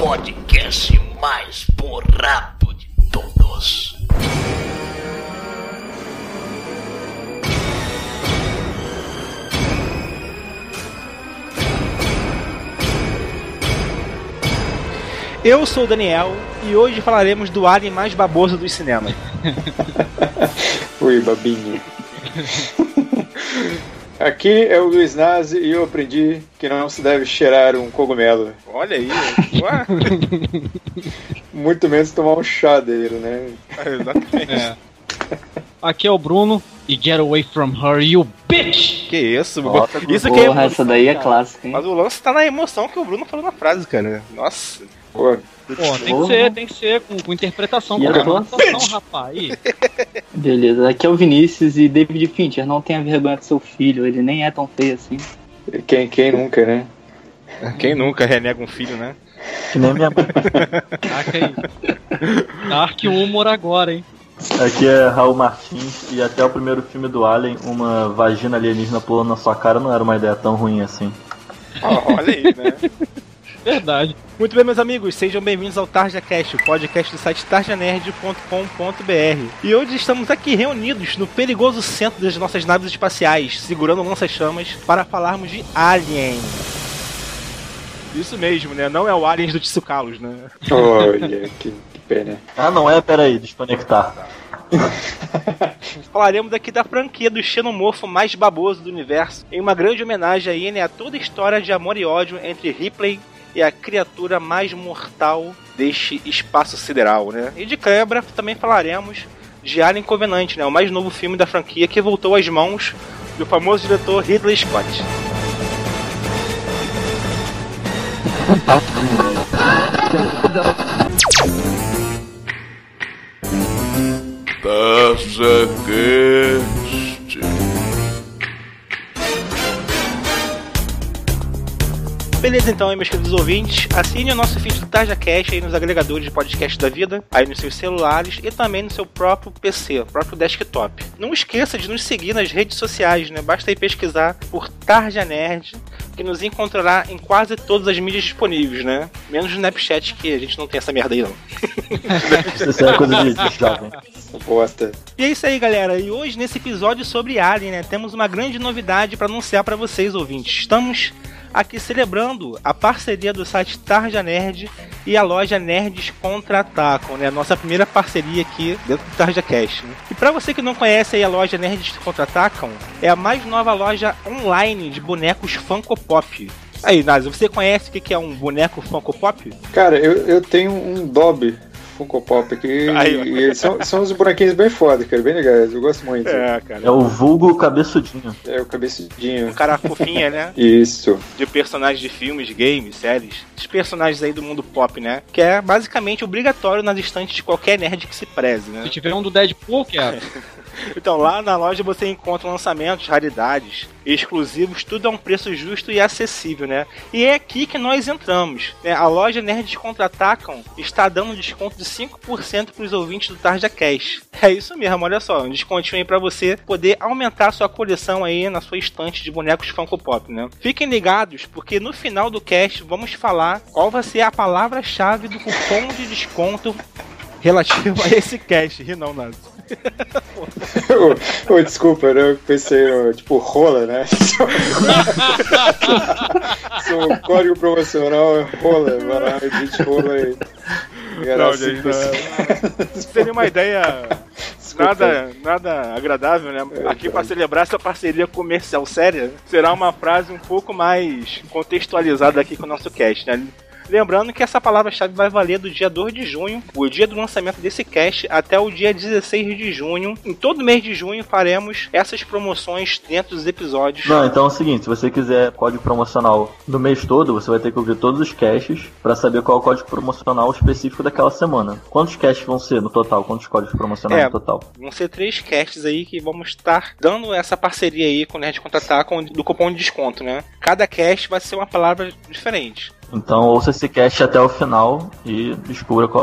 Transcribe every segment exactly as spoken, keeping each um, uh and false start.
podcast mais borrado de todos. Eu sou o Daniel e hoje falaremos do alien mais baboso dos cinemas. Oi, babinho. Aqui é o Luiz Nazi e eu aprendi que não se deve cheirar um cogumelo. Olha aí. Muito menos tomar um chá dele, né? É, exatamente. É. Aqui é o Bruno e get away from her, you bitch! Que isso, Nossa, isso porra, que é emoção, essa daí é cara. clássica, hein? Mas o lance tá na emoção que o Bruno falou na frase, cara. Nossa. Pô, Pô, tem que ser, tem que ser, com, com interpretação, com E interpretação, rapaz. Aí. Beleza, aqui é o Vinícius e David Fincher, não tenha vergonha do seu filho, ele nem é tão feio assim. quem, quem nunca, né? Quem nunca renega um filho, né? Que nem minha mãe. Caraca aí. Dark humor agora, hein? Aqui é Raul Martins e até o primeiro filme do Alien, uma vagina alienígena pulando na sua cara não era uma ideia tão ruim assim. Oh, olha aí, né? Verdade. Muito bem, meus amigos, sejam bem-vindos ao TarjaCast, o podcast do site tarja nerd ponto com ponto b r. E hoje estamos aqui reunidos no perigoso centro das nossas naves espaciais, segurando lança-chamas, para falarmos de Alien. Isso mesmo, né? Não é o Aliens do Tsukalos, né? Olha, que, que pena. Ah, não é? Peraí, desconectar. Falaremos aqui da franquia do xenomorfo mais baboso do universo, em uma grande homenagem aí, né, a toda a história de amor e ódio entre Ripley e a criatura mais mortal deste espaço sideral, né? E de quebra também falaremos de Alien Covenant, né? O mais novo filme da franquia que voltou às mãos do famoso diretor Ridley Scott. TarjaCast. Beleza, então, aí, meus queridos ouvintes, assine o nosso feed do TarjaCast aí nos agregadores de podcast da vida, aí nos seus celulares e também no seu próprio P C, próprio desktop. Não esqueça de nos seguir nas redes sociais, né? Basta aí pesquisar por Tarja Nerd, que nos encontrará em quase todas as mídias disponíveis, né? Menos no Snapchat, que a gente não tem essa merda aí, não. Isso é coisa de, de jovem. Bosta. E é isso aí, galera. E hoje, nesse episódio sobre Alien, né, temos uma grande novidade para anunciar para vocês, ouvintes. Estamos aqui celebrando a parceria do site Tarja Nerd e a loja Nerds Contra-Atacam, né? A nossa primeira parceria aqui dentro do TarjaCast, né? E para você que não conhece aí a loja Nerds Contra-Atacam, é a mais nova loja online de bonecos Funko Pop. Aí, Nazi, você conhece o que é um boneco Funko Pop? Cara, eu, eu tenho um Dobby Funko Pop aqui Aí, e eles são, são uns bonequinhos bem foda, cara, bem legais, eu gosto muito. É, cara. É o vulgo cabeçudinho. É o cabeçudinho. Um cara fofinha, né? Isso. De personagens de filmes, games, séries. Esses personagens aí do mundo pop, né? Que é basicamente obrigatório nas estantes de qualquer nerd que se preze, né? Se tiver um do Deadpool, que é. Então lá na loja você encontra lançamentos, raridades, exclusivos, tudo a um preço justo e acessível, né? E é aqui que nós entramos, né? A loja Nerds Contra-Atacam está dando um desconto de cinco por cento para os ouvintes do TarjaCast. É isso mesmo, olha só, um descontinho aí para você poder aumentar a sua coleção aí na sua estante de bonecos Funko Pop, né? Fiquem ligados, porque no final do cast vamos falar qual vai ser a palavra-chave do cupom de desconto relativo a esse cast. Ri não, Nazi. Ô, desculpa, né? Eu pensei, no, tipo, rola, né? Seu código promocional é rola, vai lá, edite rola aí. Não, gente, não. Seria uma ideia nada, nada agradável, né? Aqui para celebrar essa parceria comercial séria, será uma frase um pouco mais contextualizada aqui com o nosso cast, né? Lembrando que essa palavra-chave vai valer do dia dois de junho, o dia do lançamento desse cast, até o dia dezesseis de junho. Em todo mês de junho faremos essas promoções dentro dos episódios. Não, então é o seguinte, se você quiser código promocional no mês todo, você vai ter que ouvir todos os casts para saber qual é o código promocional específico daquela semana. Quantos casts vão ser no total? Quantos códigos promocionais é, no total? Vão ser três casts aí que vamos estar dando essa parceria aí com o Nerd Contra-Atacam do cupom de desconto, né? Cada cast vai ser uma palavra diferente. Então ouça esse cast até o final e descubra qual é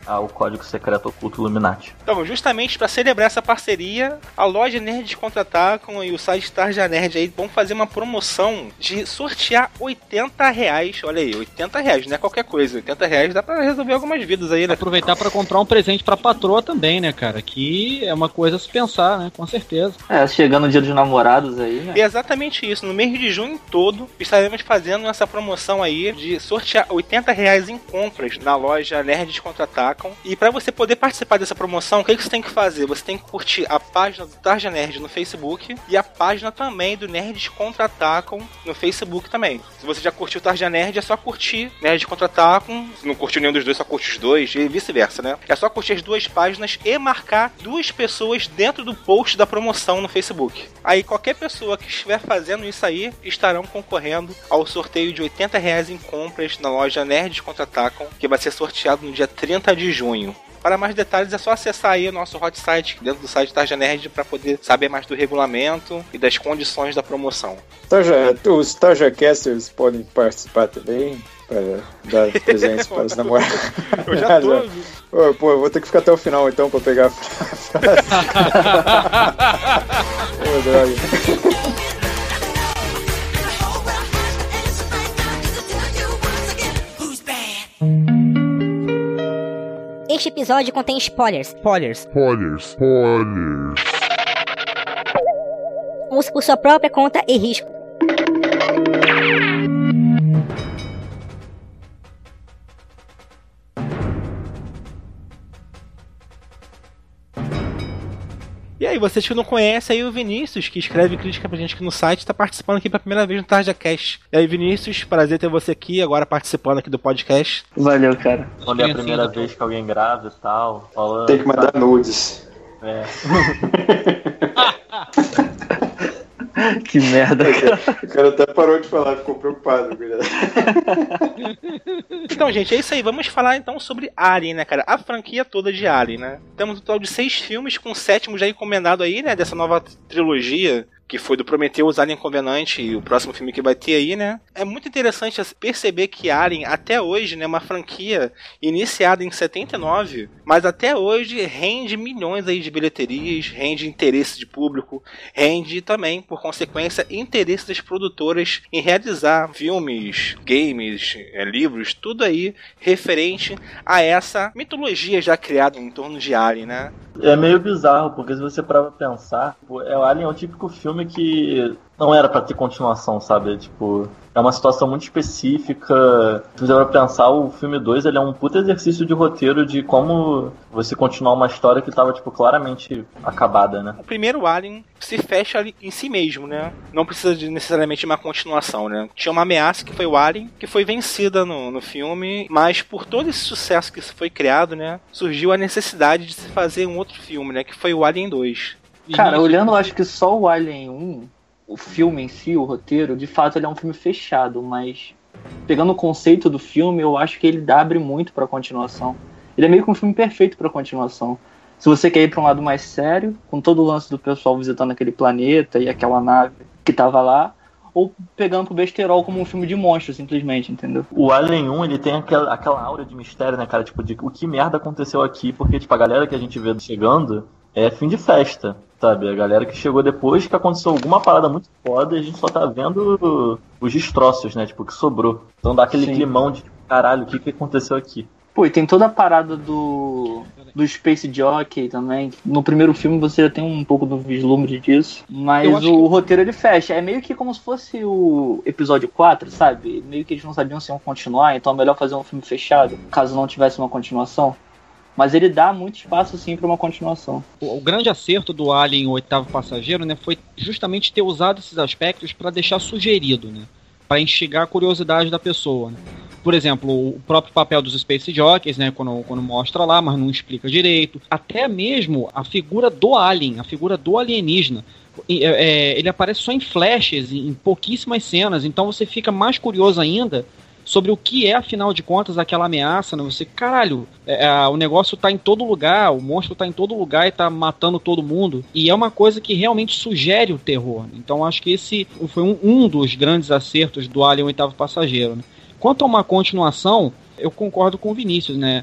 ao código secreto oculto Illuminati. Então, justamente para celebrar essa parceria, a loja Nerds Contra-Atacam e o site Tarja Nerd aí vão fazer uma promoção de sortear oitenta reais. Olha aí, oitenta reais, não é qualquer coisa. oitenta reais dá pra resolver algumas vidas aí, né? Aproveitar pra comprar um presente pra patroa também, né, cara? Que é uma coisa a se pensar, né? Com certeza. É, chegando o dia dos namorados aí, né? E é exatamente isso. No mês de junho todo, estaremos fazendo essa promoção aí de sortear oitenta reais em compras na loja Nerds Contra-Atacam. E pra você poder participar dessa promoção, o que, que você tem que fazer? Você tem que curtir a página do Tarja Nerd no Facebook e a página também do Nerds Contra-Atacam no Facebook também. Se você já curtiu o Tarja Nerd, é só curtir Nerds Contra-Atacam. Se não curtiu nenhum dos dois, só curte os dois e vice-versa, né? É só curtir as duas páginas e marcar duas pessoas dentro do post da promoção no Facebook. Aí qualquer pessoa que estiver fazendo isso aí estarão concorrendo ao sorteio de oitenta reais em compras na loja Nerds Contra-Atacam, que vai ser sorteado no dia trinta de junho. Para mais detalhes é só acessar aí o nosso hot site dentro do site Tarja Nerd para poder saber mais do regulamento e das condições da promoção. Tarja, os TarjaCasters podem participar também para dar presentes para os namorados. Eu já tô... Pô, pô, eu vou ter que ficar até o final então para pegar a frase. Ô, droga. Este episódio contém spoilers. Spoilers. Spoilers. Spoilers. Use por sua própria conta e risco. E aí, vocês que não conhecem, aí o Vinícius, que escreve crítica pra gente aqui no site, tá participando aqui pela primeira vez no TarjaCast. E aí, Vinícius, prazer ter você aqui, agora participando aqui do podcast. Valeu, cara. Quando é a primeira vez que alguém grava e tal, falando, Tem que mandar sabe? nudes. É. Que merda, cara. O cara até parou de falar, ficou preocupado. Então, gente, é isso aí. Vamos falar então sobre Alien, né, cara? A franquia toda de Alien, né? Temos um total de seis filmes, com o sétimo já encomendado aí, né? Dessa nova trilogia, que foi do Prometheus, Alien Covenant e o próximo filme que vai ter aí, né? É muito interessante perceber que Alien, até hoje, né, é uma franquia iniciada em setenta e nove, mas até hoje rende milhões aí de bilheterias, rende interesse de público, rende também, por consequência, interesse das produtoras em realizar filmes, games, é, livros, tudo aí referente a essa mitologia já criada em torno de Alien, né? É meio bizarro, porque se você parar pra pensar, o Alien é o típico filme que não era pra ter continuação, sabe? Tipo, é uma situação muito específica. Se você parar pra pensar, o filme dois ele é um puta exercício de roteiro de como você continuar uma história que tava, tipo, claramente acabada, né? O primeiro Alien se fecha ali em si mesmo, né? Não precisa de necessariamente uma continuação, né? Tinha uma ameaça que foi o Alien, que foi vencida no, no filme, mas por todo esse sucesso que foi criado, né? Surgiu a necessidade de se fazer um outro filme, né? Que foi o Alien dois. Cara, olhando, eu acho que só o Alien um, o filme em si, o roteiro, de fato ele é um filme fechado, mas pegando o conceito do filme, eu acho que ele abre muito pra continuação. Ele é meio que um filme perfeito pra continuação. Se você quer ir pra um lado mais sério, com todo o lance do pessoal visitando aquele planeta e aquela nave que tava lá, ou pegando pro besterol como um filme de monstro, simplesmente, entendeu? O Alien um, ele tem aquela, aquela aura de mistério, né, cara? Tipo, de o que merda aconteceu aqui, porque, tipo, a galera que a gente vê chegando é fim de festa, sabe? A galera que chegou depois que aconteceu alguma parada muito foda e a gente só tá vendo os destroços, né? Tipo, o que sobrou. Então dá aquele Sim. climão de, caralho, o que que aconteceu aqui? Pô, e tem toda a parada do, do Space Jockey também. No primeiro filme você já tem um pouco do vislumbre disso. Mas o que... roteiro ele fecha. É meio que como se fosse o episódio quatro, sabe? Meio que eles não sabiam se iam continuar, então é melhor fazer um filme fechado, caso não tivesse uma continuação. Mas ele dá muito espaço, sim, para uma continuação. O, o grande acerto do Alien, o Oitavo Passageiro, né, foi justamente ter usado esses aspectos para deixar sugerido, né? Para instigar a curiosidade da pessoa, né? Por exemplo, o próprio papel dos Space Jockeys, né, quando, quando mostra lá, mas não explica direito. Até mesmo a figura do Alien, a figura do alienígena. É, ele aparece só em flashes, em pouquíssimas cenas, então você fica mais curioso ainda sobre o que é, afinal de contas, aquela ameaça, né? Você, caralho, é, o negócio tá em todo lugar, o monstro tá em todo lugar e tá matando todo mundo. E é uma coisa que realmente sugere o terror. Então acho que esse foi um, um dos grandes acertos do Alien Oitavo Passageiro, né? Quanto a uma continuação, eu concordo com o Vinícius, né?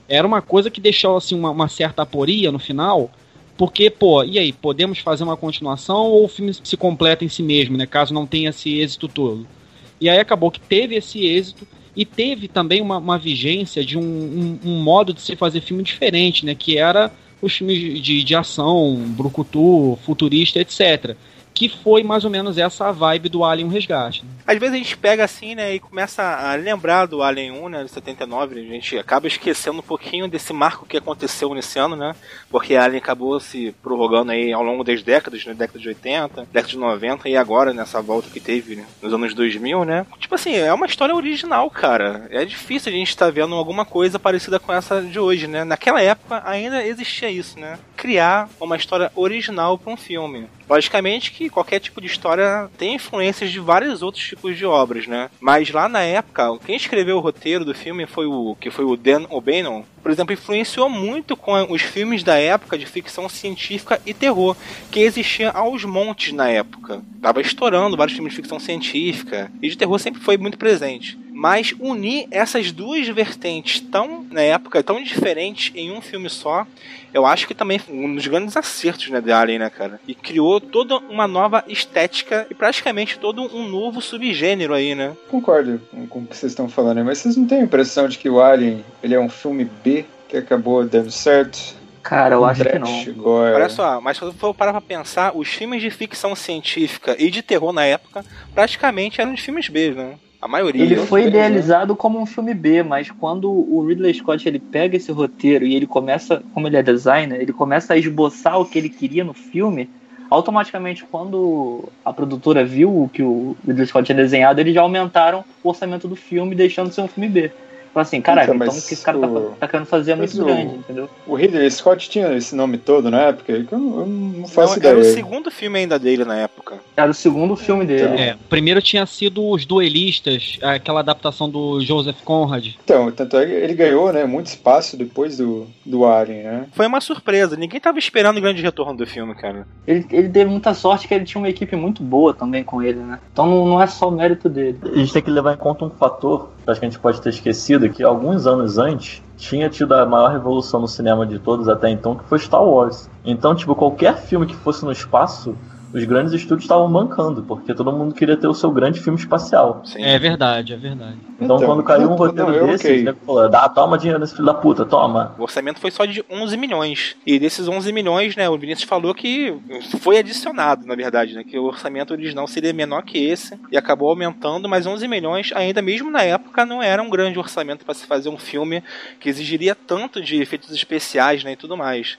era uma coisa que deixou assim, uma, uma certa aporia no final, porque, pô, e aí, podemos fazer uma continuação ou o filme se completa em si mesmo, né, caso não tenha esse êxito todo? E aí acabou que teve esse êxito e teve também uma, uma vigência de um, um, um modo de se fazer filme diferente, né, que era os filmes de, de ação, brucutu, futurista, etcétera, que foi mais ou menos essa a vibe do Alien o Resgate. Às vezes a gente pega assim, né, e começa a lembrar do Alien um, né, de setenta e nove, a gente acaba esquecendo um pouquinho desse marco que aconteceu nesse ano, né, porque Alien acabou se prorrogando aí ao longo das décadas, né, década de oitenta, década de noventa e agora nessa volta que teve, né, nos anos dois mil, né. Tipo assim, é uma história original, cara. É difícil a gente estar vendo alguma coisa parecida com essa de hoje, né. Naquela época ainda existia isso, né, criar uma história original para um filme. Logicamente que qualquer tipo de história tem influências de vários outros tipos de obras, né? Mas lá na época, quem escreveu o roteiro do filme foi o que foi o Dan O'Bannon, por exemplo, influenciou muito com os filmes da época de ficção científica e terror, que existia aos montes na época. Tava estourando vários filmes de ficção científica, e de terror sempre foi muito presente. Mas unir essas duas vertentes tão, na época, tão diferentes em um filme só, eu acho que também foi um dos grandes acertos, né, de Alien, né, cara? E criou toda uma nova estética e praticamente todo um novo subgênero aí, né? Concordo com, com o que vocês estão falando, né? Mas vocês não têm a impressão de que o Alien, ele é um filme B que acabou dando certo? Cara, eu Um acho que trash, não. gore. Olha só, mas se eu for parar pra pensar, os filmes de ficção científica e de terror na época praticamente eram de filmes B, né? A maioria. Ele foi né? idealizado como um filme B, mas quando o Ridley Scott ele pega esse roteiro e ele começa, como ele é designer, ele começa a esboçar o que ele queria no filme, automaticamente quando a produtora viu o que o Ridley Scott tinha desenhado, eles já aumentaram o orçamento do filme, deixando de ser um filme B. Fala assim, caraca, Então, então mas o que esse cara o- tá, tá querendo fazer é mas muito o- grande, entendeu? O Ridley Scott tinha esse nome todo na época? Eu não, eu não Não, faço era o ideia. segundo filme ainda dele na época. Era o segundo filme dele. É, o primeiro tinha sido Os Duelistas, aquela adaptação do Joseph Conrad. Então, tanto é que ele ganhou, né, muito espaço depois do, do Alien, né? Foi uma surpresa, ninguém tava esperando o grande retorno do filme, cara. Ele, ele teve muita sorte que ele tinha uma equipe muito boa também com ele, né? Então não, não é só o mérito dele. A gente tem que levar em conta um fator, que acho que a gente pode ter esquecido, que alguns anos antes tinha tido a maior revolução no cinema de todos até então, que foi Star Wars. Então, tipo, qualquer filme que fosse no espaço, os grandes estúdios estavam bancando, porque todo mundo queria ter o seu grande filme espacial. Sim. É verdade, é verdade. Então, Então, quando caiu um não, roteiro não, eu desse, ok. né, falou, dá, toma dinheiro nesse filho da puta, toma. O orçamento foi só de onze milhões. E desses onze milhões, né, o Vinícius falou que foi adicionado, na verdade, né, que o orçamento original seria menor que esse e acabou aumentando, mas onze milhões, ainda mesmo na época, não era um grande orçamento para se fazer um filme que exigiria tanto de efeitos especiais, né, e tudo mais.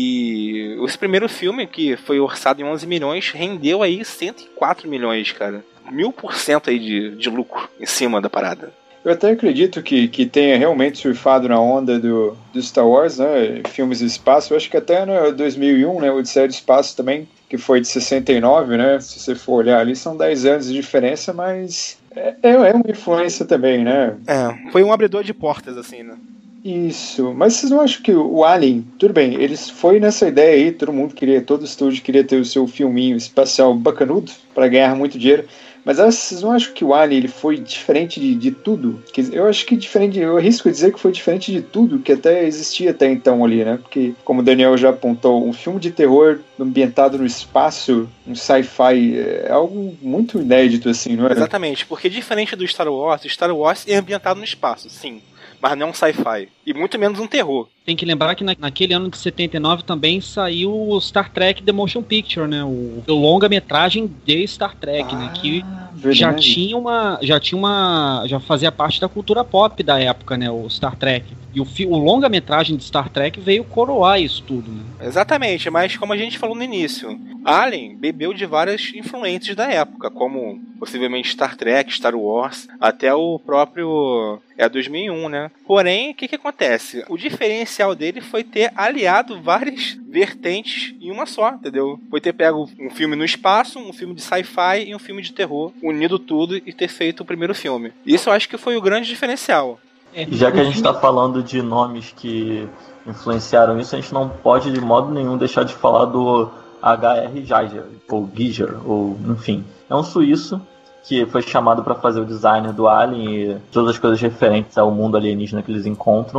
E esse primeiro filme, que foi orçado em onze milhões, rendeu aí cento e quatro milhões, cara. Mil por cento aí de, de lucro em cima da parada. Eu até acredito que, que tenha realmente surfado na onda do, do Star Wars, né? Filmes de espaço. Eu acho que até no dois mil e um, né? O Odisseia do Espaço também, que foi de sessenta e nove, né? Se você for olhar ali, são dez anos de diferença, mas é, é uma influência também, né? É, foi um abridor de portas, assim, né? Isso, mas vocês não acham que o Alien, tudo bem, eles foi nessa ideia aí, todo mundo queria, todo estúdio queria ter o seu filminho espacial bacanudo para ganhar muito dinheiro, mas vocês não acham que o Alien ele foi diferente de, de tudo? Eu acho que diferente, eu arrisco dizer que foi diferente de tudo que até existia até então ali, né? Porque, como o Daniel já apontou, um filme de terror ambientado no espaço, um sci-fi, é algo muito inédito assim, não é? Exatamente, porque diferente do Star Wars, Star Wars é ambientado no espaço, sim, mas não um sci-fi. E muito menos um terror. Tem que lembrar que na, naquele ano de setenta e nove também saiu o Star Trek The Motion Picture, né? O, o longa-metragem de Star Trek, Ah, né? Que verdade. já tinha uma. Já tinha uma. Já fazia parte da cultura pop da época, né? O Star Trek. E o, fi, o longa-metragem de Star Trek veio coroar isso tudo, né? Exatamente, mas como a gente falou no início, Alien bebeu de várias influências da época, como possivelmente Star Trek, Star Wars, até o próprio é dois mil e um, né? Porém, o que que acontece? O diferencial dele foi ter aliado várias vertentes em uma só, entendeu? Foi ter pego um filme no espaço, um filme de sci-fi e um filme de terror, unido tudo e ter feito o primeiro filme. Isso eu acho que foi o grande diferencial. É, E já que a o gente filme- está falando de nomes que influenciaram isso, a gente não pode de modo nenhum deixar de falar do H R. Giger, ou Giger, ou enfim. É um suíço que foi chamado para fazer o design do Alien e todas as coisas referentes ao mundo alienígena que eles encontram.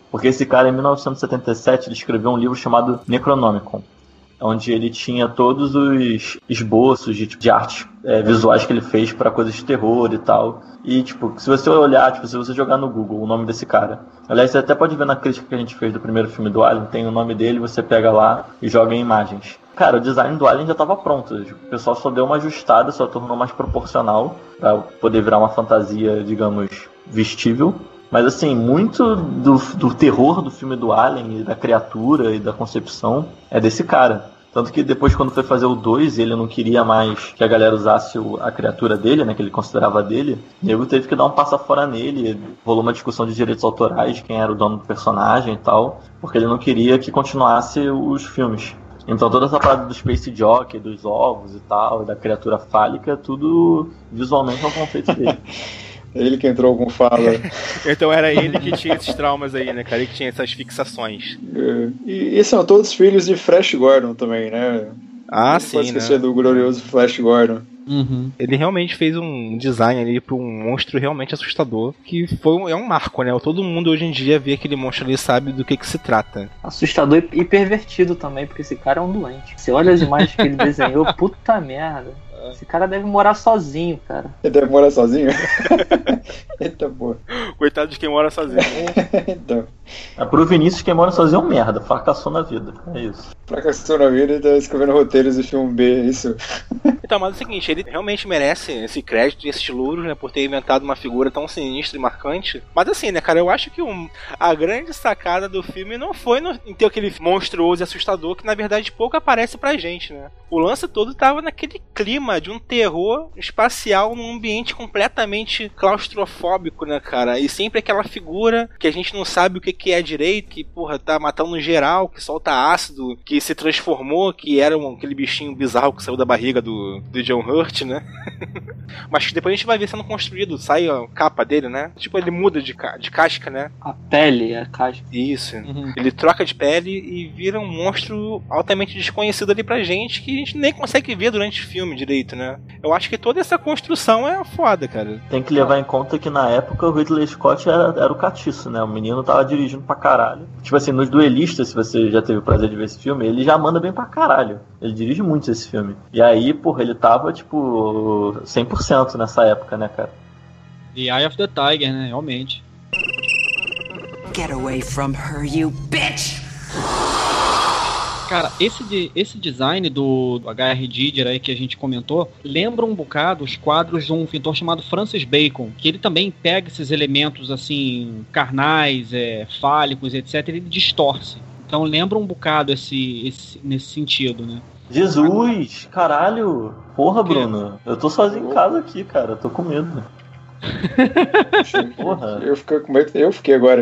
Porque esse cara, em mil novecentos e setenta e sete, ele escreveu um livro chamado Necronomicon, onde ele tinha todos os esboços de, de artes é, visuais que ele fez para coisas de terror e tal. E, tipo, se você olhar, tipo, se você jogar no Google o nome desse cara, aliás, você até pode ver na crítica que a gente fez do primeiro filme do Alien, tem o nome dele, você pega lá e joga em imagens. Cara, o design do Alien já estava pronto, o pessoal só deu uma ajustada, só tornou mais proporcional para poder virar uma fantasia, digamos, vestível. Mas, assim, muito do, do terror do filme do Alien, e da criatura e da concepção, é desse cara. Tanto que depois, quando foi fazer o dois, ele não queria mais que a galera usasse o, a criatura dele, né, que ele considerava dele. O nego teve que dar um passo fora nele. Rolou uma discussão de direitos autorais, de quem era o dono do personagem e tal, porque ele não queria que continuasse os filmes. Então toda essa parada do Space Jockey, dos ovos e tal, da criatura fálica, tudo visualmente é um conceito dele. Ele que entrou com fala. Então era ele que tinha esses traumas aí, né, cara? Ele que tinha essas fixações. É. E, e são todos filhos de Flash Gordon também, né? Ah, Não sim, pode esquecer, né? do glorioso Flash Gordon. Uhum. Ele realmente fez um design ali para um monstro realmente assustador, que foi um, é um marco, né? Todo mundo hoje em dia vê aquele monstro ali e sabe do que que se trata. Assustador e pervertido também, porque esse cara é um doente. Você olha as imagens que ele desenhou, puta merda. Esse cara deve morar sozinho, cara. Ele deve morar sozinho? Eita porra. Coitado de quem mora sozinho. Então. É, pro Vinícius, quem mora sozinho é um merda, fracassou na vida. É isso. Fracassou na vida e tá escrevendo roteiros de filme B, é isso? Então, mas é o seguinte, ele realmente merece esse crédito e esses louros, né, por ter inventado uma figura tão sinistra e marcante. Mas assim, né, cara, eu acho que um, a grande sacada do filme não foi no, em ter aquele monstruoso e assustador que, na verdade, pouco aparece pra gente, né? O lance todo tava naquele clima de um terror espacial num ambiente completamente claustrofóbico, né, cara? E sempre aquela figura que a gente não sabe o que, que é direito, que, porra, tá matando geral, que solta ácido, que se transformou, que era um, aquele bichinho bizarro que saiu da barriga do, do John Hurt, né? Mas que depois a gente vai ver sendo construído, sai a capa dele, né? Tipo, ele muda de, ca- de casca, né? A pele, a casca. Isso. Uhum. Ele troca de pele e vira um monstro altamente desconhecido ali pra gente, que a gente nem consegue ver durante o filme direito, né? Eu acho que toda essa construção é foda, cara. Tem que levar em conta que na época o Ridley Scott era, era o catiço, né? O menino tava dirigindo pra caralho. Tipo assim, nos Duelistas, se você já teve o prazer de ver esse filme, ele já manda bem pra caralho. Ele dirige muito esse filme. E aí, porra, ele tava, tipo, cem por cento nessa época, né, cara? The Eye of the Tiger, né? Realmente. Get away from her, you bitch! Cara, esse, de, esse design do, do H R. Giger aí que a gente comentou lembra um bocado os quadros de um pintor chamado Francis Bacon, que ele também pega esses elementos assim, carnais, é, fálicos, etcétera, e ele distorce. Então lembra um bocado esse, esse, nesse sentido, né? Jesus! Caralho! Porra, Bruno! Eu tô sozinho em casa aqui, cara. Eu tô com medo. Porra. Eu fiquei com medo, eu fiquei agora.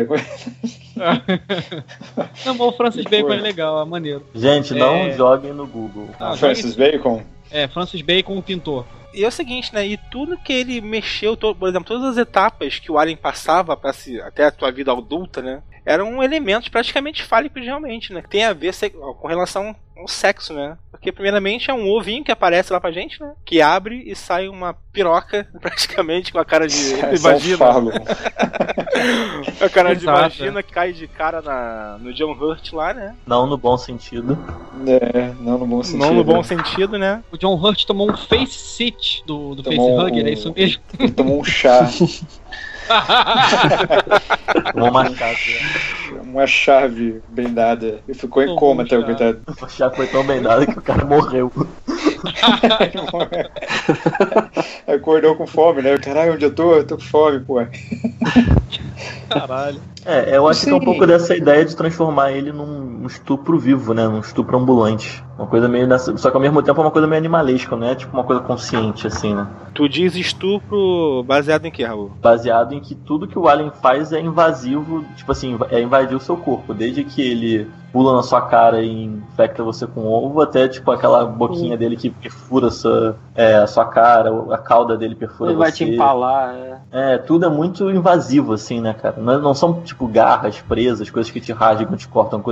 Não, mas o Francis Bacon é legal, é maneiro. Gente, não É. joguem no Google. Ah, Francis joga- Bacon? É, Francis Bacon, o pintor. E é o seguinte, né? E tudo que ele mexeu, to- por exemplo, todas as etapas que o Alien passava pra se, até a tua vida adulta, né? Eram elementos praticamente fálicos realmente, né? Que tem a ver se- com relação ao sexo, né? Porque primeiramente é um ovinho que aparece lá pra gente, né? Que abre e sai uma piroca, praticamente, com a cara de Só um vagina. falo. A cara de Exato, vagina que cai de cara na, no John Hurt lá, né? Não no bom sentido. É, não no bom sentido. Não no bom sentido, né? O John Hurt tomou um face sit do, do Tomou facehugger, um- é isso mesmo? Ele tomou um chá, Vou marcar. uma chave bem dada. E ficou em Tomou coma um até o chá. coitado. O chá foi tão bem dado que o cara morreu. Acordou com fome, né? Caralho, onde eu tô? Eu tô com fome, pô. Caralho. É, eu acho que é um Sim. pouco dessa ideia de transformar ele num estupro vivo, né? Num estupro ambulante. Uma coisa meio nessa... Só que ao mesmo tempo é uma coisa meio animalesca, não é tipo uma coisa consciente, assim, né? Tu diz estupro baseado em que, Raul? Baseado em que tudo que o Alien faz é invasivo, tipo assim, é invadir o seu corpo. Desde que ele pula na sua cara e infecta você com ovo, até tipo aquela boquinha dele que perfura a sua, é, a sua cara, a cauda dele perfura Ele você. vai te empalar, é. É, tudo é muito invasivo, assim, né, cara? Não, não são, tipo, garras presas, coisas que te rasgam, te cortam, coisas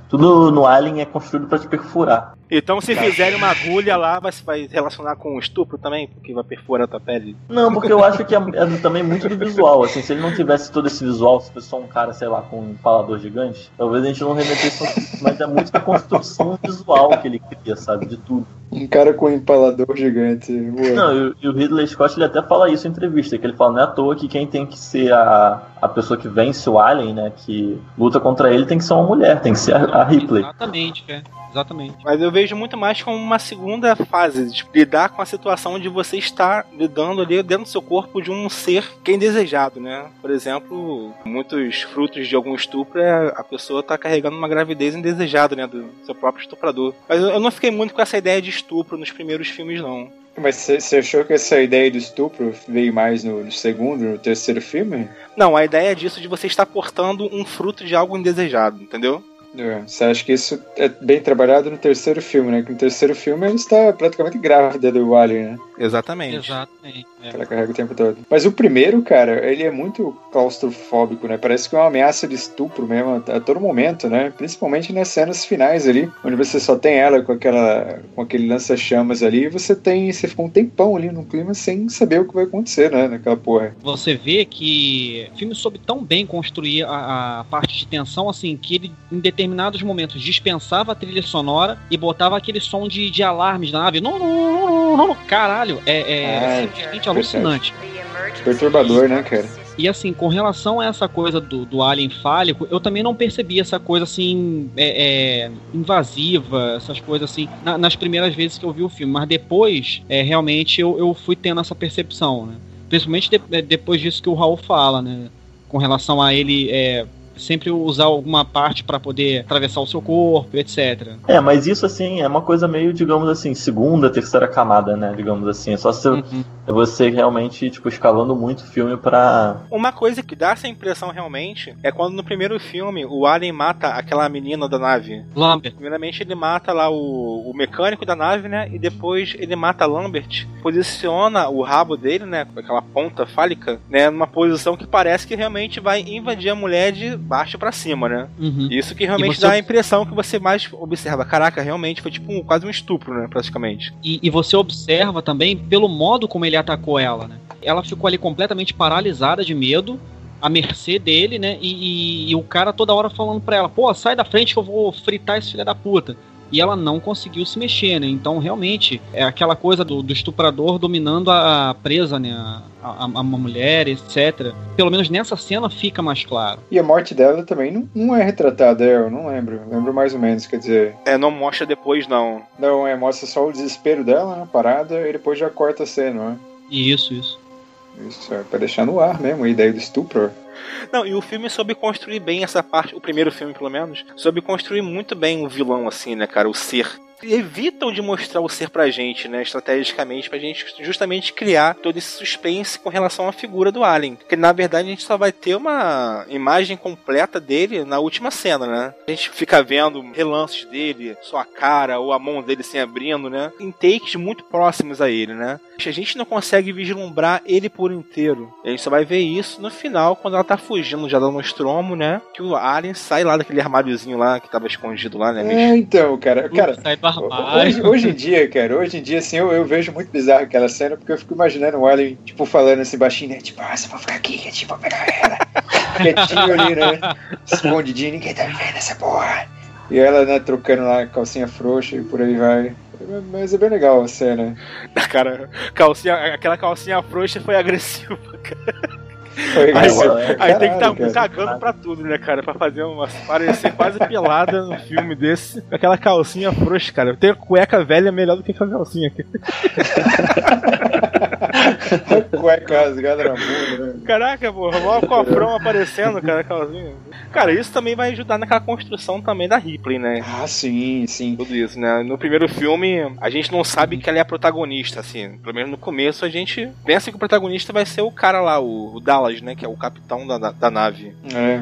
Tudo no Alien é construído pra te perfurar. Então, se fizerem uma agulha lá, vai se vai relacionar com o estupro também? Porque vai perfurar a tua pele? Não, porque eu acho que é, é também muito do visual, assim, se ele não tivesse todo esse visual, se fosse só um cara, sei lá, com um empalador gigante, talvez a gente não remetesse tanto, mas é muito a construção visual que ele cria, sabe, de tudo. Um cara com um empalador gigante. Ué. Não, e, e o Ridley Scott, ele até fala isso em entrevista, que ele fala, não é à toa que quem tem que ser a, a pessoa que vence o Alien, né, que luta contra ele, tem que ser uma mulher, tem que ser a, a Ripley. Exatamente, é. Exatamente. Mas eu vejo muito mais como uma segunda fase, de lidar com a situação de você estar lidando ali dentro do seu corpo de um ser que é indesejado, né? Por exemplo, muitos frutos de algum estupro é a pessoa tá carregando uma gravidez indesejada, né? Do seu próprio estuprador. Mas eu não fiquei muito com essa ideia de estupro nos primeiros filmes, não. Mas você achou que essa ideia do estupro veio mais no, no segundo, no terceiro filme? Não, a ideia disso de você estar portando um fruto de algo indesejado, entendeu? Você acha que isso é bem trabalhado no terceiro filme, né? Que no terceiro filme ela está praticamente grávida do Alien, né? Exatamente. Exatamente. É. Ela carrega o tempo todo. Mas o primeiro, cara, ele é muito claustrofóbico, né? Parece que é uma ameaça de estupro mesmo a, a todo momento, né? Principalmente nas cenas finais ali, onde você só tem ela com aquela, com aquele lança-chamas ali, e você tem, você fica um tempão ali no clima sem saber o que vai acontecer, né? Naquela porra. Você vê que o filme soube tão bem construir a, a parte de tensão, assim, que ele, em determinados momentos, dispensava a trilha sonora e botava aquele som de, de alarmes na nave. Não, não, não, não, não. Caralho, é, é ah, simplesmente alucinante. Perturbador, né, cara? E assim, com relação a essa coisa do, do alien fálico, eu também não percebi essa coisa assim, é, é, invasiva, essas coisas assim, na, nas primeiras vezes que eu vi o filme. Mas depois, é, realmente, eu, eu fui tendo essa percepção, né? Principalmente de, depois disso que o Raul fala, né? Com relação a ele é, sempre usar alguma parte para poder atravessar o seu corpo, etcétera. É, mas isso assim é uma coisa meio, digamos assim, segunda, terceira camada, né? Digamos assim, é só se uhum. você realmente, tipo, escalando muito o filme pra... Uma coisa que dá essa impressão realmente é quando no primeiro filme o Alien mata aquela menina da nave. Lambert. Primeiramente ele mata lá o, o mecânico da nave, né? E depois ele mata Lambert, posiciona o rabo dele, né? Com aquela ponta fálica, né? Numa posição que parece que realmente vai invadir a mulher de baixo pra cima, né? Uhum. Isso que realmente você... dá a impressão que você mais observa. Caraca, realmente foi tipo um, quase um estupro, né? Praticamente. E, e você observa também pelo modo como ele atacou ela, né? Ela ficou ali completamente paralisada de medo, à mercê dele, né? E, e, e o cara toda hora falando pra ela, pô, sai da frente que eu vou fritar esse filho da puta. E ela não conseguiu se mexer, né? Então, realmente, é aquela coisa do, do estuprador dominando a presa, né? A, a, a uma mulher, etcétera. Pelo menos nessa cena fica mais claro. E a morte dela também não, não é retratada, eu não lembro. Lembro mais ou menos, quer dizer... É, não mostra depois, não. Não, é, mostra só o desespero dela, né? Parada, e depois já corta a cena, não é? Isso, isso. Isso, é pra deixar no ar mesmo, a ideia do estupro. Não, e o filme soube construir bem essa parte, o primeiro filme pelo menos, soube construir muito bem o vilão, assim, né, cara, o ser. Evitam de mostrar o ser pra gente, né, estrategicamente, pra gente justamente criar todo esse suspense com relação à figura do Alien. Porque, na verdade, a gente só vai ter uma imagem completa dele na última cena, né? A gente fica vendo relances dele, só a cara ou a mão dele se abrindo, né? Em takes muito próximos a ele, né? A gente não consegue vislumbrar ele por inteiro. A gente só vai ver isso no final, quando ela tá fugindo já do Nostromo, né? Que o Alien sai lá daquele armáriozinho lá, que tava escondido lá, né? É, então, cara... cara Hoje, hoje em dia, cara, hoje em dia, assim, eu, eu vejo muito bizarro aquela cena, porque eu fico imaginando o Alien, tipo, falando assim baixinho, né? Tipo, ah, você vai ficar aqui, quietinho pra pegar ela. Quietinho ali, né? Escondidinho, ninguém tá vendo essa porra. E ela, né, trocando lá a calcinha frouxa e por aí vai. Mas é bem legal a cena. Cara, calcinha, aquela calcinha frouxa foi agressiva, cara. Foi aí, é, aí tem que estar tá cagando pra tudo, né, cara? Pra fazer uma. Parecer quase pelada no filme desse. Com aquela calcinha frouxa, cara. Ter cueca velha é melhor do que aquela calcinha aqui. Cueca rasgada na bunda, né? Caraca, porra, mó cofrão aparecendo, cara, a calcinha. Cara, isso também vai ajudar naquela construção também da Ripley, né? Ah, sim, sim. Tudo isso, né? No primeiro filme, a gente não sabe que ela é a protagonista, assim. Pelo menos no começo, a gente pensa que o protagonista vai ser o cara lá, o, o Dallas, né? Que é o capitão da, da, da nave. É.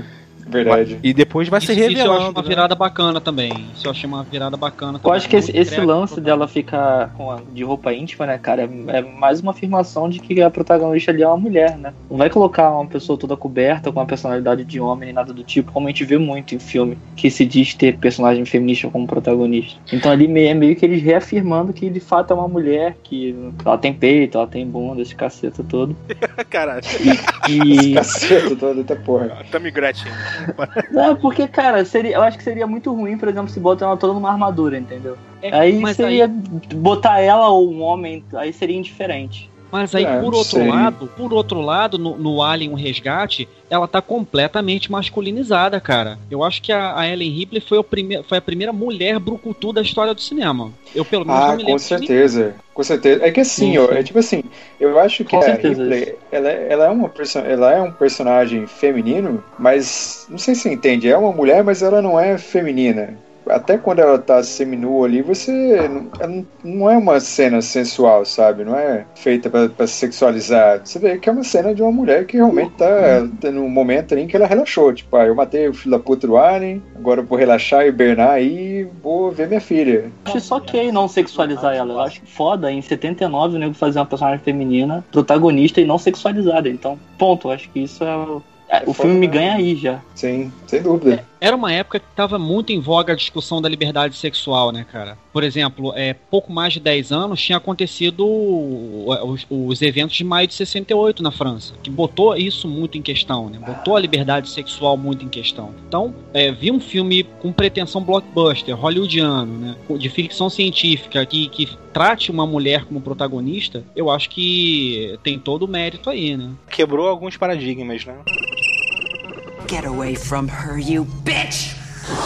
Verdade. E depois vai Isso, se isso eu acho revelando. uma né? virada bacana também. Isso eu achei uma virada bacana Eu também. acho que esse, Muito esse entrega lance pro dela ficar com a- de roupa íntima, né, cara, é, é mais uma afirmação de que a protagonista ali é uma mulher, né? Não vai colocar uma pessoa toda coberta com uma personalidade de homem nem nada do tipo, como a gente vê muito em filme que se diz ter personagem feminista como protagonista. Então ali meio- é meio que eles reafirmando que de fato é uma mulher, que ela tem peito, ela tem bunda, esse caceta todo. Caralho. E. Caceta todo, até porra. Tammy Gretchen. Não, porque, cara, seria, eu acho que seria muito ruim, por exemplo, se botar ela toda numa armadura, entendeu? É, Aí mas seria botar ela ou um homem, aí seria indiferente. Mas aí, É, por não outro sei. lado, por outro lado, no, no Alien o Resgate, ela tá completamente masculinizada, cara. Eu acho que a, a Ellen Ripley foi, o prime, foi a primeira mulher brucutu da história do cinema. Eu, pelo menos, Ah, não me lembro com de certeza. Com certeza. É que assim, Sim, ó, sim. é tipo assim, eu acho que Com a certeza Ripley, ela, é- ela, é uma perso- ela é um personagem feminino, mas não sei se você entende, é uma mulher, mas ela não é feminina. Até quando ela tá seminua ali, você. Não, ela não- não é uma cena sensual, sabe? Não é feita pra, pra sexualizar. Você vê que é uma cena de uma mulher que realmente tá, tá num momento ali em que ela relaxou. Tipo, ah, eu matei o filho da puta do Alien, agora eu vou relaxar, hibernar e vou ver minha filha. Acho isso ok não sexualizar ela. Eu acho foda em setenta e nove o nego fazer uma personagem feminina, protagonista e não sexualizada. Então, ponto. Eu acho que isso é. o- é, o filme me ganha aí já. Sim, sem dúvida. Era uma época que estava muito em voga a discussão da liberdade sexual, né, cara? Por exemplo, é, pouco mais de dez anos tinha acontecido os, os eventos de maio de sessenta e oito na França, que botou isso muito em questão, né? Botou a liberdade sexual muito em questão. Então, é, vi um filme com pretensão blockbuster, hollywoodiano, né? De ficção científica, que, que trate uma mulher como protagonista, eu acho que tem todo o mérito aí, né? Quebrou alguns paradigmas, né? Get away from her, you bitch!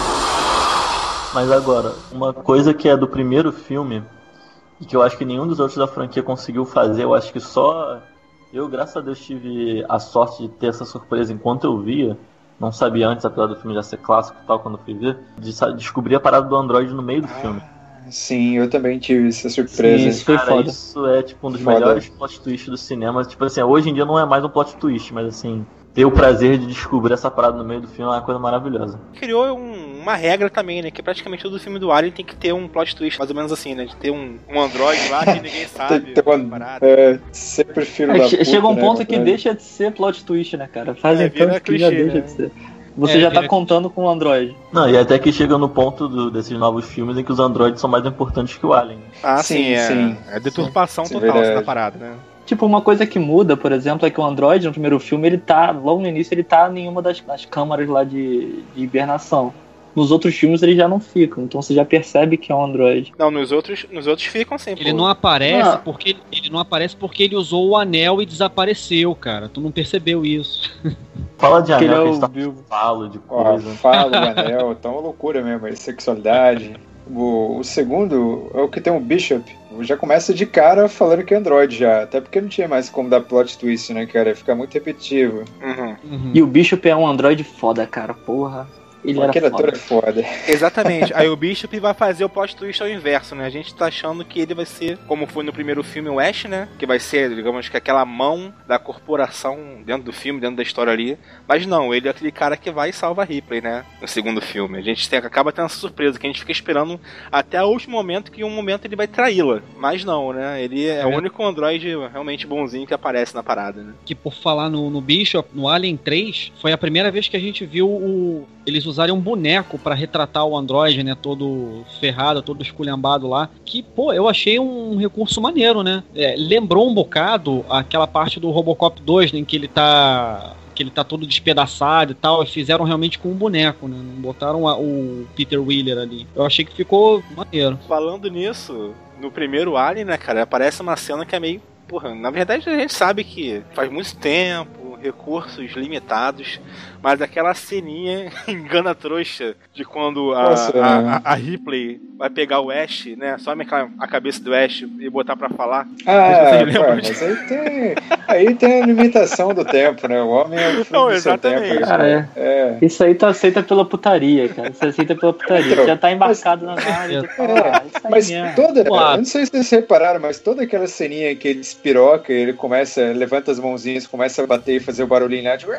Mas agora, uma coisa que é do primeiro filme e que eu acho que nenhum dos outros da franquia conseguiu fazer, eu acho que só eu, graças a Deus, tive a sorte de ter essa surpresa enquanto eu via. Não sabia antes, apesar do filme já ser clássico e tal, quando eu fui ver, de sa- descobrir a parada do Android no meio do filme. Sim, eu também tive essa surpresa. Sim, isso foi Cara, foda. isso é tipo um dos Foda. melhores plot twists do cinema. Tipo assim, hoje em dia não é mais um plot twist, mas assim, ter o prazer de descobrir essa parada no meio do filme é uma coisa maravilhosa. Criou um- uma regra também, né? Que praticamente todo filme do Alien tem que ter um plot twist, mais ou menos assim, né? De ter um, um androide lá que ninguém sabe. Tem- tem uma- uma parada. é, sempre filho É, da che- puta, chega um né, ponto que cara? deixa de ser plot twist, né, cara? Fazem É, vira tanto que já clichê, deixa né? de ser. Você É, já tá vira contando com o Android. Não, e até que chega no ponto do- desses novos filmes em que os androides são mais importantes que o Alien. Ah, Sim, sim, é. sim. É deturpação Sim, total verdade. essa parada, né? Tipo, uma coisa que muda, por exemplo, é que o Android, no primeiro filme, ele tá, logo no início, ele tá em uma das, das câmaras lá de, de hibernação. Nos outros filmes ele já não fica, então você já percebe que é um Android. Não, nos outros, nos outros ficam sempre. Ele não aparece Não. porque ele não aparece porque ele usou o anel e desapareceu, cara. Tu não percebeu isso? Fala de Porque ele anel, é que a o gente tá Bilbo. falo de Ó, coisa. fala, o anel, tá uma loucura mesmo, a sexualidade. O, o segundo é o que tem o Bishop. Já começa de cara falando que é Android já. Até porque não tinha mais como dar plot twist, né, cara? Fica muito repetitivo. Uhum. Uhum. E o Bishop é um Android foda, cara, porra. Ele era Aquele ator foda. é foda. Exatamente. Aí o Bishop vai fazer o plot twist ao inverso, né? A gente tá achando que ele vai ser, como foi no primeiro filme, o Ash, né? Que vai ser, digamos que aquela mão da corporação dentro do filme, dentro da história ali. Mas não, ele é aquele cara que vai e salva a Ripley, né? No segundo filme. A gente tem, acaba tendo essa surpresa, que a gente fica esperando até o último momento, que em um momento ele vai traí-la. Mas não, né? Ele é, É. o único androide realmente bonzinho que aparece na parada, né? Que por falar no, no Bishop, no Alien três, foi a primeira vez que a gente viu o, eles usarem um boneco pra retratar o androide, né? Todo ferrado, todo esculhambado lá. Que, pô, eu achei um recurso maneiro, né? É, lembrou um bocado aquela parte do Robocop dois, né, em que ele tá... que ele tá todo despedaçado e tal, e fizeram realmente com um boneco, né? Não botaram a- o Peter Wheeler ali. Eu achei que ficou maneiro. Falando nisso, no primeiro Alien, né, cara, aparece uma cena que é meio... Porra, na verdade a gente sabe que faz muito tempo, recursos limitados, mas aquela ceninha engana trouxa de quando a, Nossa, a, a, a Ripley vai pegar o Ash, né, só a, a cabeça do Ash e botar pra falar. Ah, Vocês lembram pô, disso? mas aí tem, aí tem a limitação do tempo, né? O homem é o fruto Não, do seu exatamente. tempo. Cara, é. É. Isso aí tá aceita pela putaria, cara. Isso aceita pela putaria. Então, Já tá embarcado na nave. já fala, ah, isso aí Mas mesmo. toda, Claro. eu não sei se vocês repararam, mas toda aquela ceninha que ele despiroca, ele começa, levanta as mãozinhas, começa a bater e fazer o barulhinho lá, tipo,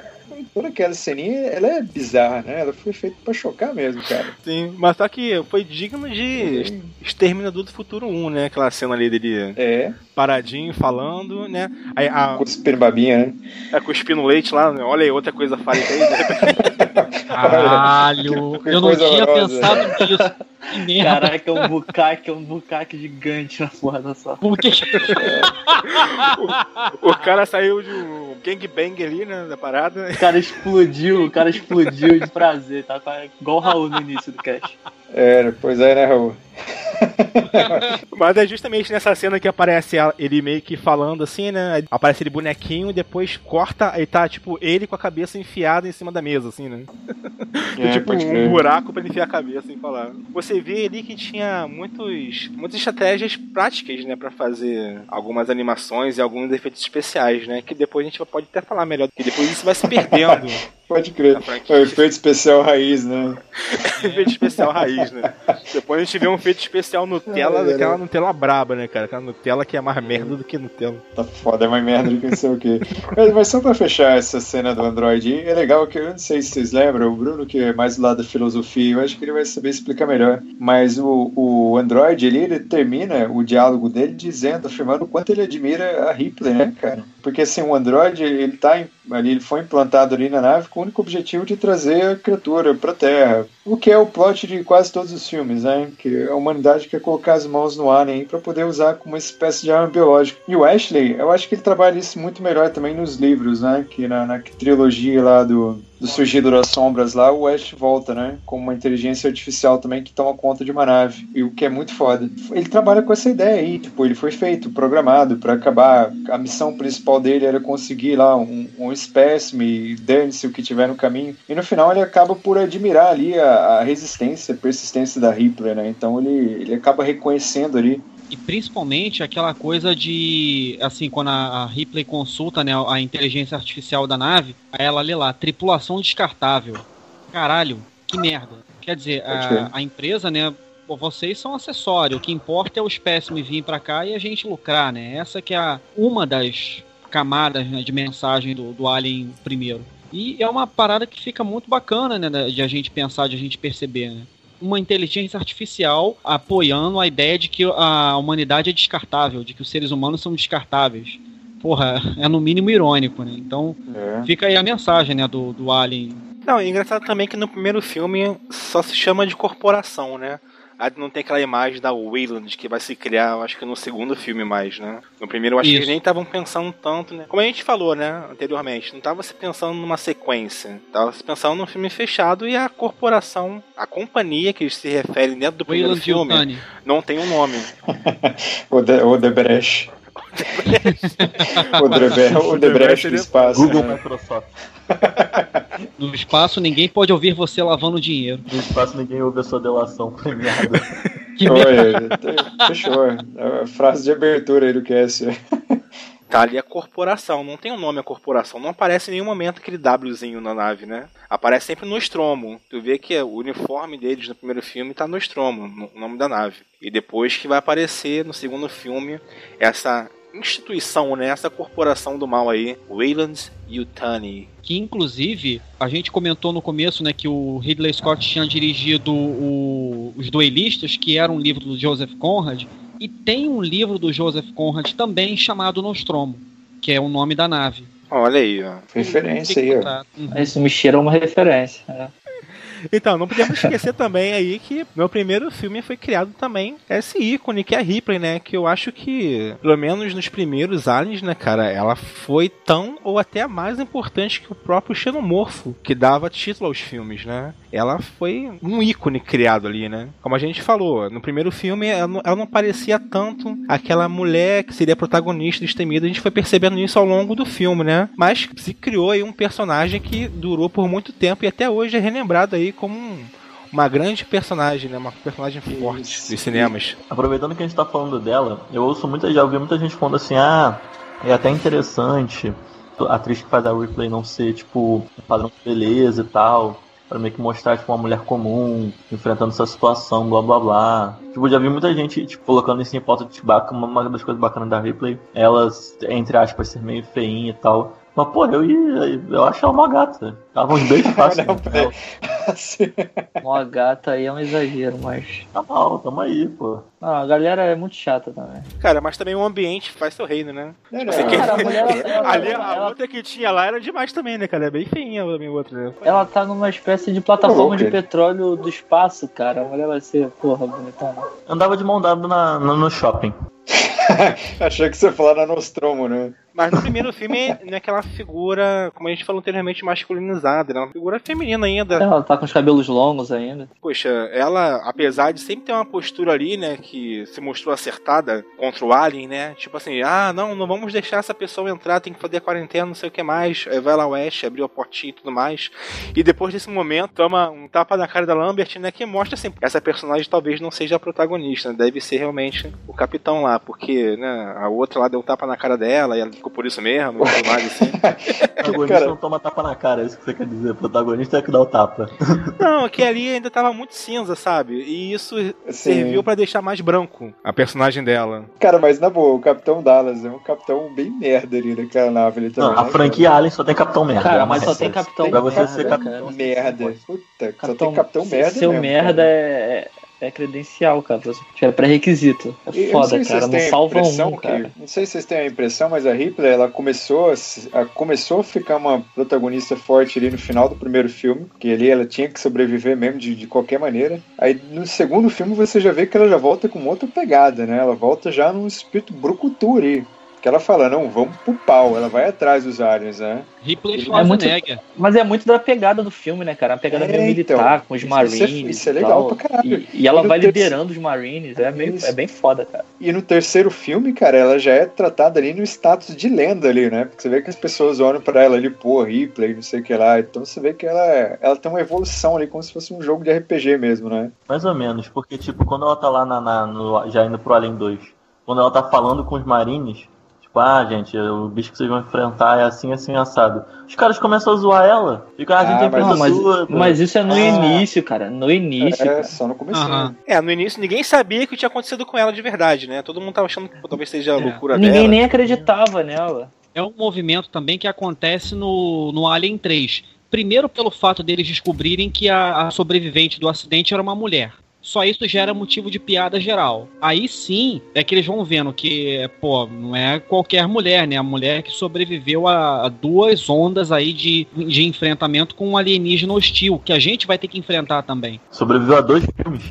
toda aquela ceninha, ela é bizarra, né? Ela foi feita pra chocar mesmo, cara. Sim, mas só que foi digno de Sim. Exterminador do Futuro um, né? Aquela cena ali dele É, paradinho, falando, né? Aí, a, cuspindo babinha, né? é, cuspindo leite lá, né? Olha aí, outra coisa falha aí, né? Caralho, Que eu não coisa tinha horrorosa. pensado nisso. Que merda. Caraca, é um bucaque, é um bucaque gigante na porra da sala. Por que O cara saiu de um gangbang ali, né? Da parada. O cara explodiu, o cara explodiu de prazer, tá? Tá igual o Raul no início do cast. É, pois é, né, Raul? Mas é justamente nessa cena que aparece ela- ele meio que falando assim, né? Aí aparece ele bonequinho, depois corta e tá, tipo, ele com a cabeça enfiada em cima da mesa, assim, né? É, tipo, pode um crer. buraco pra ele enfiar a cabeça e falar. Você vê ali que tinha muitos, muitas estratégias práticas, né? Pra fazer algumas animações e alguns efeitos especiais, né? Que depois a gente pode até falar melhor, que depois isso vai se perdendo. Pode crer. A franquia. É o efeito especial raiz, né? Efeito especial raiz, né? Depois a gente vê um efeito especial Nutella, Ai, aquela ai. Nutella braba, né, cara? Aquela Nutella que é mais merda do que Nutella. Tá foda, é mais merda do que não sei o quê. Mas, mas só pra fechar essa cena do Android, é legal que eu não sei se vocês lembram, o Bruno, que é mais do lado da filosofia, eu acho que ele vai saber explicar melhor. Mas o, o Android, ele, ele termina o diálogo dele dizendo, afirmando o quanto ele admira a Ripley, né, cara? Porque assim, o Android, ele tá em- ali, ele foi implantado ali na nave com o único objetivo de trazer a criatura pra Terra. O que é o plot de quase todos os filmes, né? Que a humanidade quer colocar as mãos no alien pra poder usar como uma espécie de arma biológica. E o Ashley, eu acho que ele trabalha isso muito melhor também nos livros, né? Que na, na trilogia lá do, do Surgido das Sombras lá, o Ash volta, né? Como uma inteligência artificial também que toma conta de uma nave. E o que é muito foda. Ele trabalha com essa ideia aí, tipo, ele foi feito, programado pra acabar. A missão principal dele era conseguir lá um, um espécime, dane-se o que tiver no caminho. E no final ele acaba por admirar ali a, a resistência, a persistência da Ripley, né? Então ele, ele acaba reconhecendo ali. E principalmente aquela coisa de, assim, quando a, a Ripley consulta, né, a inteligência artificial da nave, aí ela lê lá, tripulação descartável. Caralho, que merda. Quer dizer, a, a empresa, né, pô, vocês são acessório, o que importa é o espécime vir pra cá e a gente lucrar, né? Essa que é a, uma das camadas, né, de mensagem do, do Alien primeiro. E é uma parada que fica muito bacana, né, de a gente pensar, de a gente perceber, né? Uma inteligência artificial apoiando a ideia de que a humanidade é descartável, de que os seres humanos são descartáveis. Porra, é no mínimo irônico, né? Então, É. fica aí a mensagem, né, do, do Alien. Não, é engraçado também que no primeiro filme só se chama de corporação, né? Aí não tem aquela imagem da Weyland que vai se criar, eu acho que no segundo filme mais, né? No primeiro eu acho Isso. que eles nem estavam pensando tanto, né? Como a gente falou, né, anteriormente, não tava se pensando numa sequência, tava se pensando num filme fechado e a corporação, a companhia que eles se referem dentro do primeiro Weyland filme, Yutani. não tem um nome. O, de, o Debrecht. o Debrecht, o Debrecht do espaço. Google, Né? Microsoft. No espaço, ninguém pode ouvir você lavando dinheiro. No espaço ninguém ouve a sua delação premiada. Que merda. Olha, fechou. A frase de abertura aí do cast. Tá ali a corporação, não tem um nome a corporação, não aparece em nenhum momento aquele Wzinho na nave, né? Aparece sempre Nostromo. Tu vê que o uniforme deles no primeiro filme tá Nostromo, no nome da nave. E depois que vai aparecer no segundo filme essa instituição, né? Essa corporação do mal aí, Weyland Yutani. Que inclusive, a gente comentou no começo, né, que o Ridley Scott tinha dirigido o, Os Duelistas, que era um livro do Joseph Conrad, e tem um livro do Joseph Conrad também chamado Nostromo, que é o nome da nave. Olha aí, ó. Referência aí, ó. Uhum. Esse me cheira uma referência. É. Então, não podemos esquecer também aí que meu primeiro filme foi criado também esse ícone que é a Ripley, né? Que eu acho que, pelo menos nos primeiros Aliens, né, cara, ela foi tão ou até mais importante que o próprio Xenomorfo, que dava título aos filmes, né? Ela foi um ícone criado ali, né? Como a gente falou, no primeiro filme ela não, ela não parecia tanto aquela mulher que seria protagonista destemida. A gente foi percebendo isso ao longo do filme, né? Mas se criou aí um personagem que durou por muito tempo e até hoje é relembrado aí como um, uma grande personagem, né? Uma personagem forte Isso. dos cinemas. Aproveitando que a gente tá falando dela, eu ouço muita, já ouvi muita gente falando assim, ah, é até interessante a atriz que faz a Ripley não ser, tipo, padrão de beleza e tal, pra meio que mostrar, tipo, uma mulher comum, enfrentando essa situação, blá blá blá. Tipo, já vi muita gente, tipo, colocando isso em pauta de Chewbacca, uma das coisas bacanas da Ripley, ela, entre aspas, ser meio feinha e tal, Mas, porra, eu ia. Eu acho ela uma gata. Tava uns beijos fáceis. Não, peraí. Assim. Uma gata aí é um exagero, mas. Tá mal, tamo aí, pô. Ah, a galera é muito chata também. Cara, mas também o ambiente faz seu reino, né? Não, Tipo, não. você quer- Cara, a mulher, ela, Ali, ela, a ela, outra que tinha lá era demais também, né, cara? É bem feinha a minha outra, né? ela tá numa espécie de plataforma Louco, de cara. petróleo do espaço, cara. A mulher vai ser, porra, bonitona. Andava de mão dada na, no, no shopping. Achei que você ia falar na Nostromo, né? Mas no primeiro filme não é aquela figura, como a gente falou anteriormente, masculinizada, né? Uma figura feminina ainda. Ela tá com os cabelos longos ainda. Poxa, ela, apesar de sempre ter uma postura ali, né, que se mostrou acertada contra o Alien, né? Tipo assim, ah, não, não vamos deixar essa pessoa entrar, tem que fazer a quarentena, não sei o que mais. Aí vai lá o Ash, abriu a portinha e tudo mais. E depois desse momento, toma um tapa na cara da Lambert, né, que mostra assim, essa personagem talvez não seja a protagonista, né? Deve ser realmente o capitão lá, porque, né, a outra lá deu um tapa na cara dela e ela ficou por isso mesmo, e tudo mais assim. O protagonista Cara. não toma tapa na cara, é isso que você quer dizer. O protagonista é que dá o tapa. Não, que ali ainda tava muito cinza, sabe? E isso Sim. serviu pra deixar mais branco a personagem dela. Cara, mas na boa, o Capitão Dallas é um capitão bem merda ali naquela nave ali também. Não, a né, franquia Alien só tem Capitão Merda. Cara, é uma mas só receita. tem Capitão Pra você Merda, ser cara. Capitão cara? Merda. Puta, só Capitão, tem Capitão Merda Seu mesmo, merda cara. é, é, é credencial, cara. Você é pré-requisito. É E eu não foda, sei se cara. vocês Não têm a salva impressão um, que- cara. Não sei se vocês têm a impressão, mas a Ripley, ela começou a, se- a- começou a ficar uma protagonista forte ali no final do primeiro filme, que ali ela tinha que sobreviver mesmo de, de qualquer maneira. Aí no segundo filme você já vê que ela já volta com outra pegada, né? Ela volta já num espírito brucutu ali. Que ela fala, não, vamos pro pau, ela vai atrás dos aliens, né? Ripley É muito- Schwarzenegger. Mas é muito da pegada do filme, né, cara? A pegada É, meio militar, então. com os Isso- Marines. isso é- isso é e legal tal. pra caralho. E, e ela E no vai terceiro- liderando os Marines. É, meio, Isso. é bem foda, cara. E no terceiro filme, cara, ela já é tratada ali no status de lenda ali, né? Porque você vê que as pessoas olham pra ela ali, pô, Ripley, não sei o que lá. Então você vê que ela, é- ela tem uma evolução ali, como se fosse um jogo de R P G mesmo, né? Mais ou menos, porque tipo, quando ela tá lá na, na- no- já indo pro Alien dois, quando ela tá falando com os Marines, tipo, ah, gente, o bicho que vocês vão enfrentar é assim, assim, assado. Os caras começam a zoar ela, fica, ah, a gente Ah, é mas- Não, mas, sua. mas isso é no Ah. início, cara. No início, é, cara. só no começo. Aham. É, no início ninguém sabia o que tinha acontecido com ela de verdade, né? Todo mundo tava achando que pô, talvez seja a É. loucura Ninguém dela. nem acreditava nela. É um movimento também que acontece no, no Alien três. Primeiro pelo fato deles descobrirem que a, a sobrevivente do acidente era uma mulher. Só isso já era motivo de piada geral. Aí sim é que eles vão vendo que, pô, não é qualquer mulher, né? A mulher que sobreviveu a, a duas ondas aí de, de enfrentamento com um alienígena hostil, que a gente vai ter que enfrentar também. Sobreviveu a dois filmes.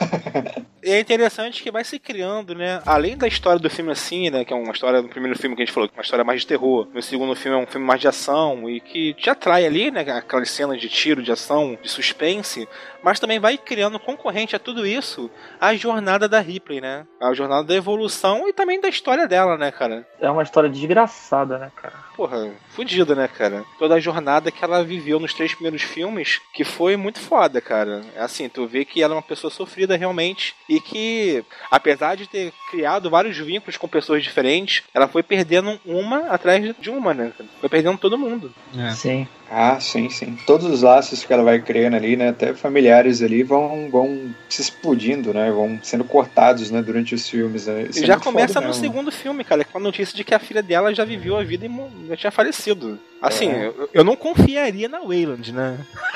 É. E é interessante que vai se criando, né? Além da história do filme assim, né? Que é uma história do primeiro filme que a gente falou, que é uma história mais de terror. No segundo filme é um filme mais de ação e que te atrai ali, né? Aquelas cenas de tiro, de ação, de suspense. Mas também vai criando concorrente a tudo isso a jornada da Ripley, né? A jornada da evolução e também da história dela, né, cara? É uma história desgraçada, né, cara? Porra, fodida, né, cara? Toda a jornada que ela viveu nos três primeiros filmes, que foi muito foda, cara. É assim, tu vê que ela é uma pessoa sofrida realmente e que, apesar de ter criado vários vínculos com pessoas diferentes, ela foi perdendo uma atrás de uma, né? Foi perdendo todo mundo. É. Sim. Ah, sim, sim. Todos os laços que ela vai criando ali, né? Até familiares ali vão, vão se explodindo, né? Vão sendo cortados, né? Durante os filmes. Né? Isso E é já muito começa foda no mesmo. segundo filme, cara, com a notícia de que a filha dela já viveu a vida e mo- já tinha falecido. Assim, É. eu, eu não confiaria na Wayland, né?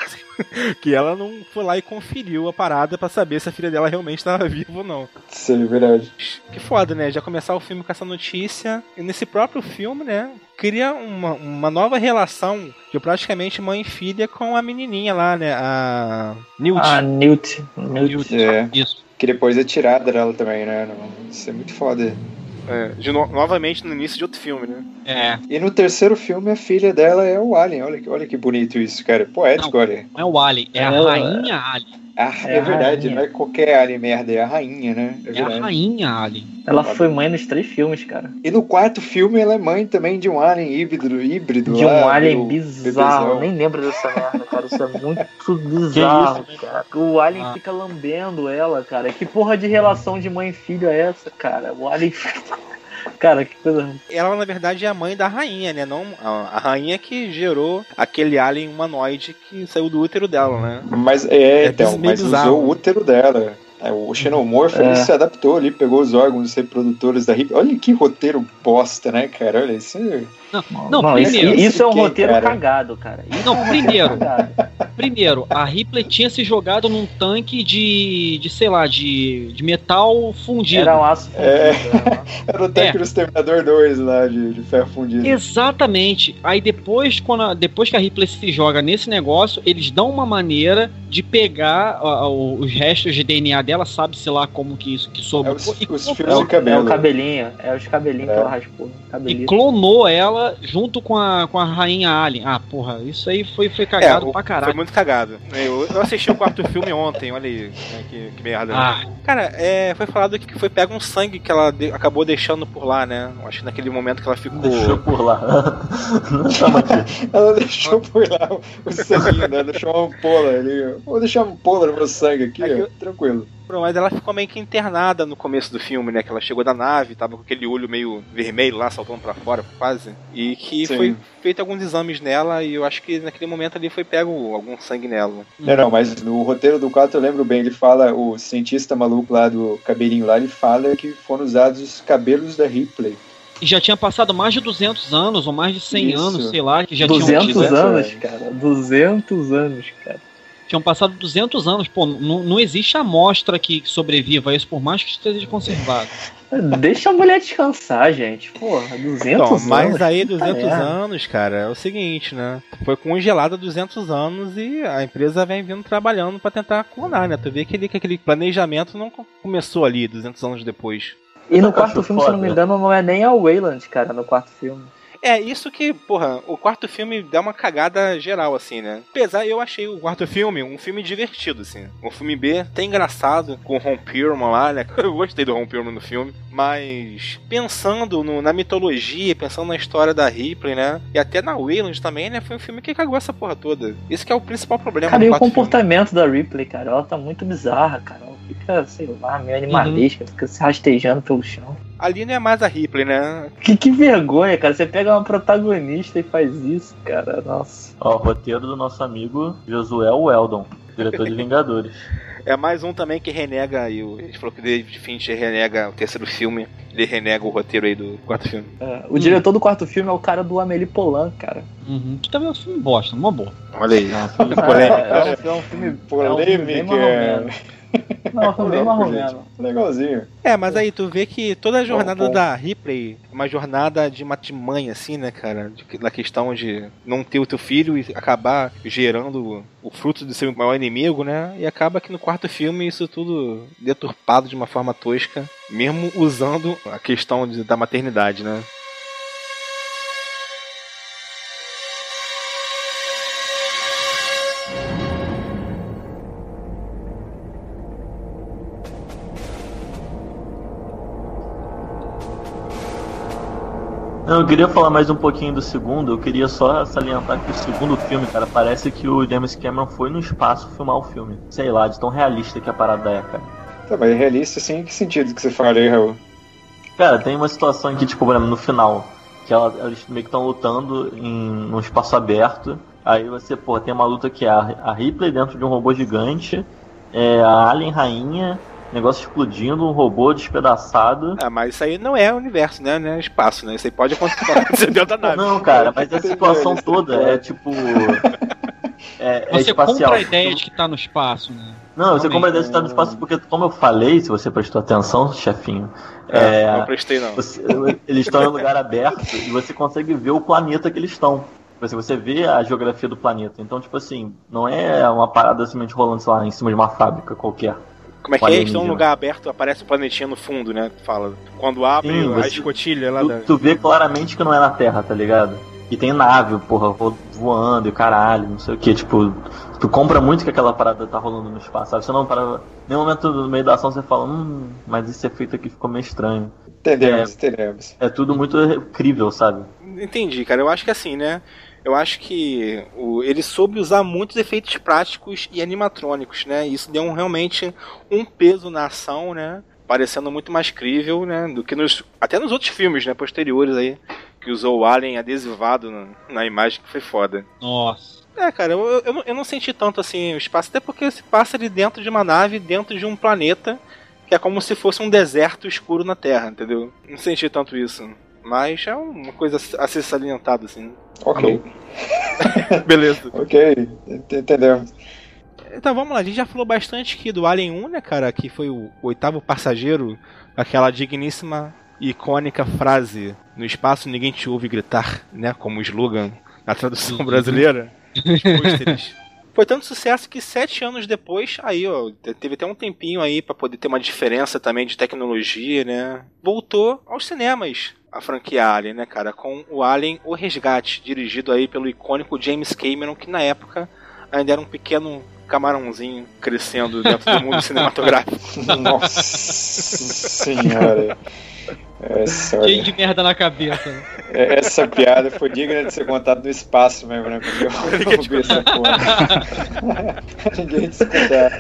Que ela não foi lá e conferiu a parada pra saber se a filha dela realmente estava viva ou não. Isso é verdade. Que foda, né? Já começar o filme com essa notícia. E nesse próprio filme, né? Cria uma, uma nova relação de praticamente mãe e filha com a menininha lá, né? A Newt. Ah, Newt. Newt. É. Isso. Que depois é tirada dela também, né? Não- Isso é muito foda. É, de no- novamente no início de outro filme, né? É. E no terceiro filme, a filha dela é o Alien. Olha, que- olha que bonito isso, cara. Poético, olha. Não é o Alien, é a É, rainha Alien. Ah, é, É a verdade, rainha. não é qualquer Alien merda, é a rainha, né? É É a verdade. rainha Alien. Ela foi mãe nos três filmes, cara. E no quarto filme, ela é mãe também de um Alien híbrido, híbrido De lá, um alien do bizarro. bebezão. Nem lembro dessa merda, cara. Isso é muito bizarro, cara. O alien Ah. fica lambendo ela, cara. Que porra de relação de mãe e filho é essa, cara? O alien. Cara, que coisa. Ela, na verdade, é a mãe da rainha, né? Não, a, a rainha que gerou aquele alien humanoide que saiu do útero dela, né? Mas é, É então, meio mas bizarro. usou o útero dela. É, o Xenomorfo É. ele se adaptou ali, pegou os órgãos reprodutores da Ripley. Olha que roteiro bosta, né, cara? Olha isso. Não, não, Não, isso, primeiro. isso é um Quem, roteiro cara? cagado, cara. Isso Não, é um roteiro primeiro. cagado. Primeiro, a Ripley tinha se jogado num tanque de, de sei lá, de, de metal fundido. Era um aço fundido. É. era um aço- Era o tanque É. do Exterminador dois lá, de, de ferro fundido. Exatamente. Aí depois, quando a- depois que a Ripley se joga nesse negócio, eles dão uma maneira de pegar a- a- os restos de D N A dela, sabe-se lá como que isso que É sobrou. os, e, os clonou- fios É de o, é cabelo. o cabelinho. É os cabelinhos É. que ela raspou. e Cabelito. clonou ela junto com a, com a rainha Alien. Ah, porra, isso aí foi, foi cagado É, o- pra Foi caralho. muito cagado. Eu, eu assisti o quarto filme ontem, olha aí, né, que, que merda. né? Ah, Cara, é, foi falado que foi pego um sangue que ela de- acabou deixando por lá, né? Eu acho que naquele momento que ela ficou. Deixou por lá. Não tamo aqui. Ela deixou por lá o, o sanguinho, né? Deixou uma ampola ali. Vou deixar uma ampola no meu sangue aqui, Aqui ó. eu- Tranquilo. Pô, mas ela ficou meio que internada no começo do filme, né? Que ela chegou da nave, tava com aquele olho meio vermelho lá, saltando pra fora, quase. E que Sim. foi feito alguns exames nela e eu acho que naquele momento ali foi pego algum sangue nela. Não, não, mas no roteiro do quatro eu lembro bem, ele fala, o cientista maluco lá do cabelinho lá, ele fala que foram usados os cabelos da Ripley. e já tinha passado mais de duzentos anos, ou mais de cem Isso. anos, sei lá, que já tinham duzentos tido- anos, anos. cara. duzentos anos, cara. Tinham passado duzentos anos, pô, não, não existe amostra que, que sobreviva a isso, por mais que esteja conservado. Deixa a mulher descansar, gente. Porra, duzentos Então, anos. mas aí puta duzentos merda. anos, cara, é o seguinte, né? Foi congelada duzentos anos e a empresa vem vindo trabalhando pra tentar clonar, né? Tu vê que, ele, que aquele planejamento não co- começou ali duzentos anos depois. E no Eu quarto acho filme, se eu não me foda. engano, não é nem a Wayland, cara, no quarto filme. É, isso que, porra, o quarto filme dá uma cagada geral, assim, né? Apesar, eu achei o quarto filme um filme divertido, assim. Um filme B, até engraçado, com o Ron Perlman lá, né? Eu gostei do Ron Perlman no filme. Mas, pensando no- na mitologia, pensando na história da Ripley, né? E até na Wayland também, né? Foi um filme que cagou essa porra toda. Isso que é o principal problema Cara, do e o quarto filme. comportamento da Ripley, cara, ela tá muito bizarra, cara. Ela fica, sei lá, meio animalesca, fica se rastejando pelo chão. Ali não é mais a Ripley, né? Que, que vergonha, cara. Você pega uma protagonista e faz isso, cara. Nossa. Ó, o roteiro do nosso amigo Josué Weldon, diretor de Vingadores. É mais um também que renega, e o, a gente falou que o David Fincher renega o terceiro filme, ele renega o roteiro aí do quarto filme. É, o diretor do quarto filme é o cara do Amélie Poulain, cara. Uhum. Que também é um filme bosta, uma boa. Olha aí. Polêmica. É, é, um, é um filme. É um filme bem Polêmica. marromeno. Não, é um filme bem marromeno. Legalzinho. É, mas aí tu vê que toda a jornada Bom, bom. da Ripley é uma jornada de uma de mãe, assim, né, cara? De, da questão de não ter o teu filho e acabar gerando o fruto do seu maior inimigo, né? E acaba que no quarto filme isso tudo deturpado de uma forma tosca, mesmo usando a questão de, da maternidade, né? Não, eu queria falar mais um pouquinho do segundo. Eu queria só salientar que o segundo filme, cara, parece que o James Cameron foi no espaço filmar o filme. Sei lá, de tão realista que a parada é, cara. Tá, mas realista assim, em que sentido que você fala aí, Raul? Cara, tem uma situação aqui, tipo, por exemplo, no final, que ela, eles meio que estão lutando em num espaço aberto. Aí você, pô, tem uma luta que é a, a Ripley dentro de um robô gigante, é, a Alien Rainha, negócio explodindo, um robô despedaçado. Ah, mas isso aí não é universo, né? Não é espaço, né? Isso aí pode acontecer dentro da nave. Não, cara, mas a situação toda é tipo. É, é Você espacial. compra a ideia de que tá no espaço, né? Não, você Realmente. compra a ideia de estar no espaço porque, como eu falei, se você prestou atenção, chefinho, É, é, não prestei não. você- eles estão em um lugar aberto e você consegue ver o planeta que eles estão. Tipo assim, você vê a geografia do planeta. Então, tipo assim, não é uma parada simplesmente rolando, sei lá, em cima de uma fábrica qualquer. Como é que com é? Eles estão num alienígena. lugar aberto, aparece o planetinha no fundo, né? Tu fala. Quando abre Sim, a você- escotilha lá Tu, da. tu vê claramente que não é na Terra, tá ligado? E tem nave, porra, vo- voando e caralho, não sei o que, tipo, tu compra muito que aquela parada tá rolando no espaço, sabe? Você não para. Em nenhum momento no meio da ação você fala, hum, mas esse efeito aqui ficou meio estranho. Entendemos, entendemos. É tudo muito crível, sabe? Entendi, cara. Eu acho que assim, né? Eu acho que o, ele soube usar muitos efeitos práticos e animatrônicos, né? Isso deu um, realmente um peso na ação, né? Parecendo muito mais crível, né? Do que nos. Até nos outros filmes, né? Posteriores aí. Que usou o Alien adesivado na, na imagem, que foi foda. Nossa. É, cara, eu, eu, eu não senti tanto assim o espaço, até porque se passa ali dentro de uma nave, dentro de um planeta, que é como se fosse um deserto escuro na Terra, entendeu? Não senti tanto isso. Mas é uma coisa a ser salientada, assim. Ok. Beleza. Ok, entendemos. Então vamos lá, a gente já falou bastante aqui do Alien um, né, cara? Que foi o oitavo passageiro, aquela digníssima e icônica frase: no espaço ninguém te ouve gritar, né? Como o slogan na tradução brasileira. Os pôsteres. Foi tanto sucesso que sete anos depois, aí, ó, teve até um tempinho aí pra poder ter uma diferença também de tecnologia, né? Voltou aos cinemas a franquia Alien, né, cara? Com o Alien O Resgate, dirigido aí pelo icônico James Cameron, que na época ainda era um pequeno camarãozinho crescendo dentro do mundo cinematográfico. Nossa senhora. Essa, cheio de merda na cabeça. Essa piada foi digna de ser contada no espaço mesmo, né? Porque eu ouvi essa porra. Ninguém discutar.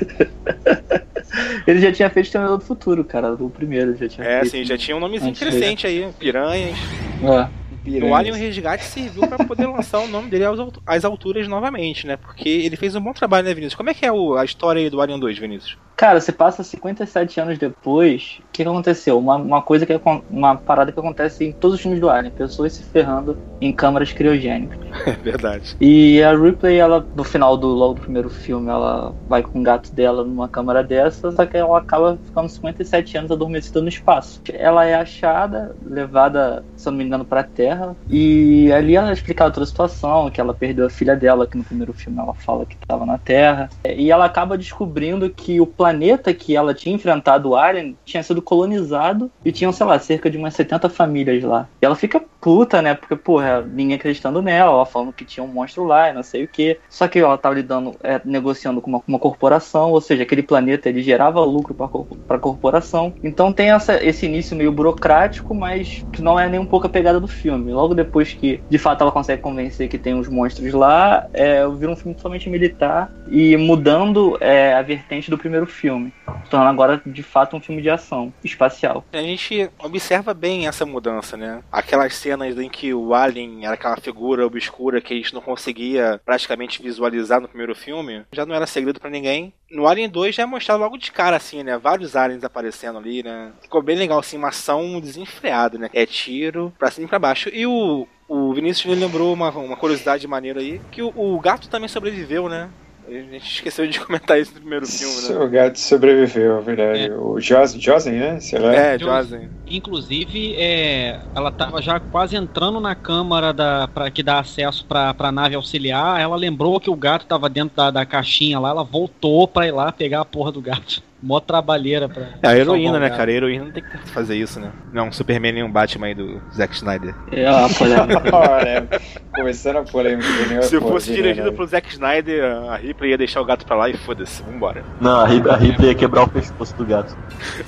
Ele já tinha feito Terminador do Futuro, cara, do primeiro. Já tinha é, feito, sim, já tinha um nomezinho antes crescente aí, Piranhas. É. O Alien Resgate serviu pra poder lançar o nome dele às alturas novamente, né? Porque ele fez um bom trabalho, né, Vinícius? Como é que é o, a história aí do Alien dois, Vinícius? Cara, você passa cinquenta e sete anos depois, o que, que aconteceu? Uma, uma coisa que uma parada que acontece em todos os filmes do Alien, pessoas se ferrando em câmaras criogênicas. É verdade. E a Ripley, ela, no final do logo do primeiro filme, ela vai com o gato dela numa câmara dessa, só que ela acaba ficando cinquenta e sete anos adormecida no espaço. Ela é achada, levada, se eu não me engano, pra Terra, e ali ela é explicada toda a situação, que ela perdeu a filha dela, que no primeiro filme ela fala que estava na Terra, e ela acaba descobrindo que o planeta que ela tinha enfrentado, o Alien, tinha sido colonizado e tinham, sei lá, cerca de umas setenta famílias lá. E ela fica puta, né? Porque, porra, ninguém acreditando nela, ela falando que tinha um monstro lá e não sei o que. Só que ela tava lidando, é, negociando com uma, uma corporação, ou seja, aquele planeta ele gerava lucro pra, pra corporação. Então tem essa, esse início meio burocrático, mas que não é nem um pouco a pegada do filme. Logo depois que, de fato, ela consegue convencer que tem uns monstros lá, é, vira um filme totalmente militar e mudando é, a vertente do primeiro filme, tornando agora, de fato, um filme de ação espacial. A gente observa bem essa mudança, né? Aquelas cenas em que o Alien era aquela figura obscura que a gente não conseguia praticamente visualizar no primeiro filme, já não era segredo pra ninguém. No Alien dois já é mostrado logo de cara, assim, né? Vários aliens aparecendo ali, né? Ficou bem legal, assim, uma ação desenfreada, né? É tiro pra cima e pra baixo. E o, o Vinícius me lembrou uma, uma curiosidade maneira aí, que o, o gato também sobreviveu, né? A gente esqueceu de comentar isso no primeiro filme, né? O gato sobreviveu, é verdade. É. O Josen, né? Sei lá. É, Josen. Inclusive, é, ela tava já quase entrando na câmara da, pra, que dá acesso pra, pra nave auxiliar. Ela lembrou que o gato tava dentro da, da caixinha lá. Ela voltou pra ir lá pegar a porra do gato. Mó trabalheira pra... É, a heroína, né, cara? A heroína não tem que fazer isso, né? Não, um Superman nem um Batman aí do Zack Snyder. É a polêmica. Começando a polêmica. Se fosse dirigido pro Zack Snyder, a Ripley ia deixar o gato pra lá e foda-se, vambora. Não, a Ripley, a Ripley ia quebrar o pescoço do gato.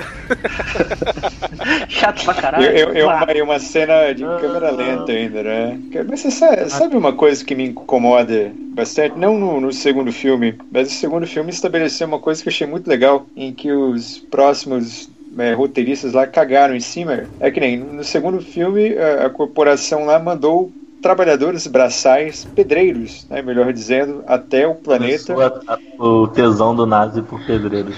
Chato pra caralho. Eu, eu, eu uma, uma cena de câmera lenta ainda, né? Mas você sabe, sabe uma coisa que me incomoda bastante? Não no, no segundo filme, mas o segundo filme estabeleceu uma coisa que eu achei muito legal, em que os próximos é, roteiristas lá cagaram em cima. É que nem no segundo filme a, a corporação lá mandou trabalhadores braçais, pedreiros, né, melhor dizendo, até o planeta. A, a, o tesão do nazi por pedreiros.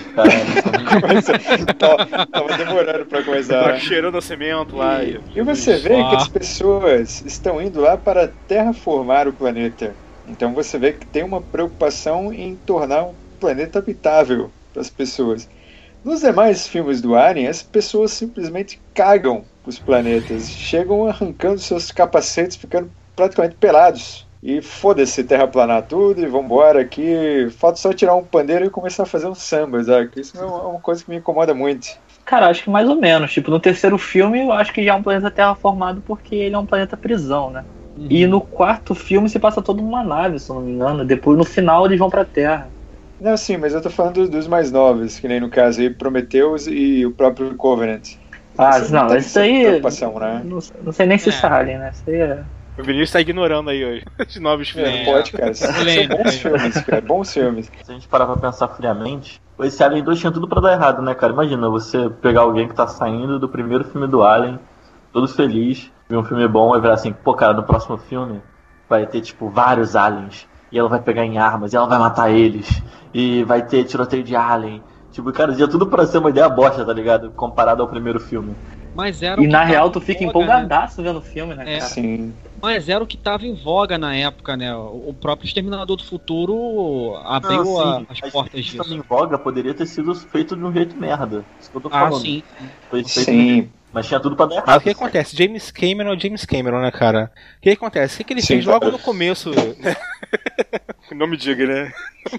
tava, tava demorando pra começar. Tá cheirando a cimento lá. E, e você vê que as pessoas estão indo lá para terraformar o planeta. Então você vê que tem uma preocupação em tornar o planeta habitável para as pessoas. Nos demais filmes do Alien, as pessoas simplesmente cagam os planetas, chegam arrancando seus capacetes, ficando praticamente pelados. E foda-se, terraplanar tudo e vambora aqui. Falta só tirar um pandeiro e começar a fazer um samba, sabe? Isso é uma coisa que me incomoda muito. Cara, acho que mais ou menos. Tipo, no terceiro filme, eu acho que já é um planeta terraformado porque ele é um planeta prisão, né? Uhum. E no quarto filme se passa todo numa nave, se eu não me engano. Depois, no final, eles vão pra Terra. Não, sim, mas eu tô falando dos mais novos, que nem no caso aí, Prometheus e o próprio Covenant. Ah, Essa não, isso aí... Né? Não, não sei nem se é Alien, né? Isso aí é... O Vinícius tá ignorando aí hoje os novos filmes. É, pode, cara. São bons filmes, cara. Bons filmes. Se a gente parar pra pensar friamente, esse Alien dois tinha tudo pra dar errado, né, cara? Imagina você pegar alguém que tá saindo do primeiro filme do Alien, todo feliz, ver um filme bom e virar assim, pô, cara, no próximo filme vai ter, tipo, vários aliens. e ela vai pegar em armas, e ela vai matar eles, e vai ter tiroteio de alien. Tipo, cara, tinha tudo pra ser uma ideia bosta, tá ligado? Comparado ao primeiro filme. Mas era E na tava real tu em fica voga, empolgadaço, né, vendo o filme, né, É. cara? Sim. Mas era o que tava em voga na época, né? O próprio Exterminador do Futuro abriu Ah, a- sim, as mas portas isso disso. também em voga poderia ter sido feito de um jeito merda. Isso que eu tô Ah, falando. sim. Foi feito Sim. Mas tinha tudo pra dar Mas errado. o que acontece? James Cameron é James Cameron, né, cara? O que acontece? O que, que ele Sim, fez cara. logo no começo? Não me diga, né?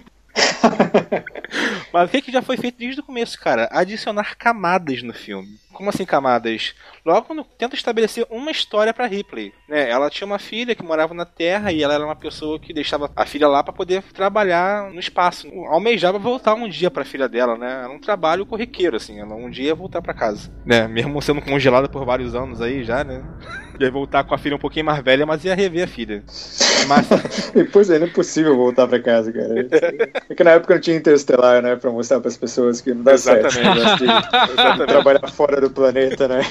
Mas o que, que já foi feito desde o começo, cara? Adicionar camadas no filme. Como assim camadas? Logo quando tenta estabelecer uma história pra Ripley, né? Ela tinha uma filha que morava na Terra e ela era uma pessoa que deixava a filha lá pra poder trabalhar no espaço. Almejava voltar um dia pra filha dela, né? Era um trabalho corriqueiro, assim. Ela um dia ia voltar pra casa, né? Mesmo sendo congelada por vários anos aí já, né? Ia voltar com a filha um pouquinho mais velha, mas ia rever a filha. Mas... Depois é impossível voltar pra casa, cara. É que na época não tinha Interestelar, né? Pra mostrar pras pessoas que não dá Exatamente. certo. Esse negócio de Exatamente. trabalhar fora do planeta, né?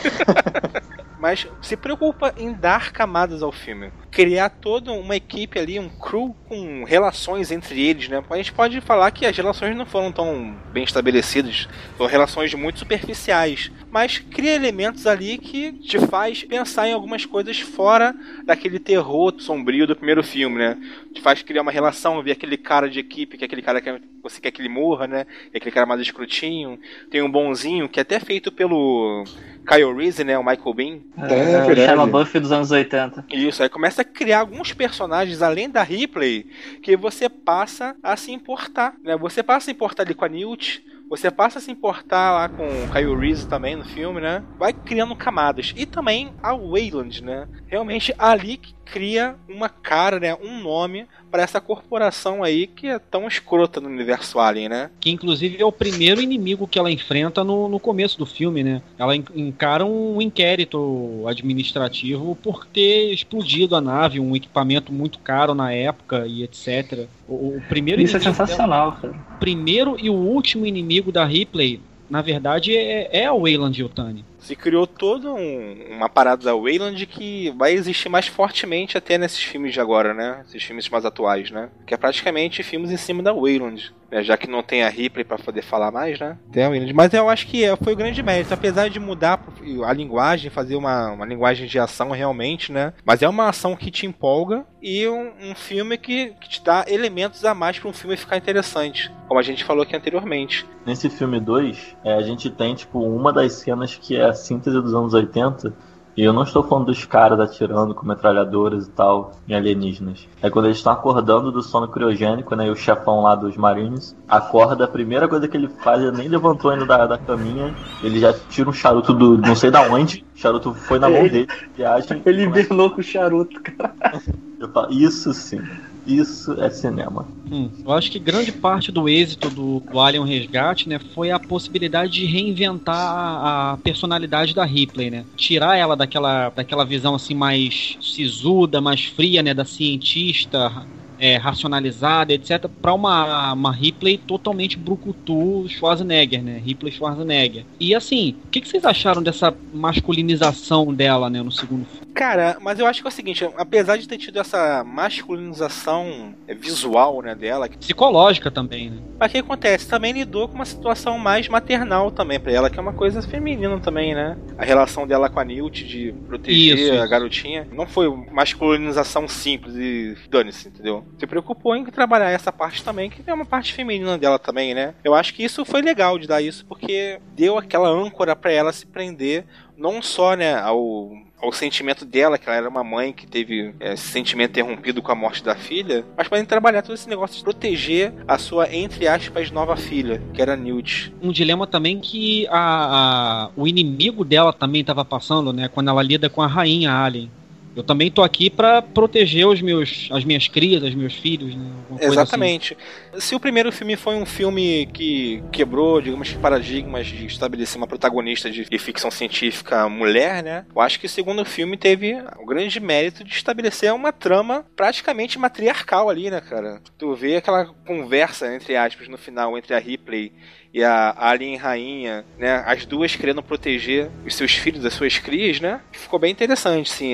Mas se preocupa em dar camadas ao filme. Criar toda uma equipe ali, um crew com relações entre eles, né? A gente pode falar que as relações não foram tão bem estabelecidas. São relações muito superficiais. Mas cria elementos ali que te faz pensar em algumas coisas fora daquele terror sombrio do primeiro filme, né? Te faz criar uma relação, ver aquele cara de equipe, que é aquele cara que você quer que ele morra, né? É aquele cara mais escrutinho. Tem um bonzinho, que é até feito pelo Kyle Reese, né? O Michael Bean. É, É, é o verdade. Shia LaBeouf dos anos oitenta. Isso, aí começa a criar alguns personagens além da Ripley que você passa a se importar, né? Você passa a se importar ali com a Newt, você passa a se importar lá com o Kyle Reese também no filme, né? Vai criando camadas. E também a Weyland, né? Realmente ali que cria uma cara, né? Um nome para essa corporação aí que é tão escrota no universo Alien, né? Que inclusive é o primeiro inimigo que ela enfrenta no, no começo do filme, né? Ela en- encara um inquérito administrativo por ter explodido a nave, um equipamento muito caro na época e etcétera. O, o primeiro Isso é inimigo sensacional, cara. dela- o primeiro e o último inimigo da Ripley, na verdade, é, é a Weyland Yutani. Se criou toda um, uma parada da Weyland que vai existir mais fortemente até nesses filmes de agora, né? Esses filmes mais atuais, né? Que é praticamente filmes em cima da Weyland, né? Já que não tem a Ripley pra poder falar mais, né? Tem a Weyland. Mas eu acho que foi o grande mérito, apesar de mudar a linguagem, fazer uma, uma linguagem de ação realmente, né? Mas é uma ação que te empolga e um, um filme que, que te dá elementos a mais pra um filme ficar interessante, como a gente falou aqui anteriormente. Nesse filme dois, é, a gente tem, tipo, uma das cenas que é a síntese dos anos oitenta, e eu não estou falando dos caras atirando com metralhadoras e tal, em alienígenas. É quando eles estão acordando do sono criogênico, né, e o chefão lá dos Marines acorda, a primeira coisa que ele faz, ele nem levantou ainda da, da caminha, ele já tira um charuto do não sei da onde, o charuto foi na mão dele, viagem. Ele hibernou com o charuto, cara. Eu falo, isso sim, isso é cinema. Hum, eu acho que grande parte do êxito do, do Alien Resgate, né, foi a possibilidade de reinventar a, a personalidade da Ripley, né? Tirar ela daquela, daquela visão assim mais sisuda, mais fria, né, da cientista, é, racionalizada, etcétera, para uma, uma Ripley totalmente brucutu Schwarzenegger, né? Ripley Schwarzenegger. E assim, o que, que vocês acharam dessa masculinização dela, né, no segundo filme? Cara, mas eu acho que é o seguinte, apesar de ter tido essa masculinização visual, né, dela, Psicológica também, né? mas o que acontece? Também lidou com uma situação mais maternal também pra ela, que é uma coisa feminina também, né? A relação dela com a Newt de proteger Isso, a isso. garotinha não foi masculinização simples e dane-se, entendeu? Se preocupou em trabalhar essa parte também, que é uma parte feminina dela também, né? Eu acho que isso foi legal de dar isso, porque deu aquela âncora pra ela se prender, não só, né, ao... ao sentimento dela, que ela era uma mãe que teve é, esse sentimento interrompido com a morte da filha, mas podem trabalhar todo esse negócio de proteger a sua, entre aspas, nova filha, que era a Newt. Um dilema também que a, a- o inimigo dela também estava passando, né? Quando ela lida com a rainha Alien. Eu também tô aqui pra proteger os meus, as minhas crias, os meus filhos, né? Alguma coisa Exatamente. Se o primeiro filme foi um filme que quebrou, digamos que, paradigmas de estabelecer uma protagonista de, de ficção científica mulher, né? Eu acho que o segundo filme teve o grande mérito de estabelecer uma trama praticamente matriarcal ali, né, cara? Tu vê aquela conversa, entre aspas, no final, entre a Ripley e a Alien Rainha, né? As duas querendo proteger os seus filhos, as suas crias, né? Ficou bem interessante, sim, nesse ponto.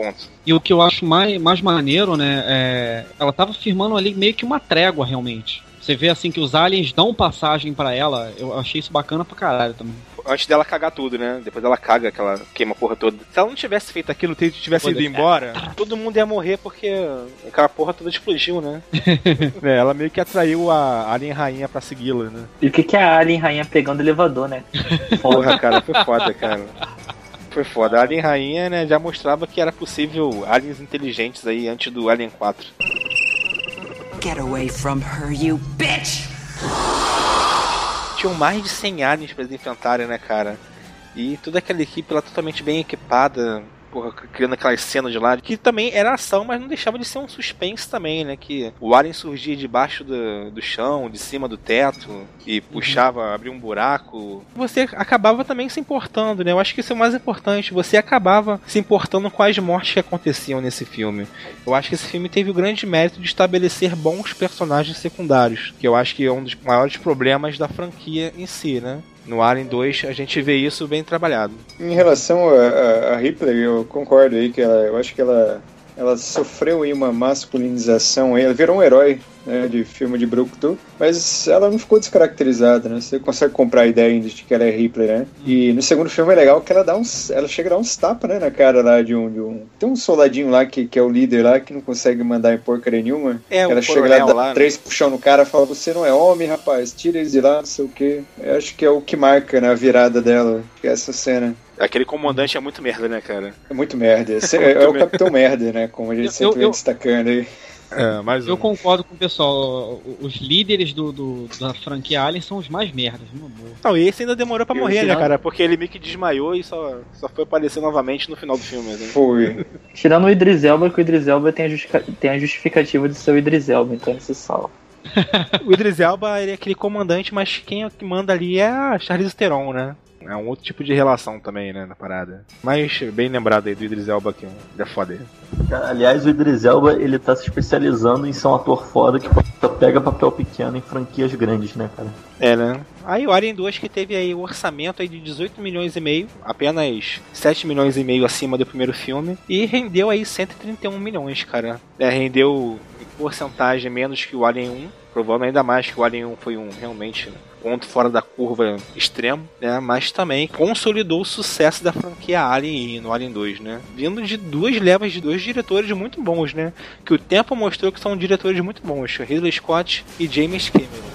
ponto. E o que eu acho mais, mais maneiro, né, é, ela tava firmando ali meio que uma trégua, realmente. Você vê, assim, que os aliens dão passagem pra ela, eu achei isso bacana pra caralho também. Antes dela cagar tudo, né? Depois ela caga, que ela queima a porra toda. Se ela não tivesse feito aquilo, se tivesse ido embora, todo mundo ia morrer porque aquela porra toda explodiu, né? É, ela meio que atraiu a Alien Rainha pra segui-la, né? E o que, que é a Alien Rainha pegando o elevador, né? Porra, cara, foi foda, cara. Foi foda. A Alien Rainha, né, já mostrava que era possível aliens inteligentes aí antes do Alien quatro. Get away from her, you bitch! Tinham mais de cem aliens pra eles enfrentarem, né, cara? E toda aquela equipe lá totalmente bem equipada, porra, criando aquelas cenas de lá, que também era ação, mas não deixava de ser um suspense também, né? Que o alien surgia debaixo do, do chão, de cima do teto, e puxava, uhum. abria um buraco. Você acabava também se importando, né? Eu acho que isso é o mais importante. Você acabava se importando com as mortes que aconteciam nesse filme. Eu acho que esse filme teve o grande mérito de estabelecer bons personagens secundários, que eu acho que é um dos maiores problemas da franquia em si, né? No Alien dois a gente vê isso bem trabalhado. Em relação a, a, a Ripley, eu concordo aí que ela, eu acho que ela, ela sofreu aí uma masculinização aí, ela virou um herói, né, de filme de brucutu, mas ela não ficou descaracterizada, né? Você consegue comprar a ideia ainda de que ela é Ripley, né? E no segundo filme é legal que ela dá uns, ela chega a dar uns tapas, né, na cara lá de um, de um... Tem um soldadinho lá que, que é o líder lá, que não consegue mandar em porcaria nenhuma. É, ela o chega lá, dá lá, três né? puxão no cara, fala, você não é homem, rapaz, tira eles de lá, não sei o quê. Eu acho que é o que marca, né, a virada dela, que é essa cena. Aquele comandante é muito merda, né, cara? É muito merda. É, é, é o Capitão Merda, né, como a gente Eu- sempre eu- vem destacando aí. É, mais um. Eu concordo com o pessoal, os líderes do, do- da franquia Alien são os mais merdas, meu amor. Não, e esse ainda demorou pra E o morrer, né, final? cara? Porque ele meio que desmaiou e só, só foi aparecer novamente no final do filme. Né? Foi. Tirando o Idris Elba, que o Idris Elba tem a, justifica- tem a justificativa de ser o Idris Elba, então ele se salva. O Idris Elba, ele é aquele comandante, mas quem é que manda ali é a Charlize Theron, né? É um outro tipo de relação também, né, na parada. Mas bem lembrado aí do Idris Elba, que é foda aí. Aliás, o Idris Elba, ele tá se especializando em ser um ator foda que pega papel pequeno em franquias grandes, né, cara? É, né? Aí o Alien dois que teve aí o orçamento aí de dezoito milhões e meio, apenas sete milhões e meio acima do primeiro filme, e rendeu aí cento e trinta e um milhões, cara. É, rendeu em porcentagem menos que o Alien um, provavelmente ainda mais que o Alien um foi um realmente ponto fora da curva extremo, né? Mas também consolidou o sucesso da franquia Alien no Alien dois, né? Vindo de duas levas de dois diretores muito bons, né? Que o tempo mostrou que são diretores muito bons, Ridley Scott e James Cameron.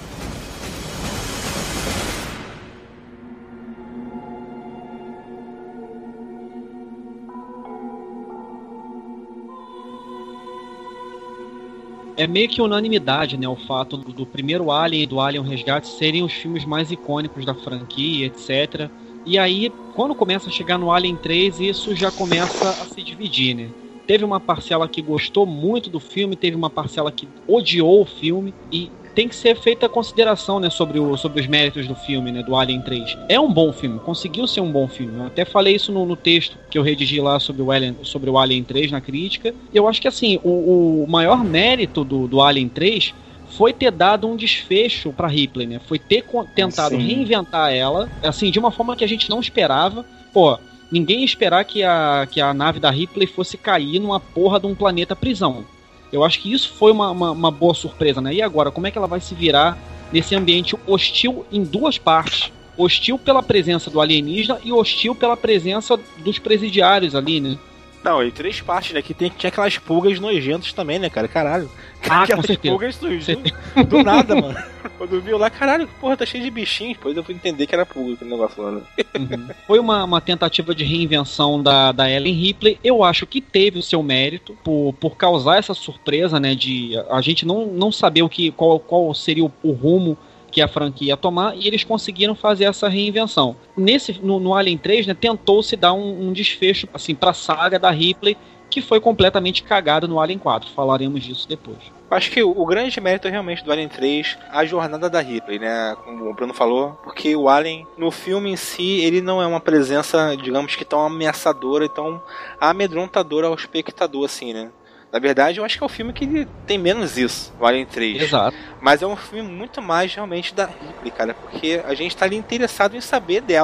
É meio que unanimidade, né, o fato do, do primeiro Alien e do Alien o Resgate serem os filmes mais icônicos da franquia, etcétera. E aí, quando começa a chegar no Alien três, isso já começa a se dividir, né? Teve uma parcela que gostou muito do filme, teve uma parcela que odiou o filme, e tem que ser feita a consideração, né, sobre, o, sobre os méritos do filme, né, do Alien três. É um bom filme, conseguiu ser um bom filme. Eu até falei isso no, no texto que eu redigi lá sobre o Alien, sobre o Alien três na crítica. Eu acho que, assim, o, o maior mérito do, do Alien três foi ter dado um desfecho pra Ripley, né? Foi ter co- tentado Sim. reinventar ela, assim, de uma forma que a gente não esperava. Pô, ninguém ia esperar que a, que a nave da Ripley fosse cair numa porra de um planeta prisão. Eu acho que isso foi uma, uma, uma boa surpresa, né? E agora, como é que ela vai se virar nesse ambiente hostil em duas partes? Hostil pela presença do alienígena e hostil pela presença dos presidiários ali, né? Não, e três partes, né? Que tem, tinha aquelas pulgas nojentas também, né, cara? Caralho. Ah, aquelas com certeza. pulgas surgiu do nada, mano. Quando viu lá, caralho, porra, tá cheio de bichinhos. Depois eu fui entender que era pulga, aquele negócio lá, né? Uhum. Foi uma, uma tentativa de reinvenção da, da Ellen Ripley. Eu acho que teve o seu mérito por, por causar essa surpresa, né? De a gente não, não saber o que, qual, qual seria o, o rumo que a franquia ia tomar, e eles conseguiram fazer essa reinvenção. Nesse, no, no Alien três, né, tentou-se dar um, um desfecho assim, pra saga da Ripley, que foi completamente cagada no Alien quatro. Falaremos disso depois. Acho que o, o grande mérito realmente do Alien três, a jornada da Ripley, né? Como o Bruno falou, porque o Alien, no filme em si, ele não é uma presença, digamos que tão ameaçadora e tão amedrontadora ao espectador, assim, né? Na verdade, eu acho que é o filme que ele tem menos isso, o Alien três. Exato. Mas é um filme muito mais realmente da Ripley, cara, porque a gente tá ali interessado em saber dela.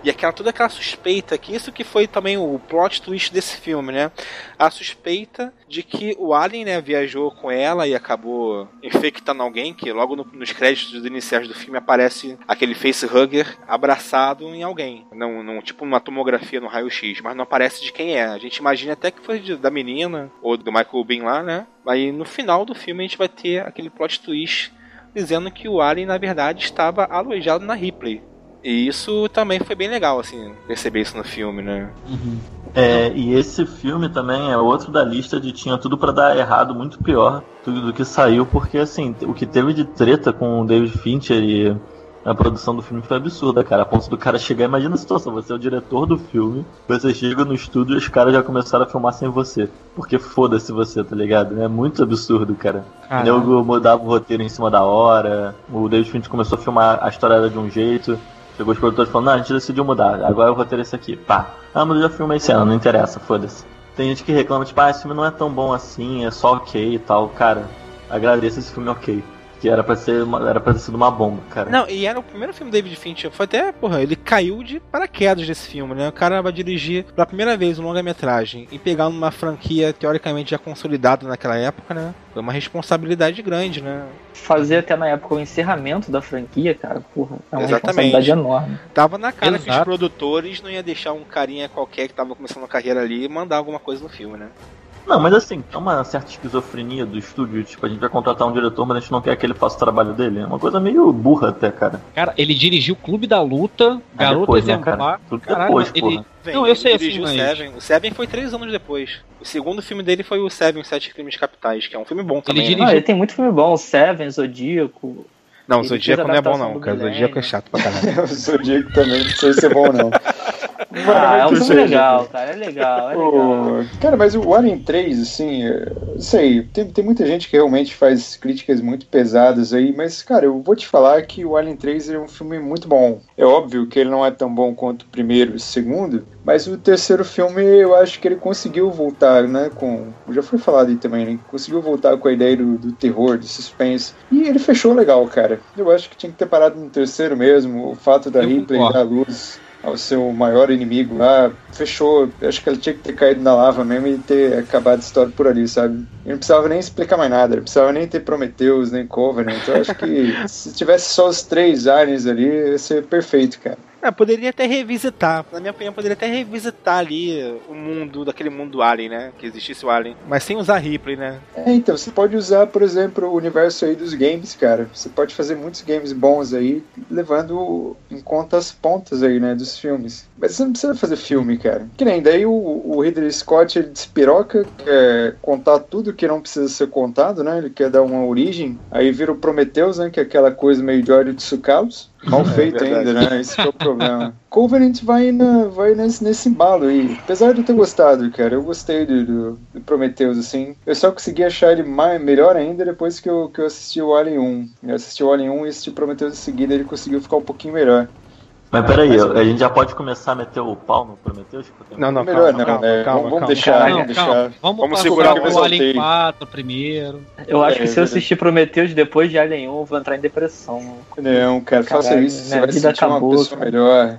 E aquela, toda aquela suspeita, que isso que foi também o plot twist desse filme, né? A suspeita de que o Alien, né, viajou com ela e acabou infectando alguém, que logo no, nos créditos iniciais do filme aparece aquele facehugger abraçado em alguém. Não, não, tipo uma tomografia no raio-x, mas não aparece de quem é. A gente imagina até que foi de, da menina, ou do Michael Biehn lá, né? Aí no final do filme a gente vai ter aquele plot twist dizendo que o Alien, na verdade, estava alojado na Ripley. E isso também foi bem legal, assim, perceber isso no filme, né? Uhum. É, e esse filme também é outro da lista de tinha tudo pra dar errado, muito pior do, do que saiu, porque, assim, o que teve de treta com o David Fincher e a produção do filme foi absurda, cara. A ponto do cara chegar, imagina a situação, você é o diretor do filme, você chega no estúdio e os caras já começaram a filmar sem você. Porque foda-se você, tá ligado? É muito absurdo, cara. O nego mudava o roteiro em cima da hora, o David Fincher começou a filmar a história era de um jeito. Chegou os produtores falando, não, a gente decidiu mudar, agora o roteiro é esse aqui, pá. Ah, mas eu já filmei cena, não interessa, foda-se. Tem gente que reclama, tipo, ah, esse filme não é tão bom assim, é só ok e tal. Cara, agradeço esse filme ok. Que era pra, ser uma, era pra ter sido uma bomba, cara. Não, e era o primeiro filme do David Fincher. Foi até, porra, ele caiu de paraquedas desse filme, né? O cara vai dirigir pela primeira vez um longa-metragem e pegar uma franquia teoricamente já consolidada naquela época, né? Foi uma responsabilidade grande, né? Fazer até na época o encerramento da franquia, cara, porra, é uma Exatamente. responsabilidade enorme. Tava na cara Exato. que os produtores não iam deixar um carinha qualquer que tava começando a carreira ali e mandar alguma coisa no filme, né? Não, mas assim, é uma certa esquizofrenia do estúdio, tipo, a gente vai contratar um diretor, mas a gente não quer que ele faça o trabalho dele. É uma coisa meio burra até, cara. Cara, ele dirigiu Clube da Luta, Garoto depois, né, Exemplar. cara? Tudo Caralho, depois, ele... porra. Vem, Não, eu ele sei assim, dirigiu mas... o Seven. O Seven foi três anos depois. O segundo filme dele foi o Seven, Sete Crimes Capitais, que é um filme bom também. Ele né? dirigiu- Ah, ele tem muito filme bom, o Seven, Zodíaco. Não, o ele Zodíaco fez não é bom adaptação não, do cara. O Millennium. Zodíaco é chato pra caralho. O Zodíaco também, não sei se é bom não. Ah, é um Mas, filme legal, cara, é legal, é legal. O- Cara, mas o Alien três, assim, é, não sei, tem, tem muita gente que realmente faz críticas muito pesadas aí, mas, cara, eu vou te falar que o Alien três é um filme muito bom. É óbvio que ele não é tão bom quanto o primeiro e o segundo, mas o terceiro filme eu acho que ele conseguiu voltar, né, com... Já foi falado aí também, né, conseguiu voltar com a ideia do, do terror, do suspense, e ele fechou legal, cara. Eu acho que tinha que ter parado no terceiro mesmo, o fato da Eu Ripley concordo. dar luz ao seu maior inimigo lá, fechou. Acho que ele tinha que ter caído na lava mesmo e ter acabado a história por ali, sabe? Ele não precisava nem explicar mais nada, ele não precisava nem ter Prometheus, nem Covenant. Então acho que se tivesse só os três aliens ali, ia ser perfeito, cara. É, poderia até revisitar, na minha opinião, poderia até revisitar ali o mundo, daquele mundo Alien, né? Que existisse o Alien. Mas sem usar Ripley, né? É, então, você pode usar, por exemplo, o universo aí dos games, cara. Você pode fazer muitos games bons aí, levando em conta as pontas aí, né, dos filmes. Mas você não precisa fazer filme, cara. Que nem daí o, o Ridley Scott, ele despiroca, quer contar tudo que não precisa ser contado, né? Ele quer dar uma origem. Aí vira o Prometheus, né? Que é aquela coisa meio de óleo de Tsukalos. Mal feito É ainda, né? Esse que é o problema. Covenant vai, na, vai nesse, nesse embalo aí. Apesar de eu ter gostado, cara. Eu gostei do, do, do Prometheus, assim. Eu só consegui achar ele mais, melhor ainda depois que eu, que eu assisti o Alien um. Eu assisti o Alien um e assisti o Prometheus em seguida. Ele conseguiu ficar um pouquinho melhor. Mas peraí, Mas- a gente já pode começar a meter o pau no Prometheus? Não, não, melhor calma, não, calma, né? calma, vamos vamos calma, deixar, calma. Não, vamos calma. deixar. Vamos, Vamos passar segurar o o Alien sorteio. quatro primeiro. Eu acho É, que se eu verdade. assistir Prometheus depois de Alien um, eu vou entrar em depressão. Não, cara, faça Caralho, isso. Você minha vai se vida sentir uma acabou, pessoa cara. melhor.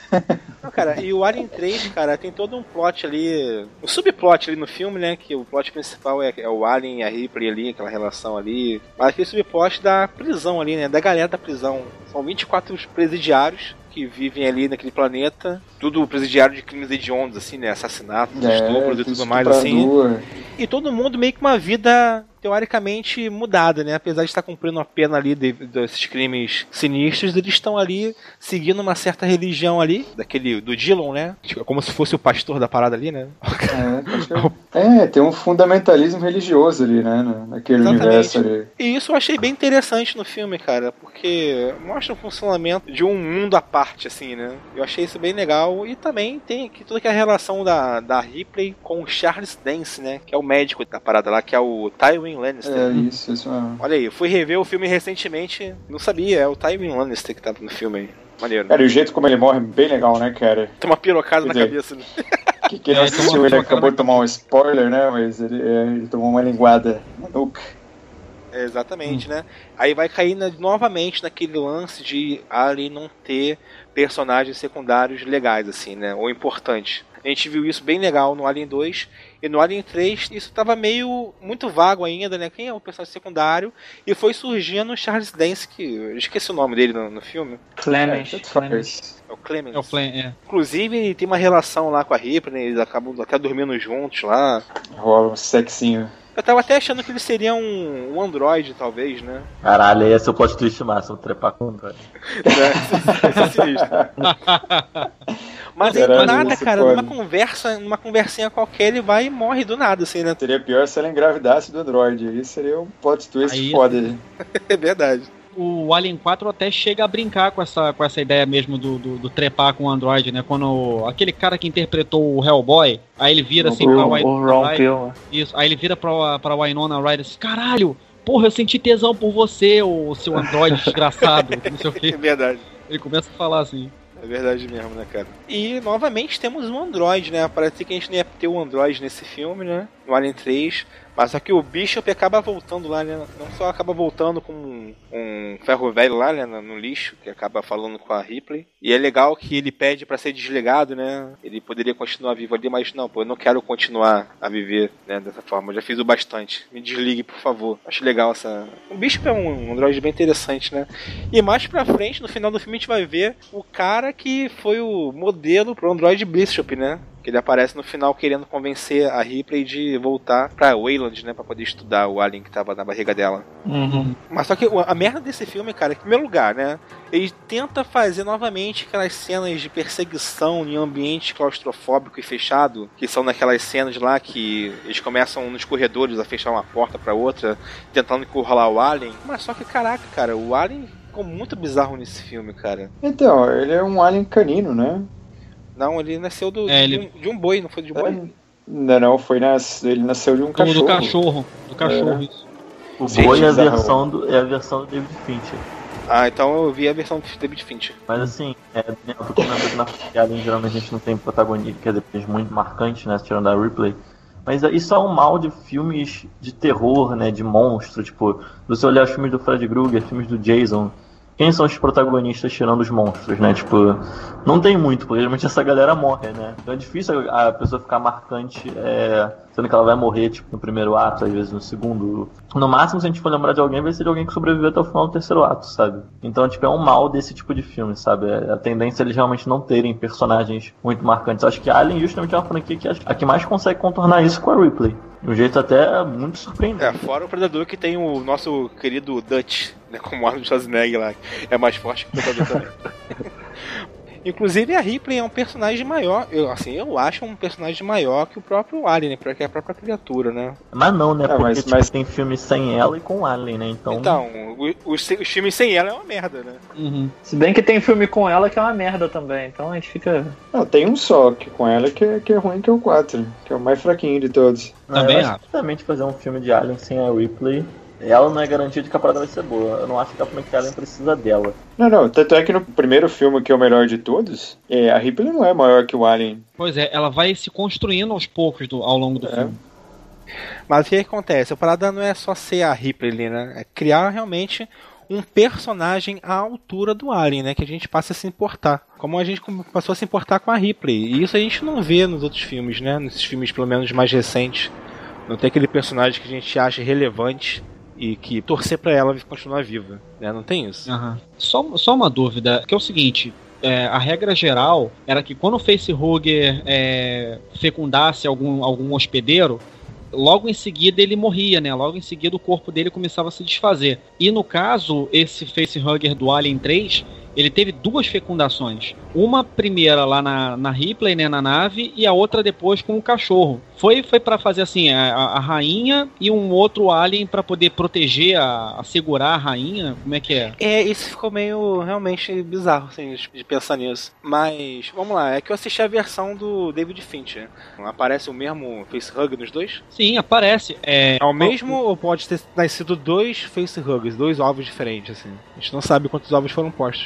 Não, cara, e o Alien três, cara, tem todo um plot ali, um subplot ali no filme, né, que o plot principal é, é o Alien e a Ripley ali, aquela relação ali, mas aquele subplot da prisão ali, né, da galera da prisão. São vinte e quatro presidiários que vivem ali naquele planeta, tudo presidiário de crimes hediondos, assim, né, assassinatos, estupros e tudo mais, assim. estuprador. E todo mundo meio que uma vida teoricamente mudada, né? Apesar de estar cumprindo uma pena ali de- desses crimes sinistros, eles estão ali seguindo uma certa religião ali, daquele do Dillon, né? Tipo, como se fosse o pastor da parada ali, né? É, acho que é, tem um fundamentalismo religioso ali, né? na- Naquele Exatamente. universo ali. E isso eu achei bem interessante no filme, cara, porque mostra o funcionamento de um mundo à parte, assim, né? Eu achei isso bem legal. E também tem aqui toda aquela relação da, da Ripley com o Charles Dance, né? Que é o médico da parada lá, que é o Tywin Lannister. É isso, isso é. Olha aí, eu fui rever o filme recentemente, não sabia, é o Tywin Lannister que tá no filme aí. Maneiro. Cara, e o jeito como ele morre é bem legal, né, cara? Tem uma pirocada na Quer dizer, cabeça. Né? Que, quem não É, assistiu, tomou- ele tomou acabou aquela- de tomar um spoiler, né? Mas ele, é, ele tomou uma linguada na nuca. É, exatamente, hum. né? Aí vai cair na, novamente naquele lance de Alien não ter personagens secundários legais, assim, né? Ou importantes. A gente viu isso bem legal no Alien dois, e no Alien três isso tava meio muito vago ainda, né? Quem é o personagem secundário? E foi surgindo o Charles Dance, que eu esqueci o nome dele no, no filme. Clemens. É, Clemens. É o Clemens. É o Clem, é. Inclusive, ele tem uma relação lá com a Ripley, né? Eles acabam até dormindo juntos lá. Rola um sexinho. Eu tava até achando que ele seria um, um androide, talvez, né? Caralho, esse é o plot twist máximo, trepar com o androide. É, esse é sinistro. Mas aí do nada, cara, pode. numa conversa, numa conversinha qualquer, ele vai e morre do nada, assim, né? Seria pior se ela engravidasse do androide. Aí seria um plot twist aí, foda. É verdade. O Alien quatro até chega a brincar com essa, com essa ideia mesmo do, do, do trepar com o Android, né? Quando aquele cara que interpretou o Hellboy, aí ele vira assim o, pra Winona Ryder. Isso, aí ele vira pra, pra Winona Ryder assim, caralho, porra, eu senti tesão por você, o seu Android desgraçado, não sei o quê. É verdade. Ele começa a falar assim. É verdade mesmo, né, cara? E, novamente, temos um Android, né? Parece que a gente não ia ter o um Android nesse filme, né? No Alien três. Mas só que o Bishop acaba voltando lá, né? Não só acaba voltando com um, um ferro velho lá, né? No lixo, que acaba falando com a Ripley. E é legal que ele pede pra ser desligado, né? Ele poderia continuar vivo ali, mas não, pô, eu não quero continuar a viver, né? Dessa forma. Eu já fiz o bastante. Me desligue, por favor. Acho legal essa... O Bishop é um Android bem interessante, né? E mais pra frente, no final do filme, a gente vai ver o cara que foi o modelo pro Android Bishop, né? Que ele aparece no final querendo convencer a Ripley de voltar pra Weyland, né? Pra poder estudar o alien que tava na barriga dela. Uhum. Mas só que a merda desse filme, cara, em primeiro lugar, né? Ele tenta fazer novamente aquelas cenas de perseguição em ambiente claustrofóbico e fechado, que são naquelas cenas lá que eles começam nos corredores a fechar uma porta pra outra, tentando encurralar o alien. Mas só que, caraca, cara, o alien ficou muito bizarro nesse filme, cara. Então, ele é um alien canino, né? Não, ele nasceu do, é, de, ele... um, de um boi, não foi de um boi? É, não, não, foi nas, ele nasceu de um cachorro. Do cachorro, do cachorro, é. isso. O boi é a, versão do, é a versão do David Fincher. Ah, então eu vi a versão do David Fincher. Mas assim, é, eu tô comentando que na Alien geralmente a gente não tem protagonista, quer dizer, muito marcante, né, tirando a Ripley. Mas isso é um mal de filmes de terror, né, de monstro, tipo, você olhar os filmes do Fred Krueger, filmes do Jason, quem são os protagonistas tirando os monstros, né, tipo, não tem muito, porque geralmente essa galera morre, né, então é difícil a pessoa ficar marcante, é, sendo que ela vai morrer, tipo, no primeiro ato, às vezes no segundo. No máximo, se a gente for lembrar de alguém, vai ser de alguém que sobreviveu até o final do terceiro ato, sabe? Então, tipo, é um mal desse tipo de filme, sabe? A tendência é eles realmente não terem personagens muito marcantes. Eu acho que Alien justamente é uma franquia que a que mais consegue contornar isso com a Ripley. De um jeito até muito surpreendente. É, fora o Predador que tem o nosso querido Dutch, né, como Arnold Schwarzenegger lá. É mais forte que o Predador também. Inclusive a Ripley é um personagem maior, eu, assim, eu acho um personagem maior que o próprio Alien, né? Porque é a própria criatura, né? Mas não, né? É, Porque mas, tipo, mas... tem filmes sem ela e com Alien, né? Então, então os, os filmes sem ela é uma merda, né? Uhum. Se bem que tem filme com ela que é uma merda também, então a gente fica... Não, tem um só que com ela que é, que é ruim, que é o quatro, que é o mais fraquinho de todos. Também eu acho que justamente fazer um filme de Alien sem a Ripley, ela não é garantia de que a parada vai ser boa. Eu não acho que a franquia Alien precisa dela. Não, não. Tanto é que no primeiro filme, que é o melhor de todos, é, a Ripley não é maior que o Alien. Pois é, ela vai se construindo aos poucos do, ao longo do é. filme. Mas o que acontece? A parada não é só ser a Ripley ali, né? É criar realmente um personagem à altura do Alien, né? Que a gente passa a se importar. Como a gente passou a se importar com a Ripley. E isso a gente não vê nos outros filmes, né? Nesses filmes, pelo menos, mais recentes. Não tem aquele personagem que a gente acha relevante e que torcer pra ela continuar viva, né? Não tem isso. Uhum. Só, só uma dúvida, que é o seguinte, é, a regra geral era que quando o facehugger é, fecundasse algum, algum hospedeiro, logo em seguida ele morria, né? Logo em seguida o corpo dele começava a se desfazer. E no caso, esse facehugger do Alien três, ele teve duas fecundações. Uma primeira lá na, na Ripley, né, na nave, e a outra depois com o cachorro. Foi, foi para fazer assim, a, a rainha e um outro alien para poder proteger, a, a segurar a rainha. Como é que é? É, isso ficou meio realmente bizarro, assim, de pensar nisso. Mas, vamos lá, é que eu assisti a versão do David Fincher. Aparece o mesmo facehugger nos dois? Sim, aparece. É, é o mesmo ou pode ter nascido dois facehuggers, dois ovos diferentes, assim? A gente não sabe quantos ovos foram postos.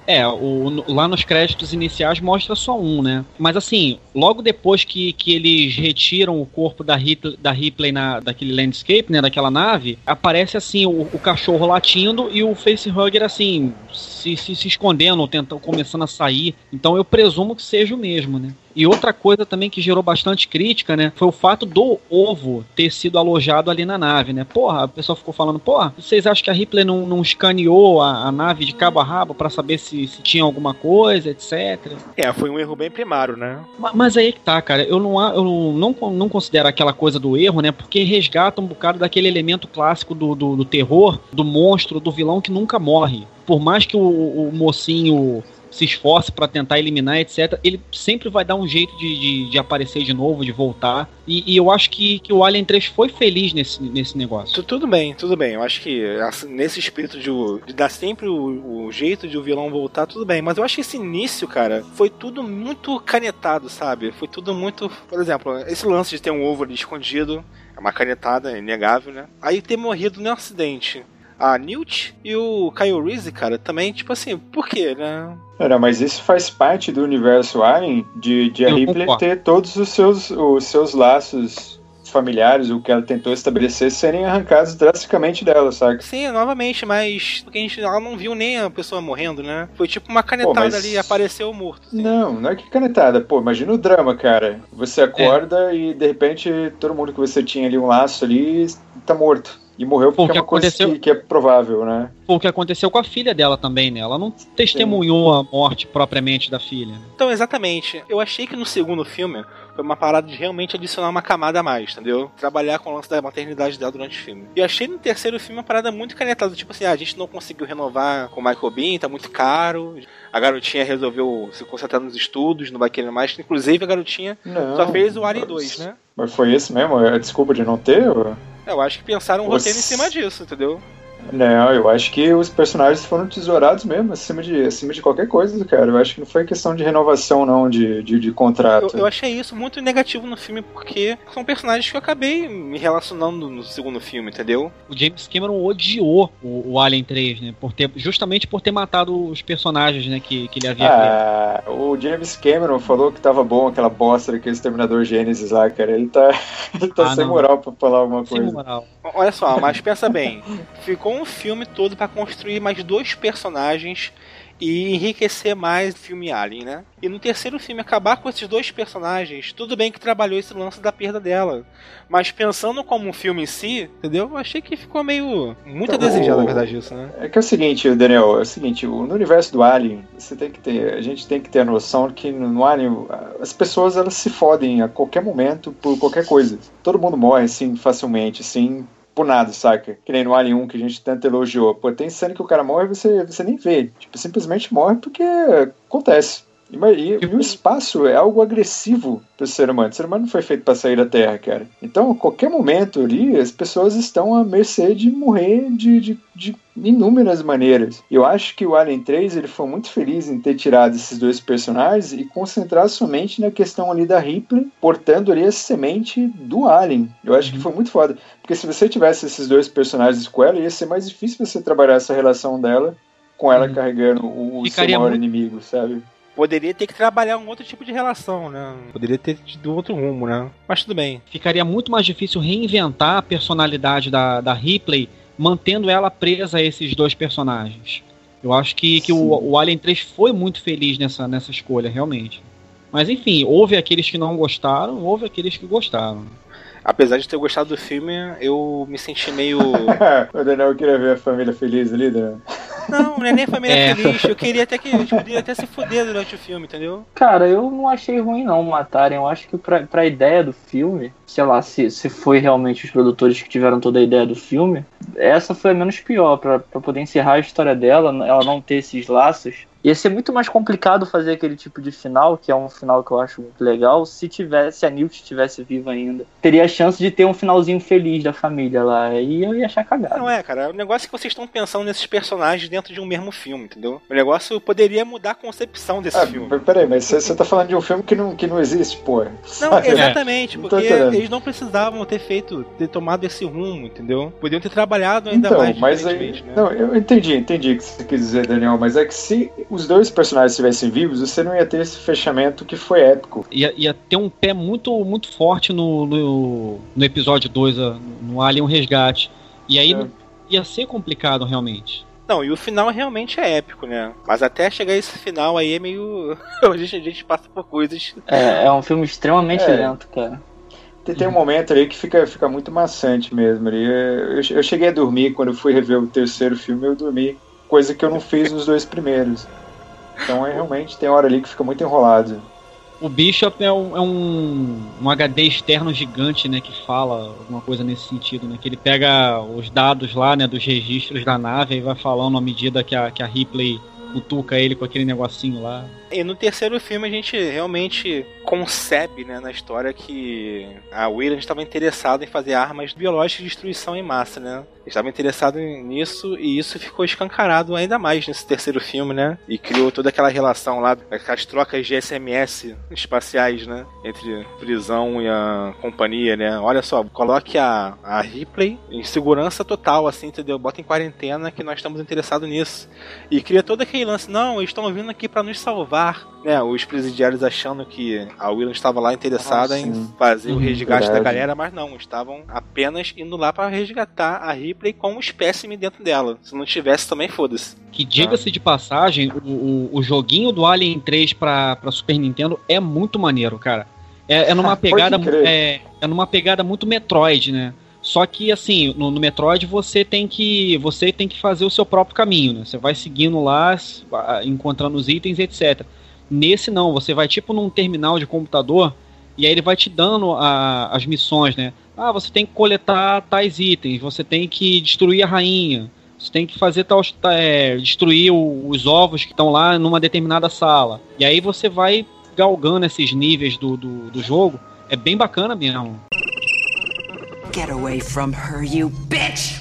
É, o, lá nos créditos iniciais mostra só um, né? Mas assim, logo depois que, que eles retiram o corpo da Ripley, da Ripley na, daquele landscape, né? Daquela nave, aparece assim o, o cachorro latindo e o facehugger assim, se, se, se escondendo, tentando, começando a sair. Então eu presumo que seja o mesmo, né? E outra coisa também que gerou bastante crítica, né, foi o fato do ovo ter sido alojado ali na nave, né? Porra, a pessoa ficou falando, porra, vocês acham que a Ripley não, não escaneou a, a nave de cabo a rabo pra saber se, se tinha alguma coisa, etcétera. É, foi um erro bem primário, né? Mas, mas aí que tá, cara, eu não, eu não, não considero aquela coisa do erro, né, porque resgata um bocado daquele elemento clássico do, do, do terror, do monstro, do vilão que nunca morre. Por mais que o, o mocinho se esforce pra tentar eliminar, etcétera, ele sempre vai dar um jeito de, de, de aparecer de novo, de voltar. E, e eu acho que, que o Alien três foi feliz nesse, nesse negócio. Tudo bem, tudo bem. Eu acho que nesse espírito de, de dar sempre o, o jeito de o vilão voltar, tudo bem. Mas eu acho que esse início, cara, foi tudo muito canetado, sabe? Foi tudo muito... Por exemplo, esse lance de ter um ovo ali escondido, é uma canetada, é inegável, né? Aí ter morrido num acidente a Newt e o Kyle Reese, cara, também, tipo assim, por quê, né? Não, mas isso faz parte do universo Alien, de, de a Eu Ripley concordo. ter todos os seus, os seus laços familiares, o que ela tentou estabelecer, serem arrancados drasticamente dela, sabe? Sim, novamente, mas porque a gente, ela não viu nem a pessoa morrendo, né? Foi tipo uma canetada Pô, mas- ali, apareceu morto. assim. Não, não é que canetada. Pô, imagina o drama, cara. Você acorda e, de repente, todo mundo que você tinha ali um laço ali tá morto. E morreu Pô, o porque que é uma coisa aconteceu- que, que é provável, né? Foi o que aconteceu com a filha dela também, né? Ela não testemunhou a morte propriamente da filha. Então, exatamente. Eu achei que no segundo filme foi uma parada de realmente adicionar uma camada a mais, entendeu? Trabalhar com o lance da maternidade dela durante o filme. E eu achei no terceiro filme uma parada muito canetada. Tipo assim, ah, a gente não conseguiu renovar com o Michael Biehn, tá muito caro. A garotinha resolveu se concentrar nos estudos, não vai querer mais. Inclusive, a garotinha Não. só fez o Alien dois, né? Mas foi isso mesmo? A desculpa de não ter? ou- Eu acho que pensaram um Os- roteiro em cima disso, entendeu? Não, eu acho que os personagens foram tesourados mesmo, acima de, acima de qualquer coisa, cara. Eu acho que não foi questão de renovação, não, de, de, de contrato. Eu, eu achei isso muito negativo no filme, porque são personagens que eu acabei me relacionando no segundo filme, entendeu? O James Cameron odiou o, o Alien três, né? Por ter, justamente por ter matado os personagens, né, que, que ele havia feito. Ah, o James Cameron falou que tava bom aquela bosta daquele Exterminador Gênesis lá, cara. Ele tá, ele tá Ah, sem não. moral pra falar alguma Sem coisa. moral. Olha só, mas pensa bem, ficou um filme todo pra construir mais dois personagens e enriquecer mais o filme Alien, né? E no terceiro filme acabar com esses dois personagens, tudo bem que trabalhou esse lance da perda dela, mas pensando como um filme em si, entendeu? Eu achei que ficou meio muito a Então, desejar, o- na verdade, isso, né? É que é o seguinte, Daniel, é o seguinte, o- no universo do Alien, você tem que ter, a gente tem que ter a noção que no, no Alien as pessoas elas se fodem a qualquer momento por qualquer coisa. Todo mundo morre assim facilmente, assim, por nada, saca? Que nem no Alien um que a gente tanto elogiou. Pô, tem cena que o cara morre e você, você nem vê. Tipo, simplesmente morre porque acontece. E, e- e o espaço é algo agressivo pro ser humano. O ser humano não foi feito pra sair da Terra, cara. Então, a qualquer momento ali, as pessoas estão à mercê de morrer de, de, de inúmeras maneiras. Eu acho que o Alien três ele foi muito feliz em ter tirado esses dois personagens e concentrar somente na questão ali da Ripley, portando ali a semente do Alien. Eu acho que foi muito foda. Porque se você tivesse esses dois personagens com ela, ia ser mais difícil você trabalhar essa relação dela com ela Uhum. carregando o, o seu Ficaria maior muito- inimigo, sabe? Poderia ter que trabalhar um outro tipo de relação, né? Poderia ter tido outro rumo, né? Mas tudo bem. Ficaria muito mais difícil reinventar a personalidade da, da Ripley, mantendo ela presa a esses dois personagens. Eu acho que, que o, o Alien três foi muito feliz nessa, nessa escolha, realmente. Mas enfim, houve aqueles que não gostaram, houve aqueles que gostaram. Apesar de ter gostado do filme, eu me senti meio... O Daniel queria ver a família feliz ali, né? Não, não é nem família É. feliz. Eu queria até que eles poderiam até se fuder durante o filme, entendeu? Cara, eu não achei ruim não matarem. Eu acho que pra, pra ideia do filme, sei lá, se, se foi realmente os produtores que tiveram toda a ideia do filme, essa foi a menos pior, pra, pra poder encerrar a história dela, ela não ter esses laços. Ia ser muito mais complicado fazer aquele tipo de final, que é um final que eu acho muito legal, se tivesse, se a Newt estivesse viva ainda. Teria a chance de ter um finalzinho feliz da família lá, e eu ia achar cagado. Não é, cara. O negócio é que vocês estão pensando nesses personagens dentro de um mesmo filme, entendeu? O negócio poderia mudar a concepção desse Ah, filme. p- peraí, mas você você tá falando de um filme que não, que não existe, pô. Não, Sabe? exatamente, Não tô porque entendendo. eles não precisavam ter feito, ter tomado esse rumo, entendeu? Podiam ter trabalhado ainda Então, mais mas aí, diferentemente, né? não, eu entendi, entendi o que você quis dizer, Daniel, mas é que se os dois personagens estivessem vivos, você não ia ter esse fechamento que foi épico. Ia, ia ter um pé muito, muito forte no, no, no episódio dois, no Alien Resgate. E aí é. ia ser complicado realmente. Não, e o final realmente é épico, né? Mas até chegar esse final aí é meio... a, gente, a gente passa por coisas... É, é um filme extremamente é. lento, cara. Tem, tem um momento ali que fica, fica muito maçante mesmo. Ali. Eu, eu cheguei a dormir, quando eu fui rever o terceiro filme, eu dormi. Coisa que eu não fiz nos dois primeiros. Então é, realmente tem hora ali que fica muito enrolado. O Bishop é um, é um, um H D externo gigante, né, que fala alguma coisa nesse sentido, né, que ele pega os dados lá, né, dos registros da nave e vai falando à medida que a, que a Ripley cutuca ele com aquele negocinho lá. E no terceiro filme a gente realmente concebe, né, na história que a Weyland estava interessada em fazer armas biológicas de destruição em massa, né? Estava interessado nisso e isso ficou escancarado ainda mais nesse terceiro filme, né? E criou toda aquela relação lá, aquelas trocas de S M S espaciais, né? Entre prisão e a companhia, né? Olha só, coloque a, a Ripley em segurança total, assim, entendeu? Bota em quarentena que nós estamos interessados nisso. E cria todo aquele lance, não, eles estão vindo aqui para nos salvar, né? Os presidiários achando que a Weyland estava lá interessada ah, em fazer uhum, o resgate verdade. da galera, mas não, estavam apenas indo lá para resgatar a Ripley com um espécime dentro dela. Se não tivesse, também foda-se. Que diga-se de passagem, o, o, o joguinho do Alien três pra, pra Super Nintendo é muito maneiro, cara. É, é numa pegada é, é numa pegada muito Metroid, né? Só que assim, no, no Metroid você tem que você tem que fazer o seu próprio caminho, né? Você vai seguindo lá, encontrando os itens, etcétera. Nesse não, você vai tipo num terminal de computador e aí ele vai te dando a, as missões, né? Ah, você tem que coletar tais itens, você tem que destruir a rainha, você tem que fazer tal, é, destruir o, os ovos que estão lá numa determinada sala. E aí você vai galgando esses níveis do, do, do jogo. É bem bacana mesmo. Get away from her, you bitch!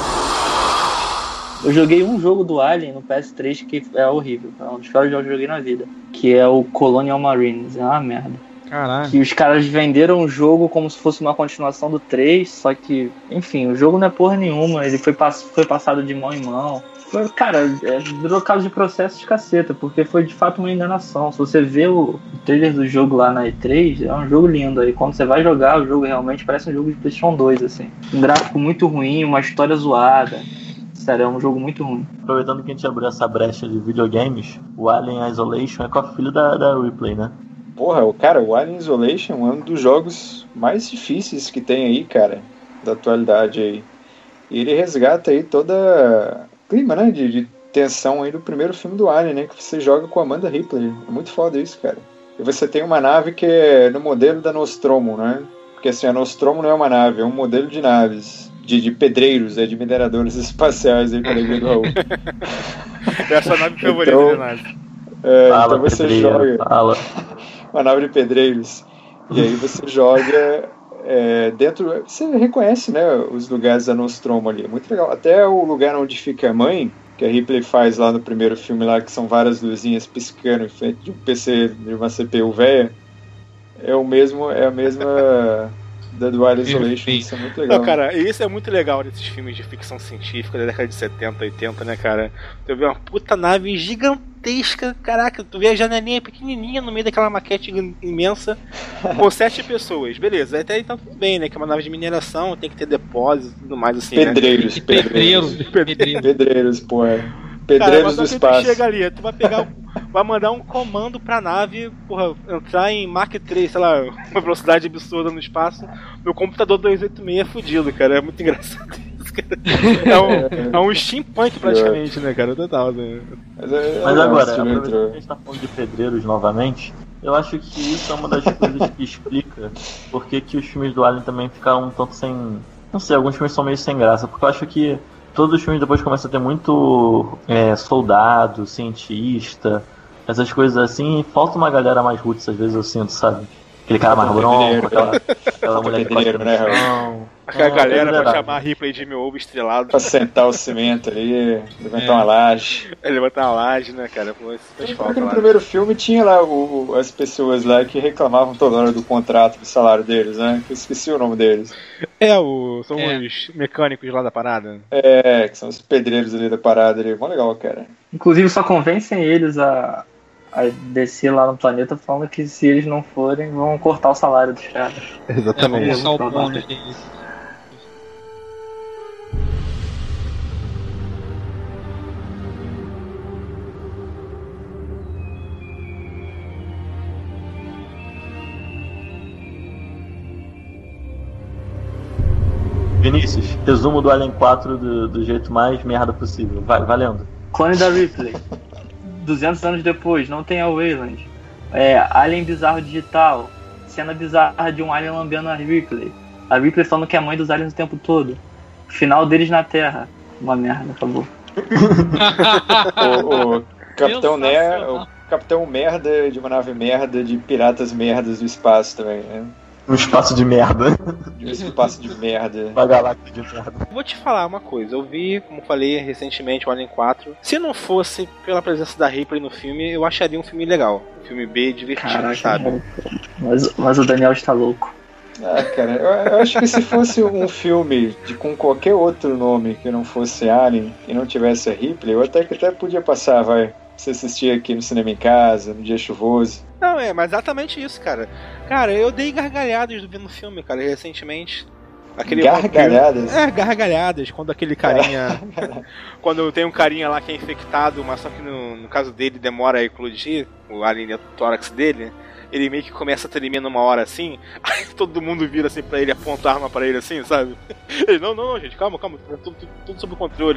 Eu joguei um jogo do Alien no P S três que é horrível. É um dos piores jogos que eu joguei na vida. Que é o Colonial Marines. É uma merda. Caralho. Que os caras venderam o jogo como se fosse uma continuação do três. Só que, enfim, o jogo não é porra nenhuma. Ele foi, pass- foi passado de mão em mão. Foi, cara, é, virou caso de processo de caceta. Porque foi de fato uma enganação. Se você vê o trailer do jogo lá na E três, é um jogo lindo. Aí quando você vai jogar, o jogo realmente parece um jogo de PlayStation dois, assim. Um gráfico muito ruim, uma história zoada. Sério, é um jogo muito ruim. Aproveitando que a gente abriu essa brecha de videogames, o Alien Isolation é com a filha da, da Ripley, né? Porra, o cara, o Alien Isolation é um dos jogos mais difíceis que tem aí, cara, da atualidade aí. E ele resgata aí toda clima, né, de, de tensão aí do primeiro filme do Alien, né, que você joga com a Amanda Ripley. É muito foda isso, cara. E você tem uma nave que é no modelo da Nostromo, né? Porque assim, a Nostromo não é uma nave, é um modelo de naves. De, de pedreiros, é, de mineradores espaciais aí, para do Raul. É a sua nave favorita, então, né, é, fala, então você pedreiro, joga fala. Uma nave de pedreiros. E aí você joga é, dentro. Você reconhece, né, os lugares da Nostromo ali. É muito legal. Até o lugar onde fica a mãe, que a Ripley faz lá no primeiro filme, lá, que são várias luzinhas piscando em frente de um P C, de uma C P U velha. É o mesmo, é a mesma. Da do Alien Isolation, isso é muito legal. Não, cara, isso é muito legal nesses filmes de ficção científica da década de setenta, oitenta, né, cara? Tu vê uma puta nave gigantesca, caraca, tu vê a janelinha pequenininha no meio daquela maquete imensa, com sete pessoas, beleza, até então tudo bem, né, que é uma nave de mineração, tem que ter depósito e tudo mais assim, pedreiros, né? Pedreiros, pedreiros, pedreiros, pedreiros, pô, é. Cara, Pedreiros do espaço. Tu chega ali, tu vai pegar, vai mandar um comando pra nave, porra, entrar em Mach três, sei lá, uma velocidade absurda no espaço. Meu computador duzentos e oitenta e seis é fudido, cara. É muito engraçado isso, cara. É um, é um steampunk praticamente, né, cara? Total, né? Mas, é, Mas agora, aproveitando que a gente tá falando de pedreiros novamente, eu acho que isso é uma das coisas que explica por que que os filmes do Alien também ficaram um tanto sem... Não sei, alguns filmes são meio sem graça, porque eu acho que todos os filmes depois começam a ter muito é, soldado, cientista, essas coisas assim, e falta uma galera mais roots, às vezes eu sinto, sabe? Aquele cara mais bronco, aquela, aquela mulher que gosta de chão. A galera é vai chamar a Ripley de meu ovo estrelado. Pra sentar o cimento ali, levantar É. uma laje. Ele levantar uma laje, né, cara? Pô, isso faz falta Porque no lá. primeiro filme tinha lá o, o- as pessoas lá que reclamavam toda hora do contrato, do salário deles, né? Que eu esqueci o nome deles. É, o, são É. os mecânicos lá da parada. É, que são os pedreiros ali da parada ali. Mó legal, cara. Inclusive só convencem eles a, a descer lá no planeta falando que se eles não forem, vão cortar o salário dos caras. É, vamos Exatamente. passar o Provável. bônus deles. Vinícius, resumo do Alien quatro do, do jeito mais merda possível. Vai, valendo. Clone da Ripley. duzentos anos depois, não tem a Wayland. É, Alien bizarro digital. Cena bizarra de um alien lambendo a Ripley. A Ripley falando que é mãe dos aliens o tempo todo. Final deles na Terra. Uma merda, acabou. O, o Capitão Né, Sensacional. o Capitão Merda de uma nave merda de piratas merdas do espaço também, né? Um espaço de merda. De um espaço de merda. Uma galáxia de merda. Vou te falar uma coisa, eu vi, como falei recentemente, o Alien quatro. Se não fosse pela presença da Ripley no filme, eu acharia um filme legal. Um filme B divertido, Caraca, sabe? mas, mas o Daniel está louco. Ah, cara, eu, eu acho que se fosse um filme de, com qualquer outro nome que não fosse Alien e não tivesse a Ripley, eu até que até podia passar, vai. Você assistir aqui no cinema em casa, no dia chuvoso. Não, é, mas exatamente isso, cara. Cara, eu dei gargalhadas vendo o filme, cara, recentemente. Aquele Gargalhadas? vampiro- É, gargalhadas, quando aquele carinha. Quando tem um carinha lá que é infectado, mas só que no, no caso dele demora a eclodir, o alien dentro do tórax dele. Ele meio que começa a tremer numa hora assim, aí todo mundo vira assim pra ele, aponta a arma pra ele assim, sabe? Ele, não, não, não, gente, calma, calma, tá tudo, tudo, tudo sob controle.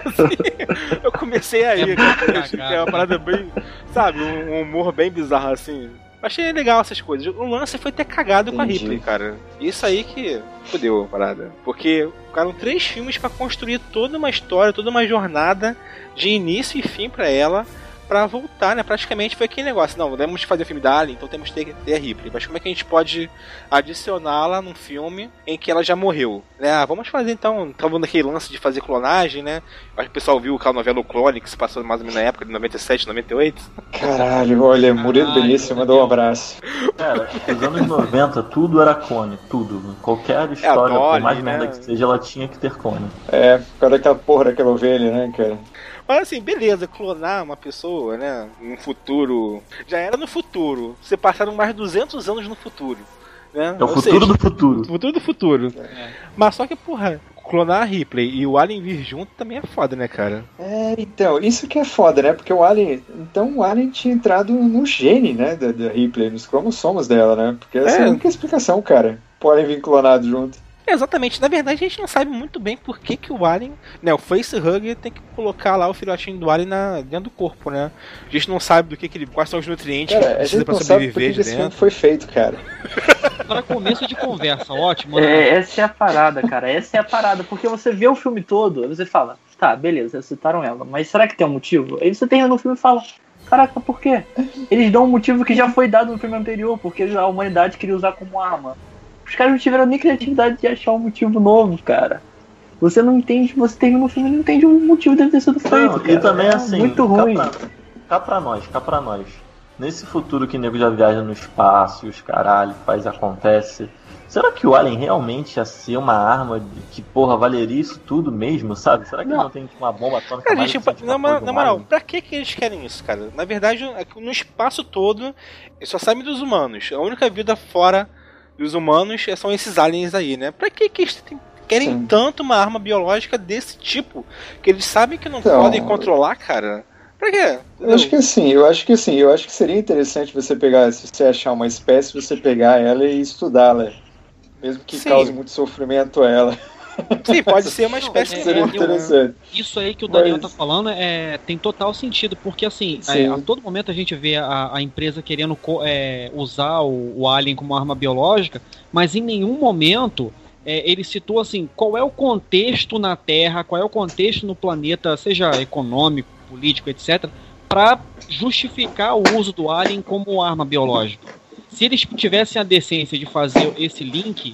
Assim, eu comecei aí, cara, eu achei que é uma parada bem, sabe, um, um humor bem bizarro assim. Achei legal essas coisas. O lance foi ter cagado com a Entendi. Ripley, cara. Isso aí que fodeu a parada. Porque ficaram três filmes pra construir toda uma história, toda uma jornada de início e fim pra ela, pra voltar, né? Praticamente foi aquele negócio. Não, temos que fazer o filme da Alien, então temos que ter, ter a Ripley. Mas como é que a gente pode adicioná-la num filme em que ela já morreu? Né? Ah, vamos fazer então, estavam naquele lance de fazer clonagem, né? Acho que o pessoal viu aquela novela O Clone, que se passou mais ou menos na época de noventa e sete, noventa e oito. Caralho, olha, Murilo Caralho, Benício meu mandou um Deus. abraço. Cara, nos anos noventa tudo era clone, tudo. Qualquer história, Dolly, por mais né? merda que seja, ela tinha que ter clone. É, por causa daquela porra daquela ovelha, né, cara? Mas assim, beleza, clonar uma pessoa, né? No futuro. Já era no futuro. Você passaram mais de duzentos anos no futuro. Né? É o Ou futuro seja, do futuro. o futuro do futuro. Mas só que, porra, clonar a Ripley e o Alien vir junto também é foda, né, cara? É, então, isso que é foda, né? Porque o Alien. Então o Alien tinha entrado no gene, né? Da, da Ripley, nos cromossomos dela, né? Porque essa é, É. a única explicação, cara. O Alien vir clonado junto. É, exatamente. Na verdade, a gente não sabe muito bem por que, que o Alien, né, o facehugger tem que colocar lá o filhotinho do Alien na, dentro do corpo, né? A gente não sabe do que, que ele, quais são os nutrientes que Cara, ele a precisa gente pra não sabe por sobreviver que de esse filme dentro. foi feito, cara. Para começo de conversa, ótimo. né? É, essa é a parada, cara. Essa é a parada. Porque você vê o filme todo, aí você fala, tá, beleza, citaram ela, mas será que tem um motivo? Aí você termina no filme e fala, caraca, por quê? Eles dão um motivo que já foi dado no filme anterior, porque a humanidade queria usar como arma. Os caras não tiveram nem criatividade de achar um motivo novo, cara. Você não entende, você termina o filme e não entende o motivo dele ter sido feito. Não, cara. e também É assim, muito cá ruim. pra, cá pra nós, cá pra nós. Nesse futuro que o nego já viaja no espaço, e os caralho, faz, acontece. Será que o Alien realmente ia ser uma arma de, que, porra, valeria isso tudo mesmo, sabe? Será que Não. não tem tipo, uma bomba atômica Cara, mais gente, recente na, da ma- porra de na um moral, Alien? pra que, que eles querem isso, cara? Na verdade, é que no espaço todo, eles só sabem dos humanos. A única vida fora dos humanos são esses aliens aí, né? Pra que, que eles têm- querem Sim. tanto uma arma biológica desse tipo? Que eles sabem que não Então, podem controlar, cara? Pra quê? Eu acho que assim, eu acho que assim, eu acho que seria interessante você pegar, se você achar uma espécie, você pegar ela e estudá-la. Mesmo que Sim. cause muito sofrimento a ela. Sim, pode ser uma espécie é, Seria morta, né? interessante. Isso aí que o Daniel Mas- tá falando é, tem total sentido, porque assim, Sim. é, a todo momento a gente vê a, a empresa querendo co- é, usar o, o Alien como arma biológica, mas em nenhum momento é, ele citou assim, qual é o contexto na Terra, qual é o contexto no planeta, seja econômico, político, etcétera, para justificar o uso do Alien como arma biológica. Se eles tivessem a decência de fazer esse link,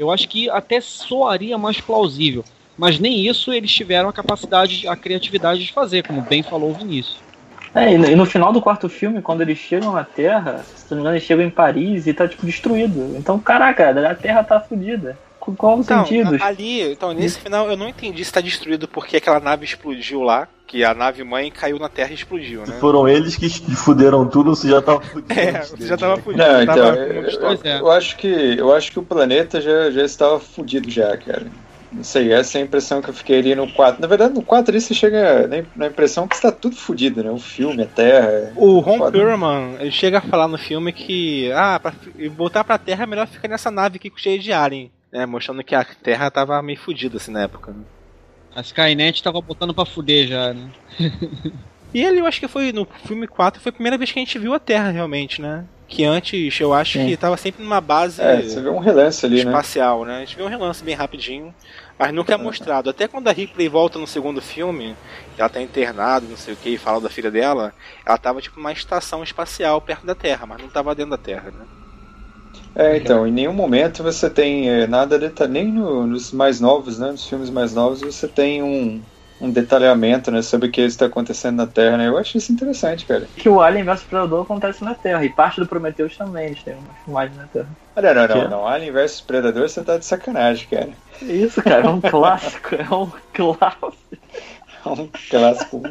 eu acho que até soaria mais plausível. Mas nem isso eles tiveram a capacidade, a criatividade de fazer, como bem falou o Vinícius. É, e no final do quarto filme, quando eles chegam na Terra, se não me engano, eles chegam em Paris e tá, tipo, destruído. Então, caraca, a Terra tá fodida. Qual o então, sentido? Ali, então, nesse final, eu não entendi se tá destruído porque aquela nave explodiu lá, que a nave mãe caiu na Terra e explodiu, né? Se foram eles que fuderam tudo, você já tava fudido. É, você já tava fudido. Não, tava então, eu, eu, é. eu, acho que, eu acho que o planeta já, já estava fudido já, cara. Não sei, essa é a impressão que eu fiquei ali no quatro. Na verdade, no quatro ali você chega na, na impressão que está tudo fudido, né? O filme, a Terra... O Ron Perlman, ele chega a falar no filme que, ah, pra voltar pra Terra é melhor ficar nessa nave aqui cheia de alien. É, mostrando que a Terra tava meio fudida assim na época. Né? A Skynet tava botando pra fuder já, né? E ele, eu acho que foi no filme quatro, foi a primeira vez que a gente viu a Terra realmente, né? Que antes eu acho Sim. que tava sempre numa base é, você vê um relance ali, espacial, né? né? A gente vê um relance bem rapidinho, mas nunca é mostrado. Até quando a Ripley volta no segundo filme, ela tá internada, não sei o que, e fala da filha dela, ela tava tipo numa estação espacial perto da Terra, mas não tava dentro da Terra, né? É, então, em nenhum momento você tem é, nada detalhado, nem no, nos mais novos, né, nos filmes mais novos, você tem um, um detalhamento, né, sobre o que está acontecendo na Terra, né, eu acho isso interessante, cara. Que o Alien versus Predador acontece na Terra, e parte do Prometheus também, eles têm uma filmagem na Terra. Ah, não, não, não, não, Alien versus Predador você tá de sacanagem, cara. Que isso, cara, é um clássico, é um clássico. É um clássico.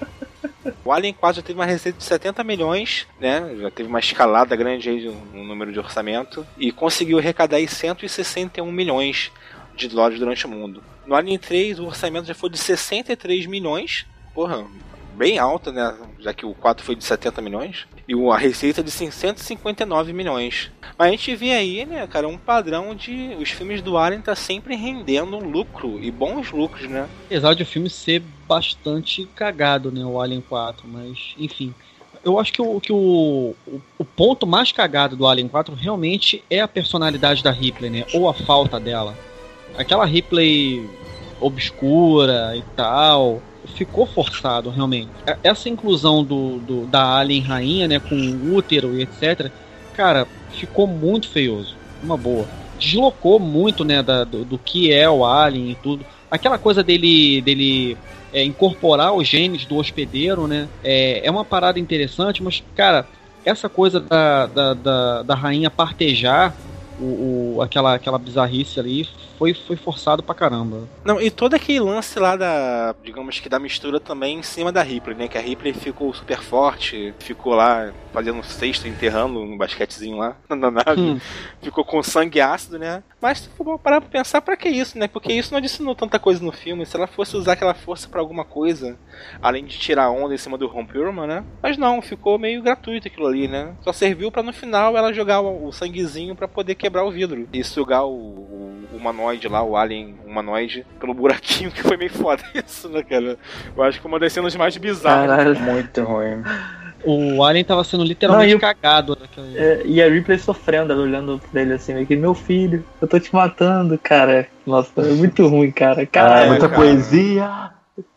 O Alien quatro já teve uma receita de setenta milhões, né? Já teve uma escalada grande aí no número de orçamento e conseguiu arrecadar aí cento e sessenta e um milhões de dólares durante o mundo. No Alien três o orçamento já foi de sessenta e três milhões, porra, bem alta, né? Já que o quatro foi de setenta milhões e a receita de cento e cinquenta e nove milhões. Mas a gente vê aí, né, cara, um padrão de os filmes do Alien tá sempre rendendo lucro e bons lucros, né? Apesar de o filme ser bastante cagado, né, o Alien quatro, mas enfim. Eu acho que, o, que o, o, o ponto mais cagado do Alien quatro realmente é a personalidade da Ripley, né, ou a falta dela. Aquela Ripley obscura e tal, ficou forçado realmente. Essa inclusão do, do, da Alien rainha, né, com útero e etcétera, cara, ficou muito feioso, uma boa. Deslocou muito, né, da, do, do que é o Alien e tudo. Aquela coisa dele, dele é, incorporar os genes do hospedeiro, né, é, é uma parada interessante, mas, cara, essa coisa da, da, da, da rainha partejar o, o, aquela, aquela bizarrice ali foi, foi forçado pra caramba. Não, e todo aquele lance lá da, digamos que da mistura também em cima da Ripley, né, que a Ripley ficou super forte, ficou lá fazendo cesto, enterrando um basquetezinho lá na nave, hum. ficou com sangue ácido, né, mas se for parar pra pensar, pra que isso, né, porque isso não adicionou tanta coisa no filme, se ela fosse usar aquela força pra alguma coisa, além de tirar onda em cima do Ron Perlman, né, mas não, ficou meio gratuito aquilo ali, né, só serviu pra no final ela jogar o, o sanguezinho pra poder quebrar o vidro e sugar o, o, o humanoide lá, o alien humanoide, pelo buraquinho, que foi meio foda isso, né, cara? Eu acho que foi uma das cenas mais bizarras. Caralho, muito ruim. O alien tava sendo literalmente não, cagado. Naquela... É, e a Ripley sofrendo, ela olhando pra ele assim, meio que, meu filho, eu tô te matando, cara. Nossa, é muito ruim, cara. Caralho, é, muita cara. Poesia.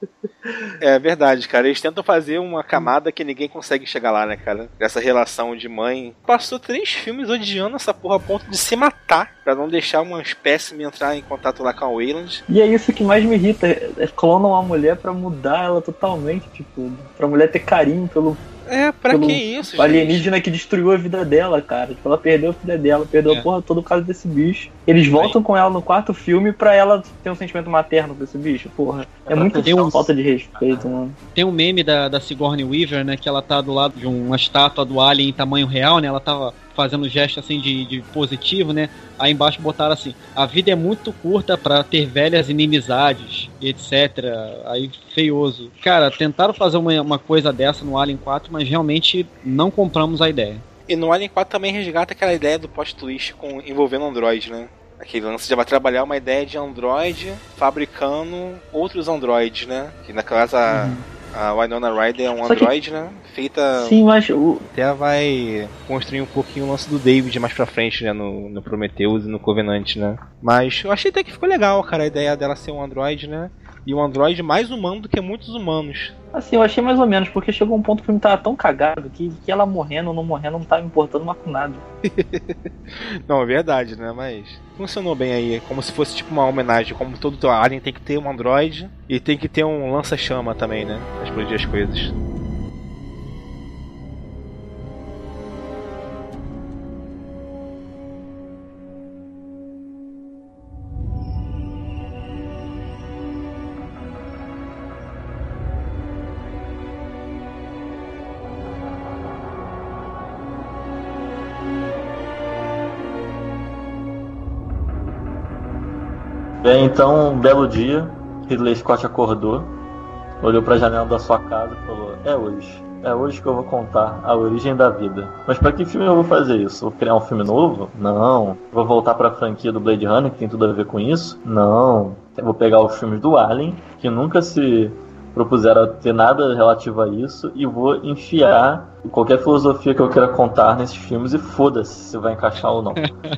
É verdade, cara. Eles tentam fazer uma camada que ninguém consegue chegar lá, né, cara? Dessa relação de mãe. Passou três filmes odiando essa porra a ponto de se matar pra não deixar uma espécime entrar em contato lá com a Weyland. E é isso que mais me irrita. É, clonam uma mulher pra mudar ela totalmente, tipo, pra mulher ter carinho pelo... É, pra que isso, gente? Alienígena que destruiu a vida dela, cara. Tipo, ela perdeu a filha dela, perdeu é. a porra toda por causa desse bicho. Eles voltam Aí. com ela no quarto filme pra ela ter um sentimento materno com esse bicho, porra. É, é muita um... falta de respeito, mano. Tem um meme da, da Sigourney Weaver, né, que ela tá do lado de uma estátua do Alien em tamanho real, né, ela tava fazendo gesto assim de, de positivo, né, aí embaixo botaram assim, a vida é muito curta pra ter velhas inimizades, etcétera. Aí, feioso. Cara, tentaram fazer uma, uma coisa dessa no Alien quatro, mas realmente não compramos a ideia. E no Alien quatro também resgata aquela ideia do plot twist com, envolvendo Android, né? Aquele lance já vai trabalhar uma ideia de Android fabricando outros Androids, né? Que na casa uhum. a Winona Ryder é um Só Android, que... né? Feita... Sim, mas... O... Até vai construir um pouquinho o lance do David mais pra frente, né? No, no Prometheus e no Covenant, né? Mas eu achei até que ficou legal, cara, a ideia dela ser um Android, né? E um androide mais humano do que muitos humanos. Assim, eu achei mais ou menos, porque chegou um ponto que o filme tava tão cagado que, que ela morrendo ou não morrendo não tava me importando mais com nada. Não, é verdade, né? Mas funcionou bem aí, como se fosse tipo uma homenagem. Como todo alien tem que ter um androide e tem que ter um lança-chama também, né? Pra explodir as coisas. Bem, então, um belo dia, Ridley Scott acordou, olhou pra janela da sua casa e falou: é hoje, é hoje que eu vou contar a origem da vida. Mas pra que filme eu vou fazer isso? Vou criar um filme novo? Não. Vou voltar pra franquia do Blade Runner, que tem tudo a ver com isso? Não. Eu vou pegar os filmes do Alien, que nunca se propuseram a ter nada relativo a isso, e vou enfiar qualquer filosofia que eu queira contar nesses filmes, e foda-se se vai encaixar ou não.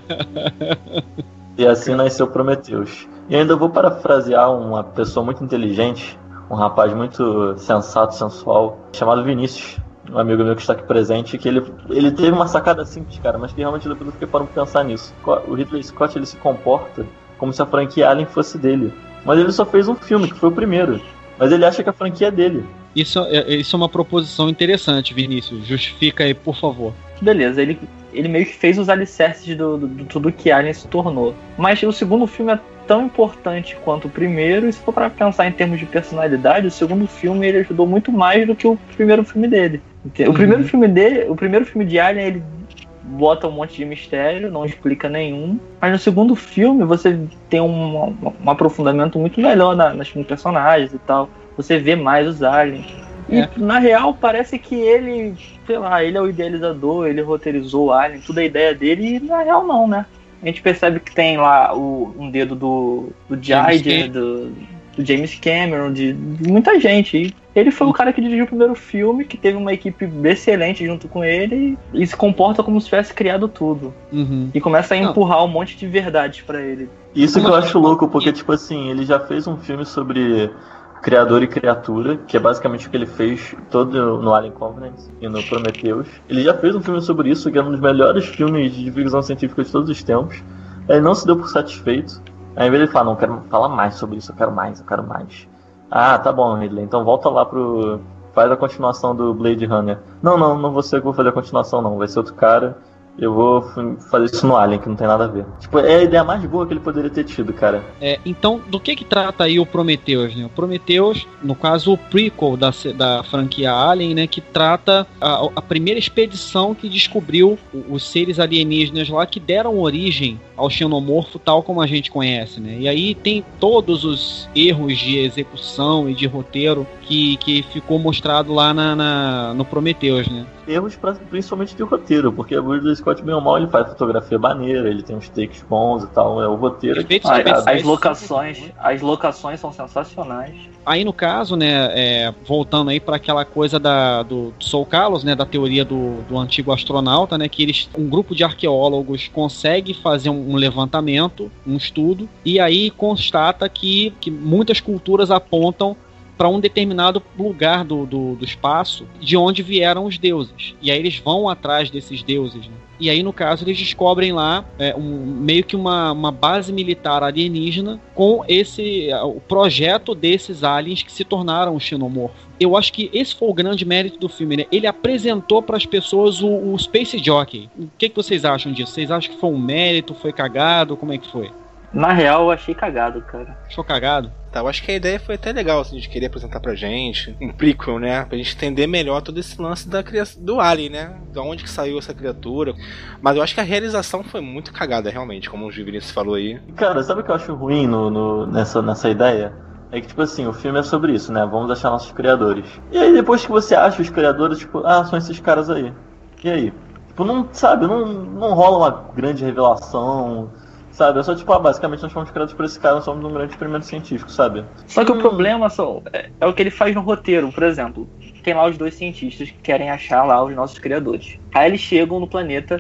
E assim nasceu Prometheus. E ainda vou parafrasear uma pessoa muito inteligente, um rapaz muito sensato, sensual, chamado Vinícius, um amigo meu que está aqui presente, que ele, ele teve uma sacada simples, cara, mas que realmente depois eu fiquei parando pra pensar nisso. O Ridley Scott, ele se comporta como se a franquia Alien fosse dele. Mas ele só fez um filme, que foi o primeiro. Mas ele acha que a franquia é dele. Isso é, isso é uma proposição interessante, Vinícius. Justifica aí, por favor. Beleza, ele, ele meio que fez os alicerces do, do, do tudo que Alien se tornou. Mas o segundo filme é tão importante quanto o primeiro, e se for para pensar em termos de personalidade, o segundo filme ele ajudou muito mais do que o primeiro filme dele. O uhum. primeiro filme dele, o primeiro filme de Alien, ele bota um monte de mistério, não explica nenhum. Mas no segundo filme você tem um, um, um aprofundamento muito melhor na, nas personagens e tal. Você vê mais os aliens. E é. na real parece que ele, sei lá, ele é o idealizador, ele roteirizou o Alien, tudo é ideia dele, e na real não, né? A gente percebe que tem lá o, um dedo do, do Giger, do, do James Cameron, de, de muita gente. E ele foi o cara que dirigiu o primeiro filme, que teve uma equipe excelente junto com ele, e se comporta como se tivesse criado tudo. Uhum. E começa a empurrar não. um monte de verdades pra ele. Isso como que eu acho louco, porque tipo assim, ele já fez um filme sobre Criador e Criatura, que é basicamente o que ele fez todo no Alien Covenant e no Prometheus. Ele já fez um filme sobre isso, que é um dos melhores filmes de ficção científica de todos os tempos. Ele não se deu por satisfeito. Aí, ao invés de ele falar, não, eu quero falar mais sobre isso, eu quero mais, eu quero mais. Ah, tá bom, Ridley, então volta lá pro... faz a continuação do Blade Runner. Não, não, não vou ser eu que vou fazer a continuação, não. Vai ser outro cara. Eu vou fazer isso no Alien, que não tem nada a ver. Tipo, é a ideia mais boa que ele poderia ter tido, cara. É, então, do que que trata aí o Prometheus, né? O Prometheus, no caso, o prequel da, da franquia Alien, né? Que trata a, a primeira expedição que descobriu os seres alienígenas lá que deram origem ao xenomorfo tal como a gente conhece, né? E aí tem todos os erros de execução e de roteiro que, que ficou mostrado lá na, na, no Prometheus, né? Erros pra, principalmente de roteiro, porque o Ridley Scott, bem ou mal, ele faz fotografia maneira, ele tem uns takes bons e tal, é o roteiro. Ah, as locações, as locações são sensacionais. Aí no caso, né, é, voltando aí para aquela coisa da, do Saul Kalos, né, da teoria do, do antigo astronauta, né, que eles, um grupo de arqueólogos consegue fazer um, um levantamento, um estudo, e aí constata que, que muitas culturas apontam para um determinado lugar do, do, do espaço de onde vieram os deuses. E aí eles vão atrás desses deuses, né? E aí, no caso, eles descobrem lá é, um, meio que uma, uma base militar alienígena com esse o projeto desses aliens que se tornaram o xenomorfo. Eu acho que esse foi o grande mérito do filme, né? Ele apresentou para as pessoas o, o Space Jockey. O que, que vocês acham disso? Vocês acham que foi um mérito? Foi cagado? Como é que foi? Na real, eu achei cagado, cara. Achou cagado? Tá, eu acho que a ideia foi até legal, assim, de querer apresentar pra gente um prequel, né? Pra gente entender melhor todo esse lance da criação do Alien, né? De onde que saiu essa criatura. Mas eu acho que a realização foi muito cagada, realmente, como o Vinícius falou aí. Cara, sabe o que eu acho ruim no, no, nessa, nessa ideia? É que, tipo assim, o filme é sobre isso, né? Vamos achar nossos criadores. E aí, depois que você acha os criadores, tipo, ah, são esses caras aí. E aí? Tipo, não, sabe, não, não rola uma grande revelação... Sabe, é só tipo, ah, basicamente nós fomos criados por esse cara, nós somos um grande experimento científico, sabe? Só que hum. o problema só é, é o que ele faz no roteiro, por exemplo. Tem lá os dois cientistas que querem achar lá os nossos criadores. Aí eles chegam no planeta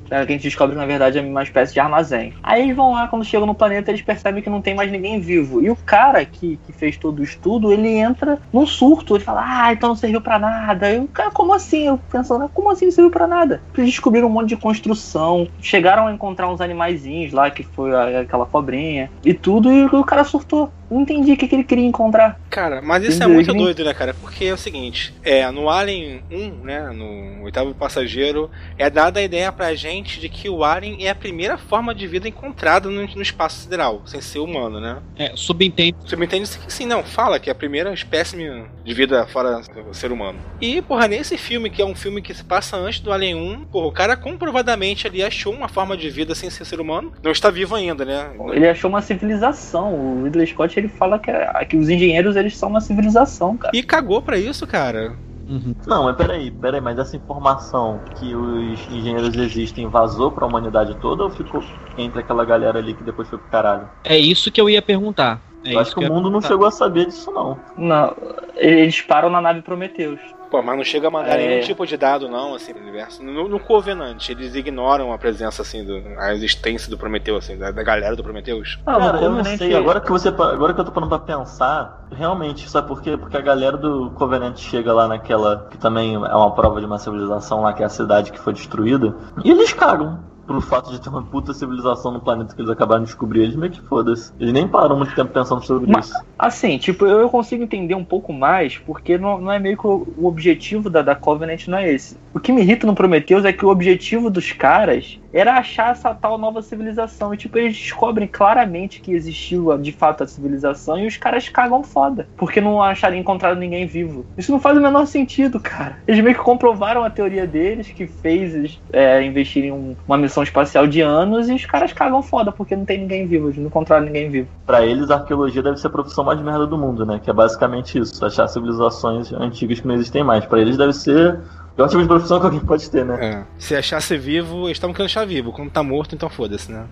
Que a gente descobre que na verdade é uma espécie de armazém. Aí eles vão lá, quando chegam no planeta, eles percebem que não tem mais ninguém vivo. E o cara que, que fez todo o estudo, ele entra num surto. Ele fala, ah, então não serviu pra nada. E o cara, como assim? Eu pensando, como assim não serviu pra nada? Eles descobriram um monte de construção, chegaram a encontrar uns animaizinhos lá, que foi a, aquela cobrinha, e tudo, e o cara surtou. Não entendi o que, que ele queria encontrar. Cara, mas isso Entendeu? é muito doido, né, cara? Porque é o seguinte, é, no Alien um, né, no Oitavo Passageiro, é dada a ideia pra gente de que o Alien é a primeira forma de vida encontrada no, no espaço sideral, sem ser humano, né? É, subentende. Subentende-se que sim, não, fala que é a primeira espécime de vida fora do ser humano. E, porra, nesse filme, que é um filme que se passa antes do Alien um, porra, o cara comprovadamente ali achou uma forma de vida sem ser ser humano, não está vivo ainda, né? Ele achou uma civilização. O Ridley Scott, ele fala que, é, que os engenheiros, eles são uma civilização, cara. E cagou pra isso, cara. Uhum. Não, mas peraí, peraí, mas essa informação que os engenheiros existem vazou pra humanidade toda ou ficou entre aquela galera ali que depois foi pro caralho? É isso que eu ia perguntar. É eu acho que o mundo não chegou a saber disso, não. Não, eles param na nave Prometheus. Pô, mas não chega a mandar É. nenhum tipo de dado, não, assim, no universo. No, no Covenant, eles ignoram a presença, assim, do, a existência do Prometheus, assim, da, da galera do Prometheus. Não, Cara, no eu não Covenant- sei, agora que, você, agora que eu tô parando pra pensar, realmente, sabe por quê? Porque a galera do Covenant chega lá naquela, que também é uma prova de uma civilização lá, que é a cidade que foi destruída, e eles cagam. Pro fato de ter uma puta civilização no planeta que eles acabaram de descobrir, eles meio que foda-se. Eles nem param muito tempo pensando sobre Mas, isso. assim, tipo, eu, eu consigo entender um pouco mais, porque não, não é meio que o, o objetivo da, da Covenant não é esse. O que me irrita no Prometheus é que o objetivo dos caras era achar essa tal nova civilização. E, tipo, eles descobrem claramente que existiu de fato a civilização e os caras cagam foda, porque não acharam encontrado ninguém vivo. Isso não faz o menor sentido, cara. Eles meio que comprovaram a teoria deles, que fez eles é, investirem em um, uma missão espacial de anos, e os caras cagam foda porque não tem ninguém vivo, eles não encontraram ninguém vivo. Pra eles, a arqueologia deve ser a profissão mais merda do mundo, né? Que é basicamente isso, achar civilizações antigas que não existem mais. Pra eles deve ser a pior tipo de profissão que alguém pode ter, né? É. Se achasse vivo, eles estavam querendo achar vivo. Quando tá morto, então foda-se, né?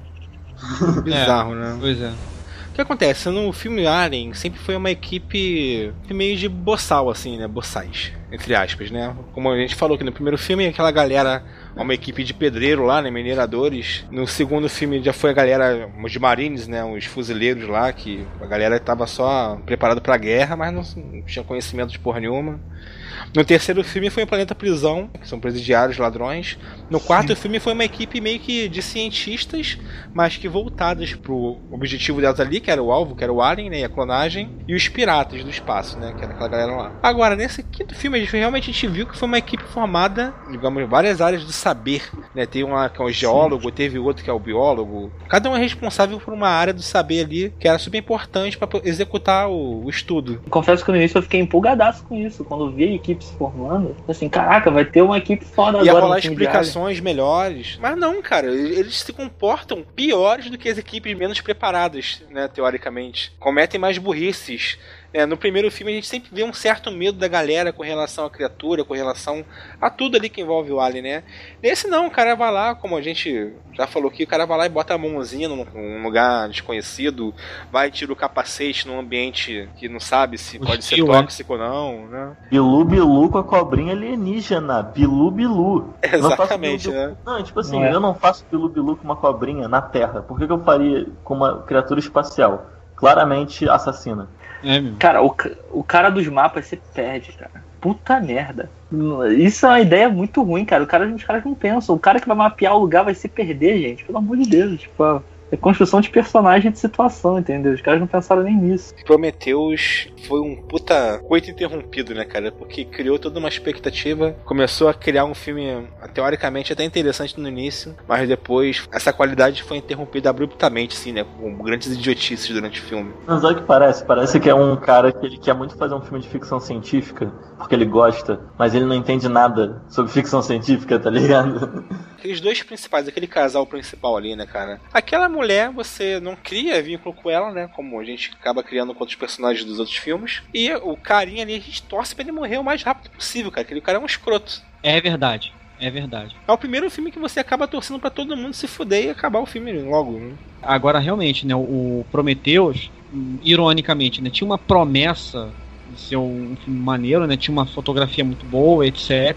Bizarro, É, né? Pois é. O que acontece? No filme Alien, sempre foi uma equipe meio de boçal, assim, né? Boçais, entre aspas, né? Como a gente falou que no primeiro filme, aquela galera, uma equipe de pedreiro lá, né? Mineradores. No segundo filme já foi a galera, os marines, né? Os fuzileiros lá, que a galera tava só preparada pra guerra, mas não, não tinha conhecimento de porra nenhuma. No terceiro filme foi o Planeta Prisão, que são presidiários, ladrões. No quarto Sim. filme foi uma equipe meio que de cientistas, mas que voltadas pro objetivo delas ali, que era o alvo, que era o Alien, né, e a clonagem, e os piratas do espaço, né, que era aquela galera lá. Agora, nesse quinto filme, a gente, realmente a gente viu que foi uma equipe formada, digamos, em várias áreas do saber, né, tem um lá que é o geólogo, Sim. teve outro que é o biólogo, cada um é responsável por uma área do saber ali, que era super importante para executar o, o estudo. Confesso que no início eu fiquei empolgadaço com isso, quando vi a equipe se formando, assim, caraca, vai ter uma equipe foda Ia agora. Ia rolar explicações melhores. Mas não, cara, eles se comportam piores do que as equipes menos preparadas, né, teoricamente. Cometem mais burrices. É, no primeiro filme a gente sempre vê um certo medo da galera com relação à criatura, com relação a tudo ali que envolve o Alien, né? Nesse não, o cara vai lá, como a gente já falou aqui, o cara vai lá e bota a mãozinha num, num lugar desconhecido, vai e tira o capacete num ambiente que não sabe se pode ser tóxico ou não, né? Bilu Bilu com a cobrinha alienígena, Bilu Bilu. Exatamente, bilu, né? Não, tipo assim, não é. eu não faço Bilu Bilu com uma cobrinha na Terra. Por que, que eu faria com uma criatura espacial? Claramente assassina. É, meu. Cara, o, o cara dos mapas se perde, cara. Puta merda. Isso é uma ideia muito ruim, cara. O cara, os caras não pensam. O cara que vai mapear o lugar vai se perder, gente. Pelo amor de Deus. Tipo, é construção de personagem de situação, entendeu? Os caras não pensaram nem nisso. Prometheus foi um puta coito interrompido, né, cara? Porque criou toda uma expectativa. Começou a criar um filme, teoricamente, até interessante no início. Mas depois, essa qualidade foi interrompida abruptamente, assim, né? Com grandes idiotices durante o filme. Mas olha o que parece. Parece que é um cara que ele quer muito fazer um filme de ficção científica. Porque ele gosta. Mas ele não entende nada sobre ficção científica, tá ligado? Aqueles dois principais, aquele casal principal ali, né, cara? Aquela mulher, você não cria vínculo com ela, né? Como a gente acaba criando com outros personagens dos outros filmes. E o carinha ali, a gente torce pra ele morrer o mais rápido possível, cara. Aquele cara é um escroto. É verdade. É verdade. É o primeiro filme que você acaba torcendo pra todo mundo se fuder e acabar o filme logo, né? Agora, realmente, né? O Prometheus, ironicamente, né? Tinha uma promessa de ser um filme maneiro, né? Tinha uma fotografia muito boa, etcétera.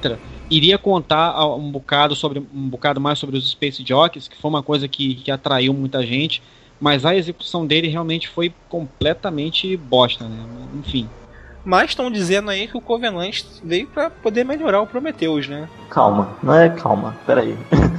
iria contar um bocado, sobre, um bocado mais sobre os Space Jockeys, que foi uma coisa que, que atraiu muita gente, mas a execução dele realmente foi completamente bosta, né? Enfim. Mas estão dizendo aí que o Covenant veio pra poder melhorar o Prometheus, né? Calma, não é calma, peraí.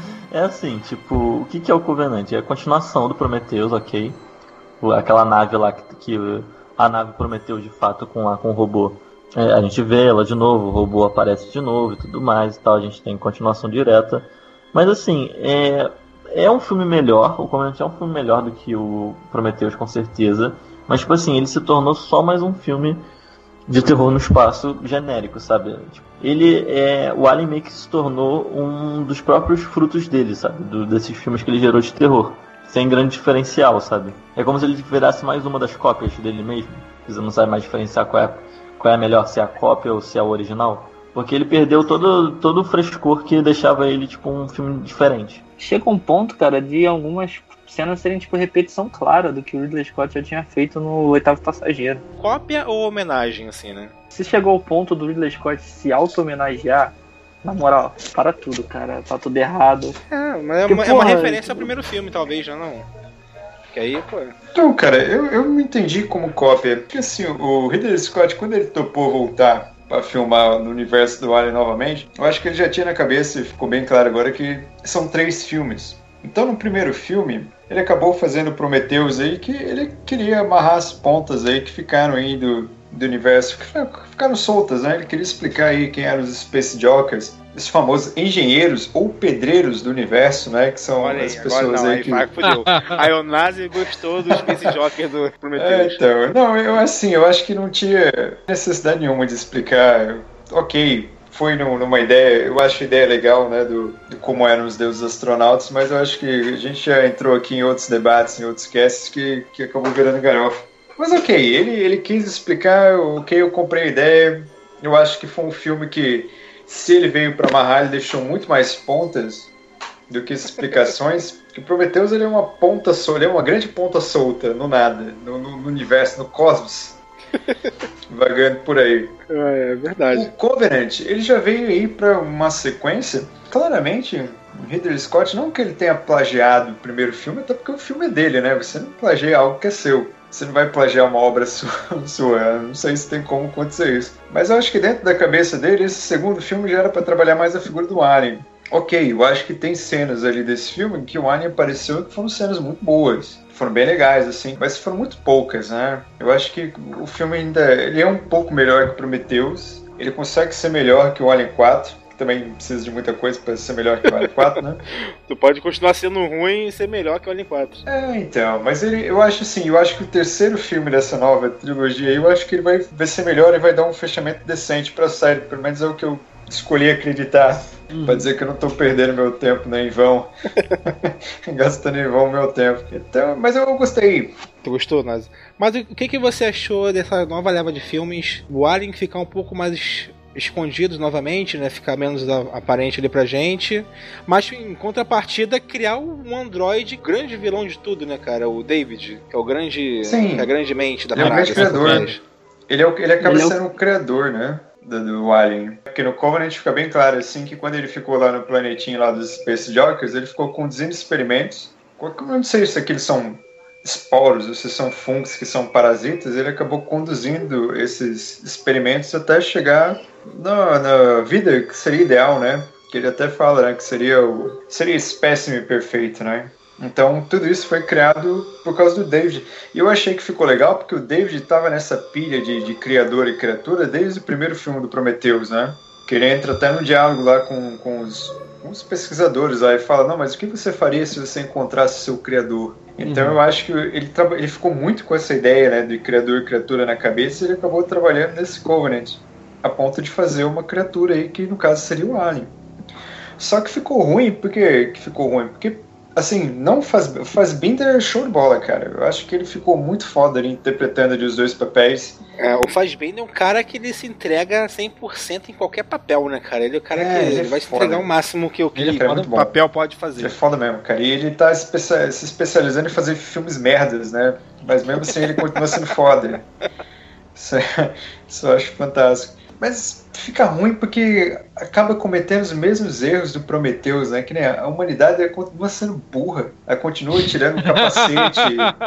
É assim, tipo, o que, que é o Covenant? É a continuação do Prometheus, ok? Aquela nave lá que, que a nave Prometheus de fato com, lá, com o robô. É, a gente vê ela de novo, o robô aparece de novo e tudo mais e tal, a gente tem continuação direta. Mas assim, é, é um filme melhor, o Covenant é um filme melhor do que o Prometheus, com certeza. Mas tipo assim, ele se tornou só mais um filme de terror no espaço genérico, sabe? Ele é... O Alien meio que se tornou um dos próprios frutos dele, sabe? Do, desses filmes que ele gerou de terror. Sem grande diferencial, sabe? É como se ele virasse mais uma das cópias dele mesmo. Você não sabe mais diferenciar qual é, qual é a melhor, se é a cópia ou se é a original. Porque ele perdeu todo, todo o frescor que deixava ele, tipo, um filme diferente. Chega um ponto, cara, de algumas cenas serem, tipo, repetição clara do que o Ridley Scott já tinha feito no Oitavo Passageiro. Cópia ou homenagem, assim, né? Se chegou ao ponto do Ridley Scott se auto-homenagear, na moral, para tudo, cara. Tá tudo errado. É, mas é, Porque, uma, porra, é uma referência ao primeiro filme, talvez, já não. Porque aí, pô... Então, cara, eu, eu não entendi como cópia. Porque, assim, o Ridley Scott, quando ele topou voltar pra filmar no universo do Alien novamente, eu acho que ele já tinha na cabeça, e ficou bem claro agora, que são três filmes. Então, no primeiro filme, ele acabou fazendo Prometheus aí, que ele queria amarrar as pontas aí que ficaram aí do, do universo, que ficaram soltas, né? Ele queria explicar aí quem eram os Space Jokers, os famosos engenheiros ou pedreiros do universo, né? Que são Olha as aí, pessoas não, aí, aí que... vai, fudeu. Aí o Nazi gostou do Space Joker do Prometheus. É, então, não, eu assim, eu acho que não tinha necessidade nenhuma de explicar. Ok, foi no, numa ideia, eu acho a ideia legal, né, do, de como eram os deuses astronautas, mas eu acho que a gente já entrou aqui em outros debates, em outros casts, que, que acabou virando garofa. Mas ok, ele, ele quis explicar, ok, eu comprei a ideia, eu acho que foi um filme que, se ele veio para amarrar, ele deixou muito mais pontas do que explicações, porque Prometheus ele é uma ponta solta, ele é uma grande ponta solta, no nada, no, no, no universo, no cosmos, vagando por aí. É, é verdade. O Covenant, ele já veio aí para uma sequência, claramente, o Ridley Scott, não que ele tenha plagiado o primeiro filme, até porque o filme é dele, né? Você não plagia algo que é seu. Você não vai plagiar uma obra sua, sua. Não sei se tem como acontecer isso. Mas eu acho que dentro da cabeça dele, esse segundo filme já era para trabalhar mais a figura do Alien. Ok, eu acho que tem cenas ali desse filme em que o Alien apareceu que foram cenas muito boas. Foram bem legais, assim, mas foram muito poucas, né? Eu acho que o filme ainda ele é um pouco melhor que o Prometheus. Ele consegue ser melhor que o Alien quatro, que também precisa de muita coisa para ser melhor que o Alien quatro, né? Tu pode continuar sendo ruim e ser melhor que o Alien quatro. É, então, mas ele, eu acho assim, eu acho que o terceiro filme dessa nova trilogia aí, eu acho que ele vai, vai ser melhor e vai dar um fechamento decente pra série, pelo menos é o que eu escolhi acreditar. Uhum. Pra dizer que eu não tô perdendo meu tempo, né, em vão. Gastando em vão meu tempo. Então, mas eu gostei. Tu gostou, Nazi? Mas o que, que você achou dessa nova leva de filmes? O Alien ficar um pouco mais escondido novamente, né? Ficar menos aparente ali pra gente. Mas em contrapartida, criar um androide grande vilão de tudo, né, cara? O David, que é o grande. Sim. Que é a grande mente da ele parada. É o grande criador. Ele, é o, ele acaba ele sendo o é o... criador, né? Do, do Alien. Porque no Covenant fica bem claro assim que quando ele ficou lá no planetinho lá dos Space Jokers, ele ficou conduzindo experimentos. Eu não sei se aqueles são esporos ou se são fungos que são parasitas, ele acabou conduzindo esses experimentos até chegar na, na vida que seria ideal, né? Que ele até fala, né, que seria o seria espécime perfeito, né? Então, tudo isso foi criado por causa do David. E eu achei que ficou legal, porque o David estava nessa pilha de, de criador e criatura desde o primeiro filme do Prometheus, né? Que ele entra até no diálogo lá com, com, os, com os pesquisadores lá e fala, não, mas o que você faria se você encontrasse seu criador? Então, uhum. eu acho que ele, ele ficou muito com essa ideia, né, de criador e criatura na cabeça e ele acabou trabalhando nesse Covenant, a ponto de fazer uma criatura aí, que no caso seria o Alien. Só que ficou ruim, por que ficou ruim? Porque assim, não faz, faz Binder show de bola, cara. Eu acho que ele ficou muito foda ali interpretando ali os dois papéis. É, o Fassbender é um cara que ele se entrega cem por cento em qualquer papel, né, cara? Ele é o cara é, que ele, ele vai se entregar o máximo que o que ele é muito papel pode fazer. Ele é foda mesmo, cara. E ele tá especia- se especializando em fazer filmes merdas, né? Mas mesmo assim ele continua sendo foda. Isso, é, isso eu acho fantástico. mas fica ruim porque acaba cometendo os mesmos erros do Prometheus, né? Que nem a humanidade continua sendo burra. Ela continua tirando o capacete,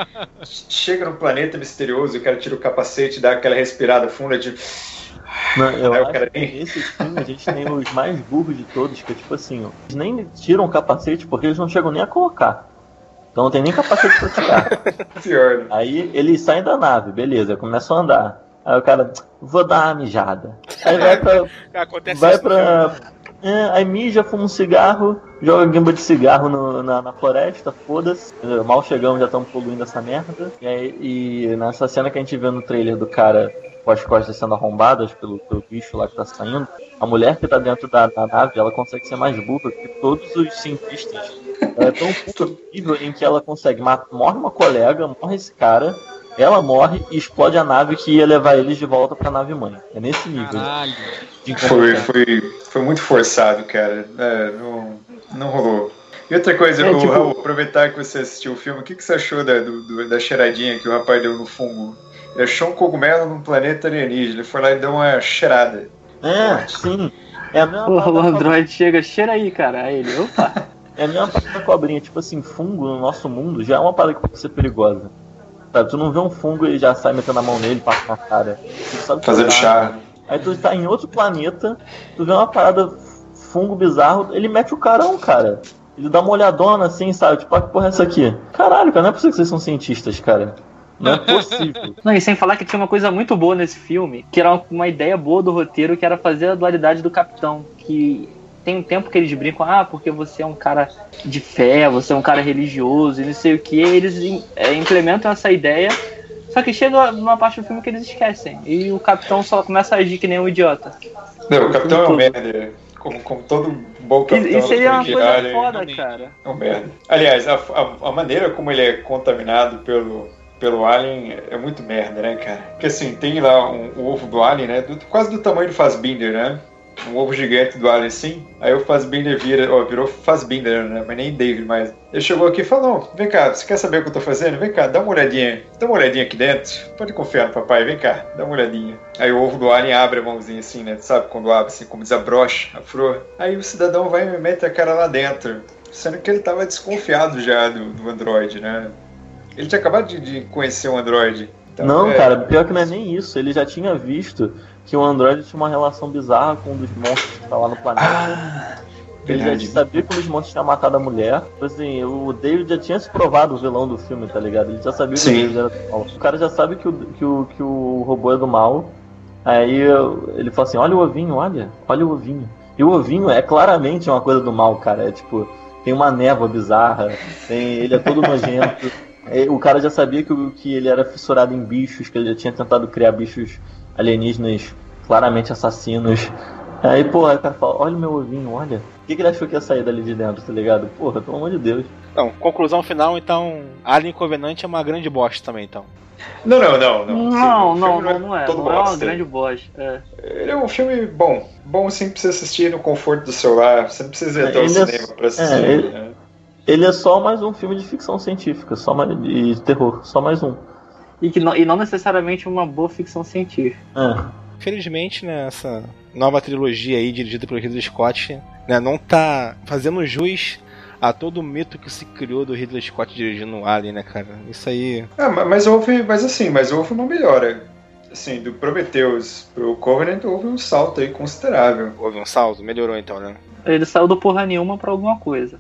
chega no planeta misterioso, o cara tira o capacete, dá aquela respirada funda de... Não, eu Aí o acho cara que nem... nesse filme a gente tem os mais burros de todos, que é tipo assim, ó, eles nem tiram o capacete porque eles não chegam nem a colocar. Então não tem nem capacete pra tirar. Pior, né? Aí eles saem da nave, beleza, começam a andar. Aí o cara, vou dar uma mijada. Aí vai pra. Acontece vai isso no pra. É, aí mija, fuma um cigarro, joga guimba de cigarro no, na, na floresta, foda-se. Mal chegamos, já estamos poluindo essa merda. E, aí, e nessa cena que a gente vê no trailer do cara com as costas sendo arrombadas pelo, pelo bicho lá que tá saindo, a mulher que tá dentro da, da nave, ela consegue ser mais burra que todos os cientistas. Ela é tão possível em que ela consegue matar, morre uma colega, morre esse cara, ela morre e explode a nave que ia levar eles de volta pra nave mãe. É nesse nível. Caralho. De Foi, foi, foi muito forçado, cara. É, não, não rolou. E outra coisa, É, o, tipo- Raul, aproveitar que você assistiu o filme, o que, que você achou da, do, do- da cheiradinha que o rapaz deu no fungo? Ele achou um cogumelo num planeta alienígena, ele foi lá e deu uma cheirada. É, sim. É a mesma O, parada o da Android chega, cheira aí, cara. Aí ele, opa. É a mesma parada da cobrinha, tipo assim, fungo no nosso mundo já é uma parada que pode ser perigosa. Sabe, tu não vê um fungo e já sai metendo a mão nele, passa na cara. Tu sabe que Fazendo tá- chá. Aí tu tá em outro planeta, tu vê uma parada fungo bizarro, ele mete o carão, cara. Ele dá uma olhadona assim, sabe? Tipo, ah, que porra é essa aqui? Caralho, cara, não é possível que vocês são cientistas, cara. Não é possível. Não, e sem falar que tinha uma coisa muito boa nesse filme, que era uma, uma ideia boa do roteiro, que era fazer a dualidade do Capitão. Que tem um tempo que eles brincam, ah, porque você é um cara de fé, você é um cara religioso e não sei o que. Eles é, implementam essa ideia, só que chega numa parte do filme que eles esquecem. E o Capitão só começa a agir que nem um idiota. Não, o capitão é um Tudo. merda. Como, como todo bom capitão. E, e seria uma coisa originário, foda, cara. É um merda. Aliás, a, a, a maneira como ele é contaminado pelo, pelo Alien é muito merda, né, cara? Porque assim, tem lá um, o ovo do Alien, né? Do, quase do tamanho do Fassbinder, né? Um ovo gigante do Alien, assim. Aí o Fassbinder vira, ó, virou Fassbinder, né? Mas nem David mais. Ele chegou aqui e falou: vem cá, você quer saber o que eu tô fazendo? Vem cá, dá uma olhadinha. Dá uma olhadinha aqui dentro. Pode confiar no papai, vem cá, dá uma olhadinha. Aí o ovo do Alien abre a mãozinha assim, né? Sabe quando abre assim, como desabrocha a flor? Aí o cidadão vai e mete a cara lá dentro. Sendo que ele tava desconfiado já do, do Android, né? Ele tinha acabado de, de conhecer o Android. Então, Não, é, cara, pior que não é nem isso. Ele já tinha visto que o Android tinha uma relação bizarra com um dos monstros que tá lá no planeta. Ah, Ele já verdade. sabia que um dos monstros tinha matado a mulher. Tipo assim, o David já tinha se provado o vilão do filme, tá ligado? Ele já sabia que Sim. o David era do mal. O cara já sabe que o, que o, que o robô é do mal. Aí eu- ele fala assim, olha o ovinho, olha, olha o ovinho. E o ovinho é claramente uma coisa do mal, cara. É tipo, tem uma névoa bizarra, tem, ele é todo nojento. É, o cara já sabia que, o- que ele era fissurado em bichos, que ele já tinha tentado criar bichos alienígenas claramente assassinos. Aí, pô, aí o cara fala, olha o meu ovinho, olha. O que, que ele achou que ia sair dali de dentro, tá ligado? Porra, pelo amor de Deus. Então, conclusão final, então, Alien Covenant é uma grande bosta também, então. Não, não, não. Não, Não, Sim, não, o não, filme não, é. todo Não é uma bosta. grande bosta. É. Ele é um filme bom. Bom sim pra você assistir no conforto do celular. Você não precisa ir até o Ele é- cinema pra assistir. é, ele- né? Ele é só mais um filme de ficção científica, só mais, e de terror, só mais um. E, que não, e não necessariamente uma boa ficção científica. É. Felizmente, né, essa nova trilogia aí, dirigida pelo Ridley Scott, né, não tá fazendo jus a todo o mito que se criou do Ridley Scott dirigindo o Alien, né, cara? Isso aí... Ah, ma- mas houve, mas assim, mas houve uma melhora. Assim, do Prometheus pro Covenant houve um salto aí considerável. Houve um salto? Melhorou então, né? Ele saiu do porra nenhuma pra alguma coisa.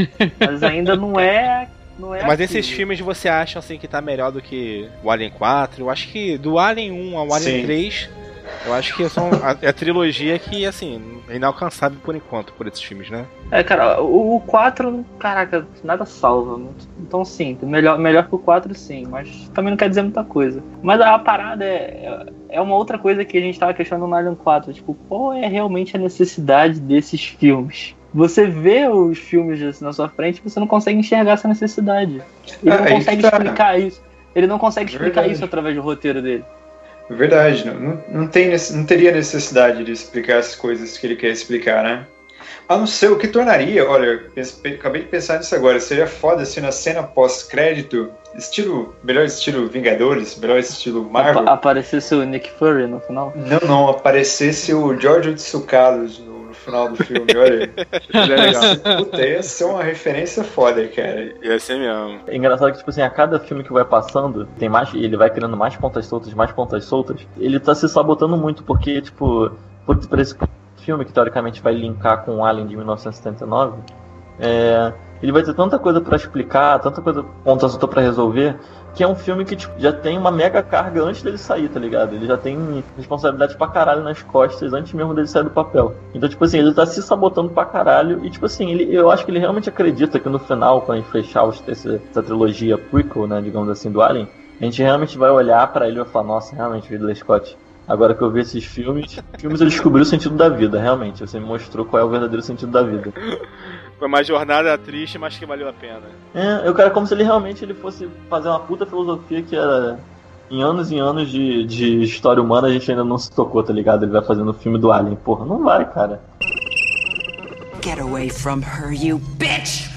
Mas ainda não é. Não é Mas aquilo. esses filmes você acha assim que tá melhor do que o Alien quatro? Eu acho que do Alien um ao Alien Sim. três, eu acho que são a, é a trilogia que, assim, é inalcançável por enquanto, por esses filmes, né? É, cara, o, o quatro, caraca, nada salva. Então sim, melhor, melhor que o quatro sim, mas também não quer dizer muita coisa. Mas a parada é, é uma outra coisa que a gente tava questionando no Alien quatro, tipo, qual é realmente a necessidade desses filmes? Você vê os filmes assim na sua frente e você não consegue enxergar essa necessidade. Ele Ah, não aí consegue que tá. explicar isso. Ele não consegue explicar Verdade. isso através do roteiro dele. Verdade, não, não, não, tem, nece- não teria necessidade de explicar as coisas que ele quer explicar, né? A não ser o que tornaria, olha, eu acabei de pensar nisso agora, seria foda se na cena pós-crédito, estilo, melhor estilo Vingadores, melhor estilo Marvel. Apa- aparecesse o Nick Fury no final? Não, não, aparecesse o Giorgio Tsoukalos no, no final do filme, olha. Puta, ia ser uma referência foda, cara. Ia ser mesmo. É engraçado que, tipo assim, a cada filme que vai passando, tem mais, ele vai criando mais pontas soltas, mais pontas soltas, ele tá se sabotando muito, porque, tipo, por, por esse filme que teoricamente vai linkar com o Alien de mil novecentos e setenta e nove, é, ele vai ter tanta coisa pra explicar, tanta coisa, ponta solta pra resolver, que é um filme que tipo, já tem uma mega carga antes dele sair, tá ligado? Ele já tem responsabilidade pra caralho nas costas antes mesmo dele sair do papel. Então, tipo assim, ele tá se sabotando pra caralho e, tipo assim, ele, eu acho que ele realmente acredita que no final, quando a gente fechar os, essa, essa trilogia prequel, né, digamos assim, do Alien, a gente realmente vai olhar pra ele e vai falar, nossa, realmente, Ridley Scott, agora que eu vi esses filmes, filmes eu descobri o sentido da vida, realmente. Você me mostrou qual é o verdadeiro sentido da vida. Foi uma jornada triste, mas que valeu a pena. É, eu quero como se ele realmente ele fosse fazer uma puta filosofia que era... Em anos e anos de, de história humana a gente ainda não se tocou, tá ligado? Ele vai fazendo o filme do Alien. Porra, não vai, cara. Get away from her, you bitch!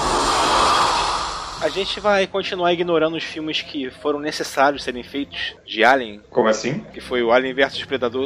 A gente vai continuar ignorando os filmes que foram necessários serem feitos de Alien. Como assim? Que foi o Alien versus Predador.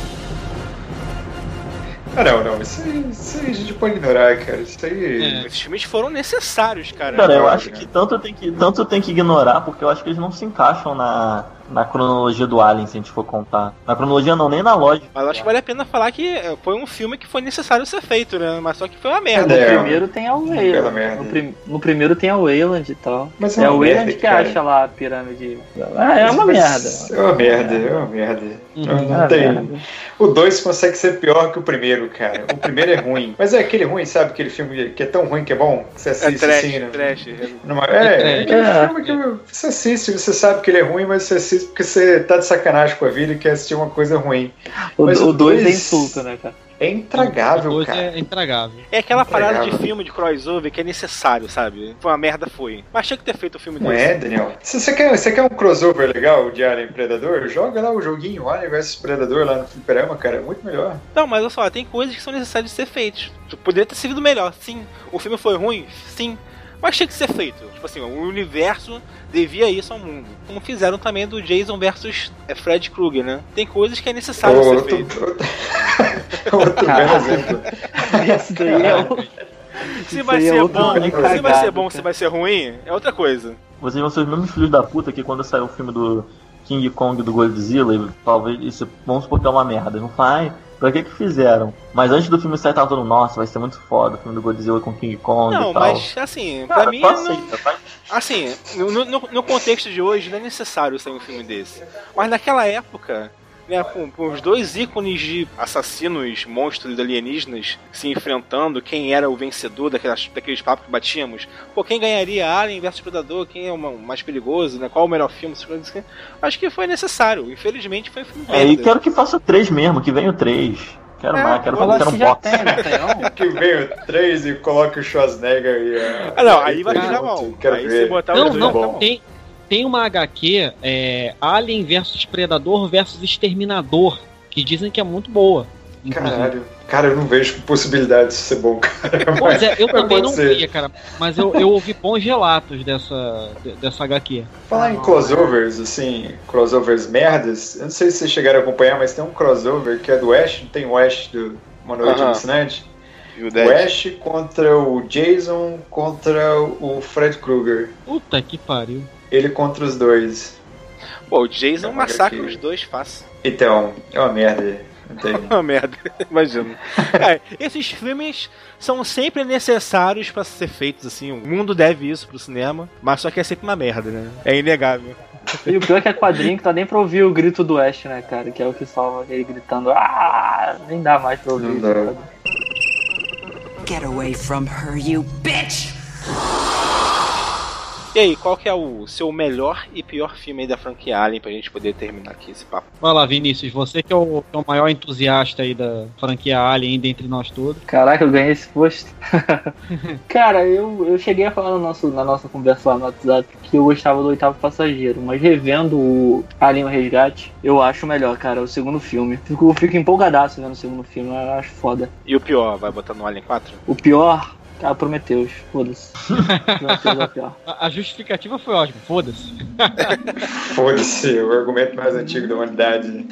Ah, não, não. Isso aí, isso aí a gente pode ignorar, cara. Isso aí... É. Esses filmes foram necessários, cara. Cara, eu acho que tanto tem que, tanto tem que ignorar, porque eu acho que eles não se encaixam na, na cronologia do Alien, se a gente for contar. Na cronologia não, nem na lógica. Mas eu acho que vale a pena falar que foi um filme que foi necessário ser feito, né? Mas só que foi uma merda. No É, primeiro tem a Wayland. No, prim- no primeiro tem a Wayland e tal. Mas é é a uma Wayland merda, que cara. acha lá a pirâmide. Ah, é uma Mas merda. É uma merda, é uma merda. Uhum, não não é tem. merda. O dois consegue ser pior que o primeiro, cara. O primeiro é ruim. Mas é aquele ruim, sabe? Aquele filme que é tão ruim que é bom? Que você É assiste trash, assim, né? trash. Numa... É, É, é aquele é. filme que você assiste, você sabe que ele é ruim, mas você assiste porque você tá de sacanagem com a vida e quer assistir uma coisa ruim. O Mas o dois é dois- insulto, né, cara? É intragável, Depois cara. é intragável. É aquela Intragável. parada de filme de crossover que é necessário, sabe? Foi uma merda, foi. Mas tinha que ter feito o filme Não desse. é, Daniel? Se você quer, você quer um crossover legal de Alien Predador, joga lá o joguinho Alien versus Predador lá no Fliperama, cara. É muito melhor. Não, mas olha só, tem coisas que são necessárias de ser feitas. Poderia ter sido melhor, sim. O filme foi ruim, sim. Mas tinha que ser feito. Tipo assim, o universo devia isso ao mundo. Como fizeram também do Jason versus Fred Krueger, né? Tem coisas que é necessário ser Outro, feito. outro, outro belo exemplo. Esse daí é o. Se vai Isso aí é ser outro bom, filme se vai ser cagado, bom, cara. se vai ser ruim, é outra coisa. Vocês vão ser os mesmos filhos da puta que quando saiu o filme do King Kong do Godzilla, e talvez isso, vamos supor que é uma merda. Eles vão falar, ai, pra que que fizeram? Mas antes do filme sair, tava todo, nossa, vai ser muito foda o filme do Godzilla com King Kong Não, e tal. mas assim, Cara, pra mim, tu não, aceita, vai. assim, no, no, no contexto de hoje não é necessário sair um filme desse. Mas naquela época, né, com, com os dois ícones de assassinos, monstros alienígenas se enfrentando, quem era o vencedor daquelas, daqueles papos que batíamos, pô, quem ganharia Alien versus Predador, quem é o ma- mais perigoso, né, qual o melhor filme, essas coisas assim. Acho que foi necessário, infelizmente foi um filme É, e merda. quero que faça o três mesmo, que venha o três. Quero É, mais, quero eu fazer Acho um que já box. tem, não tem não? Que veio três e coloca o Schwarzenegger e a... Ah, não, aí vai Cara, ficar bom. Quero Aí ver. se botar Não, os dois, não, vai ficar bom. tem, tem uma H Q, é, Alien versus Predador versus Exterminador, que dizem que é muito boa. inclusive. Caralho. Cara, eu não vejo possibilidade de ser bom, cara. Pois é, eu Mas também pode não ser. via, cara, mas eu, eu ouvi bons relatos dessa, de- dessa H Q. Falar em crossovers, assim, crossovers merdas, eu não sei se vocês chegaram a acompanhar, mas tem um crossover que é do Ash, não tem o Ash do Uma Noite Aham. Alucinante? E o O Dead. Ash contra o Jason contra o Fred Krueger. Puta que pariu. Ele contra os dois. Pô, o Jason É uma massacra H Q. os dois fácil. Então, é uma merda. Não tem. Uma merda, imagino. É, esses filmes são sempre necessários pra ser feitos, assim. O mundo deve isso pro cinema, mas só que é sempre uma merda, né? É inegável. E o pior é que é quadrinho que tá nem pra ouvir o grito do Ash, né, cara? Que é o que salva ele gritando. Ah, nem dá mais pra ouvir. Não dá. cara. Get away from her, you bitch! E aí, qual que é o seu melhor e pior filme aí da franquia Alien pra gente poder terminar aqui esse papo? Vai lá, Vinícius, você que é o, é o maior entusiasta aí da franquia Alien dentre nós todos. Caraca, eu ganhei esse posto. Cara, eu, eu cheguei a falar no nosso, na nossa conversa lá no WhatsApp que eu gostava do Oitavo Passageiro, mas revendo o Alien o Resgate, eu acho melhor, cara, o segundo filme. Fico, eu fico empolgadaço vendo o segundo filme, eu acho foda. E o pior, vai botar no Alien quatro? O pior... Ah, Prometheus, foda-se. Prometheus é o pior. A, a justificativa foi ótima, foda-se. Foda-se, o argumento mais antigo da humanidade.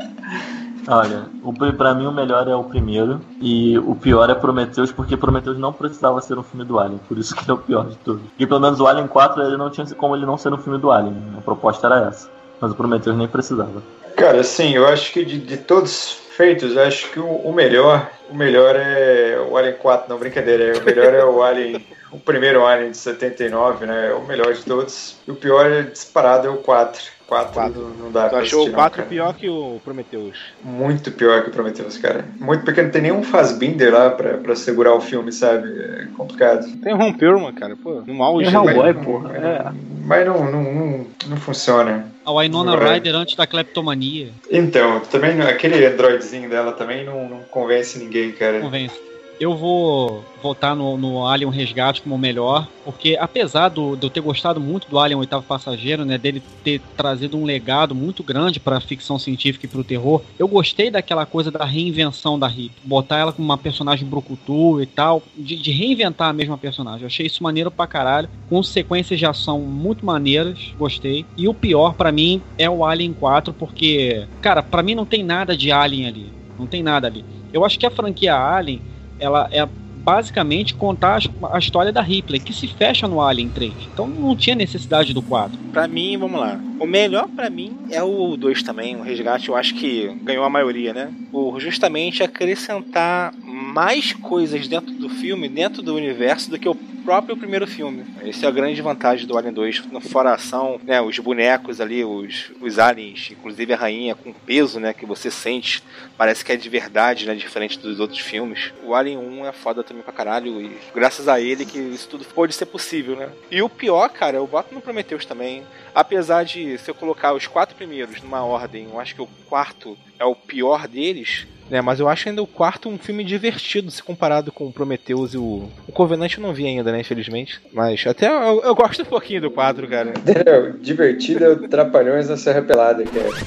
Olha, o, pra mim o melhor é o primeiro e o pior é Prometheus, porque Prometheus não precisava ser um filme do Alien, por isso que ele é o pior de todos. E pelo menos o Alien quatro ele não tinha como ele não ser um filme do Alien, a proposta era essa, mas o Prometheus nem precisava. Cara, assim, eu acho que de, de todos feitos, eu acho que o, o melhor, o melhor é o Alien quatro, não, brincadeira, o melhor é o Alien, o primeiro Alien de setenta e nove, né, é o melhor de todos, e o pior é disparado é o quatro. quatro não, não dá tu pra achou assistir, o quatro não, pior que o Prometheus? Muito pior que o Prometheus, cara. Muito porque não tem nenhum Fassbinder lá pra, pra segurar o filme, sabe? É complicado. Tem um Ron Perlman, cara, pô, no auge. É Hellboy, mas, porra. Mas, é. mas não, não, não, não funciona. A Winona Não é. Ryder antes da cleptomania. Então, também não- aquele androidzinho dela também não, não convence ninguém, cara. Convence. Eu vou votar no, no Alien Resgate como o melhor, porque apesar do, de eu ter gostado muito do Alien Oitavo Passageiro, né, dele ter trazido um legado muito grande para a ficção científica e para o terror, eu gostei daquela coisa da reinvenção da Ripley, botar ela como uma personagem brucutu e tal, de, de reinventar a mesma personagem. Eu achei isso maneiro pra caralho, com sequências de ação muito maneiras, gostei. E o pior pra mim é o Alien quatro, porque, cara, pra mim não tem nada de Alien ali, não tem nada ali. Eu acho que a franquia Alien ela é basicamente contar a história da Ripley, que se fecha no Alien três. Então não tinha necessidade do quatro. Pra mim, vamos lá. O melhor pra mim é o dois também, o Resgate. Eu acho que ganhou a maioria, né? Por justamente acrescentar mais coisas dentro do filme, dentro do universo, do que o próprio primeiro filme. Essa é a grande vantagem do Alien dois. Fora a ação, né? Os bonecos ali, os, os aliens, inclusive a rainha com peso, né? Que você sente, parece que é de verdade, né? Diferente dos outros filmes. O Alien um é foda também pra caralho, e graças a ele que isso tudo pode ser possível, né? E o pior, cara, eu boto no Prometheus também. Apesar de, se eu colocar os quatro primeiros numa ordem, eu acho que o quarto é o pior deles, né? Mas eu acho ainda o quarto um filme divertido se comparado com o Prometheus e o... O Covenant eu não vi ainda, né, infelizmente. Mas até eu, eu gosto um pouquinho do quatro, cara. Entendeu? Divertido é o Trapalhões na Serra Pelada,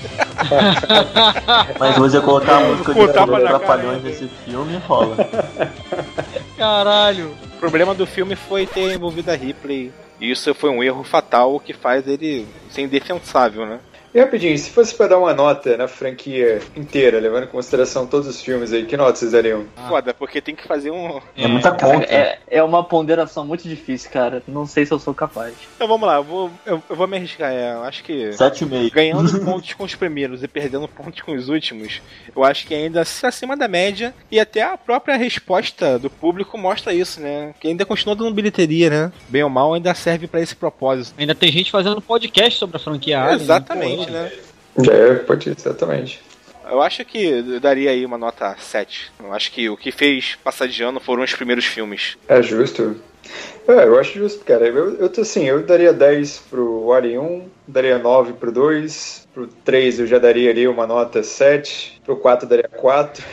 cara. Mas hoje eu colocar a música Pô, de tapa na Trapalhões cara, nesse filme, rola. Caralho. O problema do filme foi ter envolvido a Ripley. E isso foi um erro fatal que faz ele ser indefensável, né? E rapidinho, se fosse pra dar uma nota na franquia inteira, levando em consideração todos os filmes aí, que nota vocês dariam? Ah. Foda, porque tem que fazer um... É muita conta. É, é uma ponderação muito difícil, cara. Não sei se eu sou capaz. Então vamos lá, eu vou, eu, eu vou me arriscar. É, eu acho que sete e meio. ganhando pontos com os primeiros e perdendo pontos com os últimos, eu acho que ainda acima da média, e até a própria resposta do público mostra isso, né? Que ainda continua dando bilheteria, né? Bem ou mal, ainda serve pra esse propósito. Ainda tem gente fazendo podcast sobre a franquia Alien. Exatamente, né? É, pode ir, exatamente. Eu acho que eu daria aí uma nota sete. Eu acho que o que fez passar de ano foram os primeiros filmes. É justo. É, eu acho justo, cara. Eu, eu tô assim, eu daria dez pro Alien um, daria nove pro dois, pro três eu já daria ali uma nota sete, pro quatro eu daria quatro.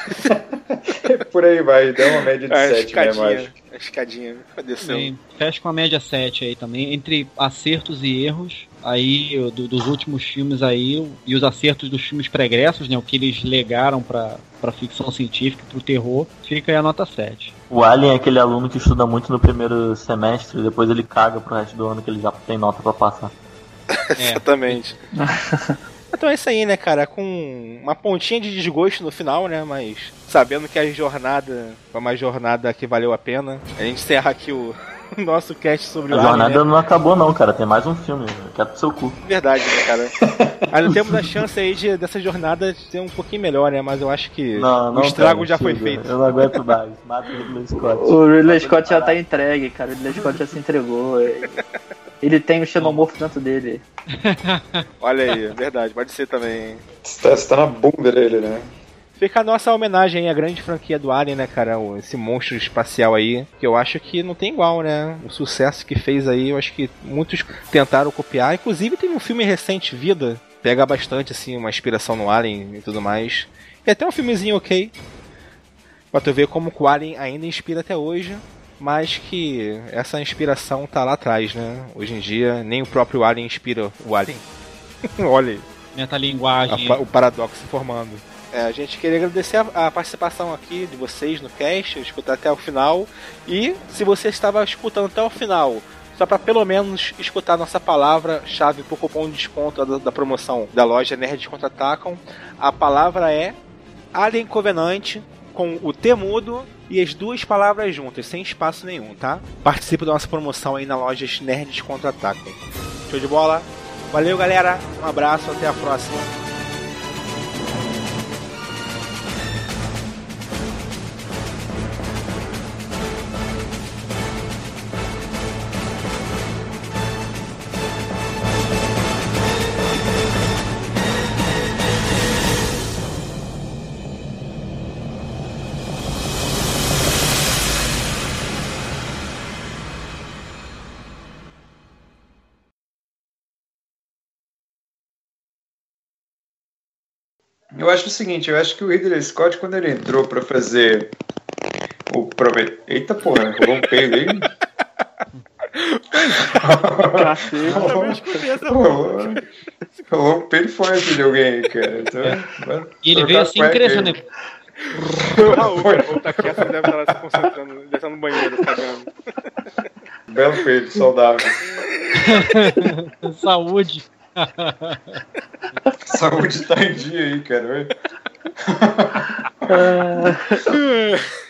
Por aí vai, dá uma média de É, sete mesmo, acho. A escadinha, desceu. Sim, fecha com a média sete aí também, entre acertos e erros, aí do, dos últimos filmes aí, e os acertos dos filmes pregressos, né, o que eles legaram pra, pra ficção científica, pro terror, fica aí a nota sete. O Alien é aquele aluno que estuda muito no primeiro semestre e depois ele caga pro resto do ano que ele já tem nota pra passar. É. Exatamente. Então é isso aí, né, cara? Com uma pontinha de desgosto no final, né? Mas sabendo que a jornada foi uma jornada que valeu a pena. A gente encerra aqui o nosso cast sobre a o A jornada Alien, né? não acabou não, cara. Tem mais um filme. Quero pro seu cu. Verdade, né, cara? Ainda temos a chance aí de, dessa jornada ser um pouquinho melhor, né? Mas eu acho que não, não, o estrago cara, já chega. foi feito. Eu não aguento mais. Mata o Ridley Scott. O Ridley Scott já tá entregue, cara. O Ridley Scott já se entregou. Ele tem o xenomorfo dentro dele. Olha aí, verdade, pode ser também. Você tá, você tá na bunda dele, né? Fica a nossa homenagem à grande franquia do Alien, né, cara? Esse monstro espacial aí, que eu acho que não tem igual, né? O sucesso que fez aí, eu acho que muitos tentaram copiar. Inclusive tem um filme recente, Vida, pega bastante, assim, uma inspiração no Alien e tudo mais. E até um filmezinho ok, pra tu ver como o Alien ainda inspira até hoje, mas que essa inspiração tá lá atrás, né? Hoje em dia, nem o próprio Alien inspira o Alien. Olha aí. Metalinguagem. A, o paradoxo se formando. É, a gente queria agradecer a, a participação aqui de vocês no cast, escutar até o final. E se você estava escutando até o final, só para pelo menos escutar a nossa palavra-chave por cupom de desconto da, da promoção da loja Nerds Contra-Atacam, a palavra é Alien Covenant, com o T mudo e as duas palavras juntas, sem espaço nenhum, tá? Participe da nossa promoção aí na loja Nerds Contra-Atacam. Show de bola? Valeu, galera. Um abraço, até a próxima. Eu acho o seguinte, eu acho que o Ridley Scott, quando ele entrou pra fazer o Promet... Eita porra, rolou um peido aí? rolou, rolou um peido forte de alguém aí, cara. Então, e ele veio assim, crescendo. O Raul, o tá aqui, deve estar lá se concentrando, deve estar no banheiro, cagando. Belo peido, saudável. Saúde. Saúde tá em dia aí, cara.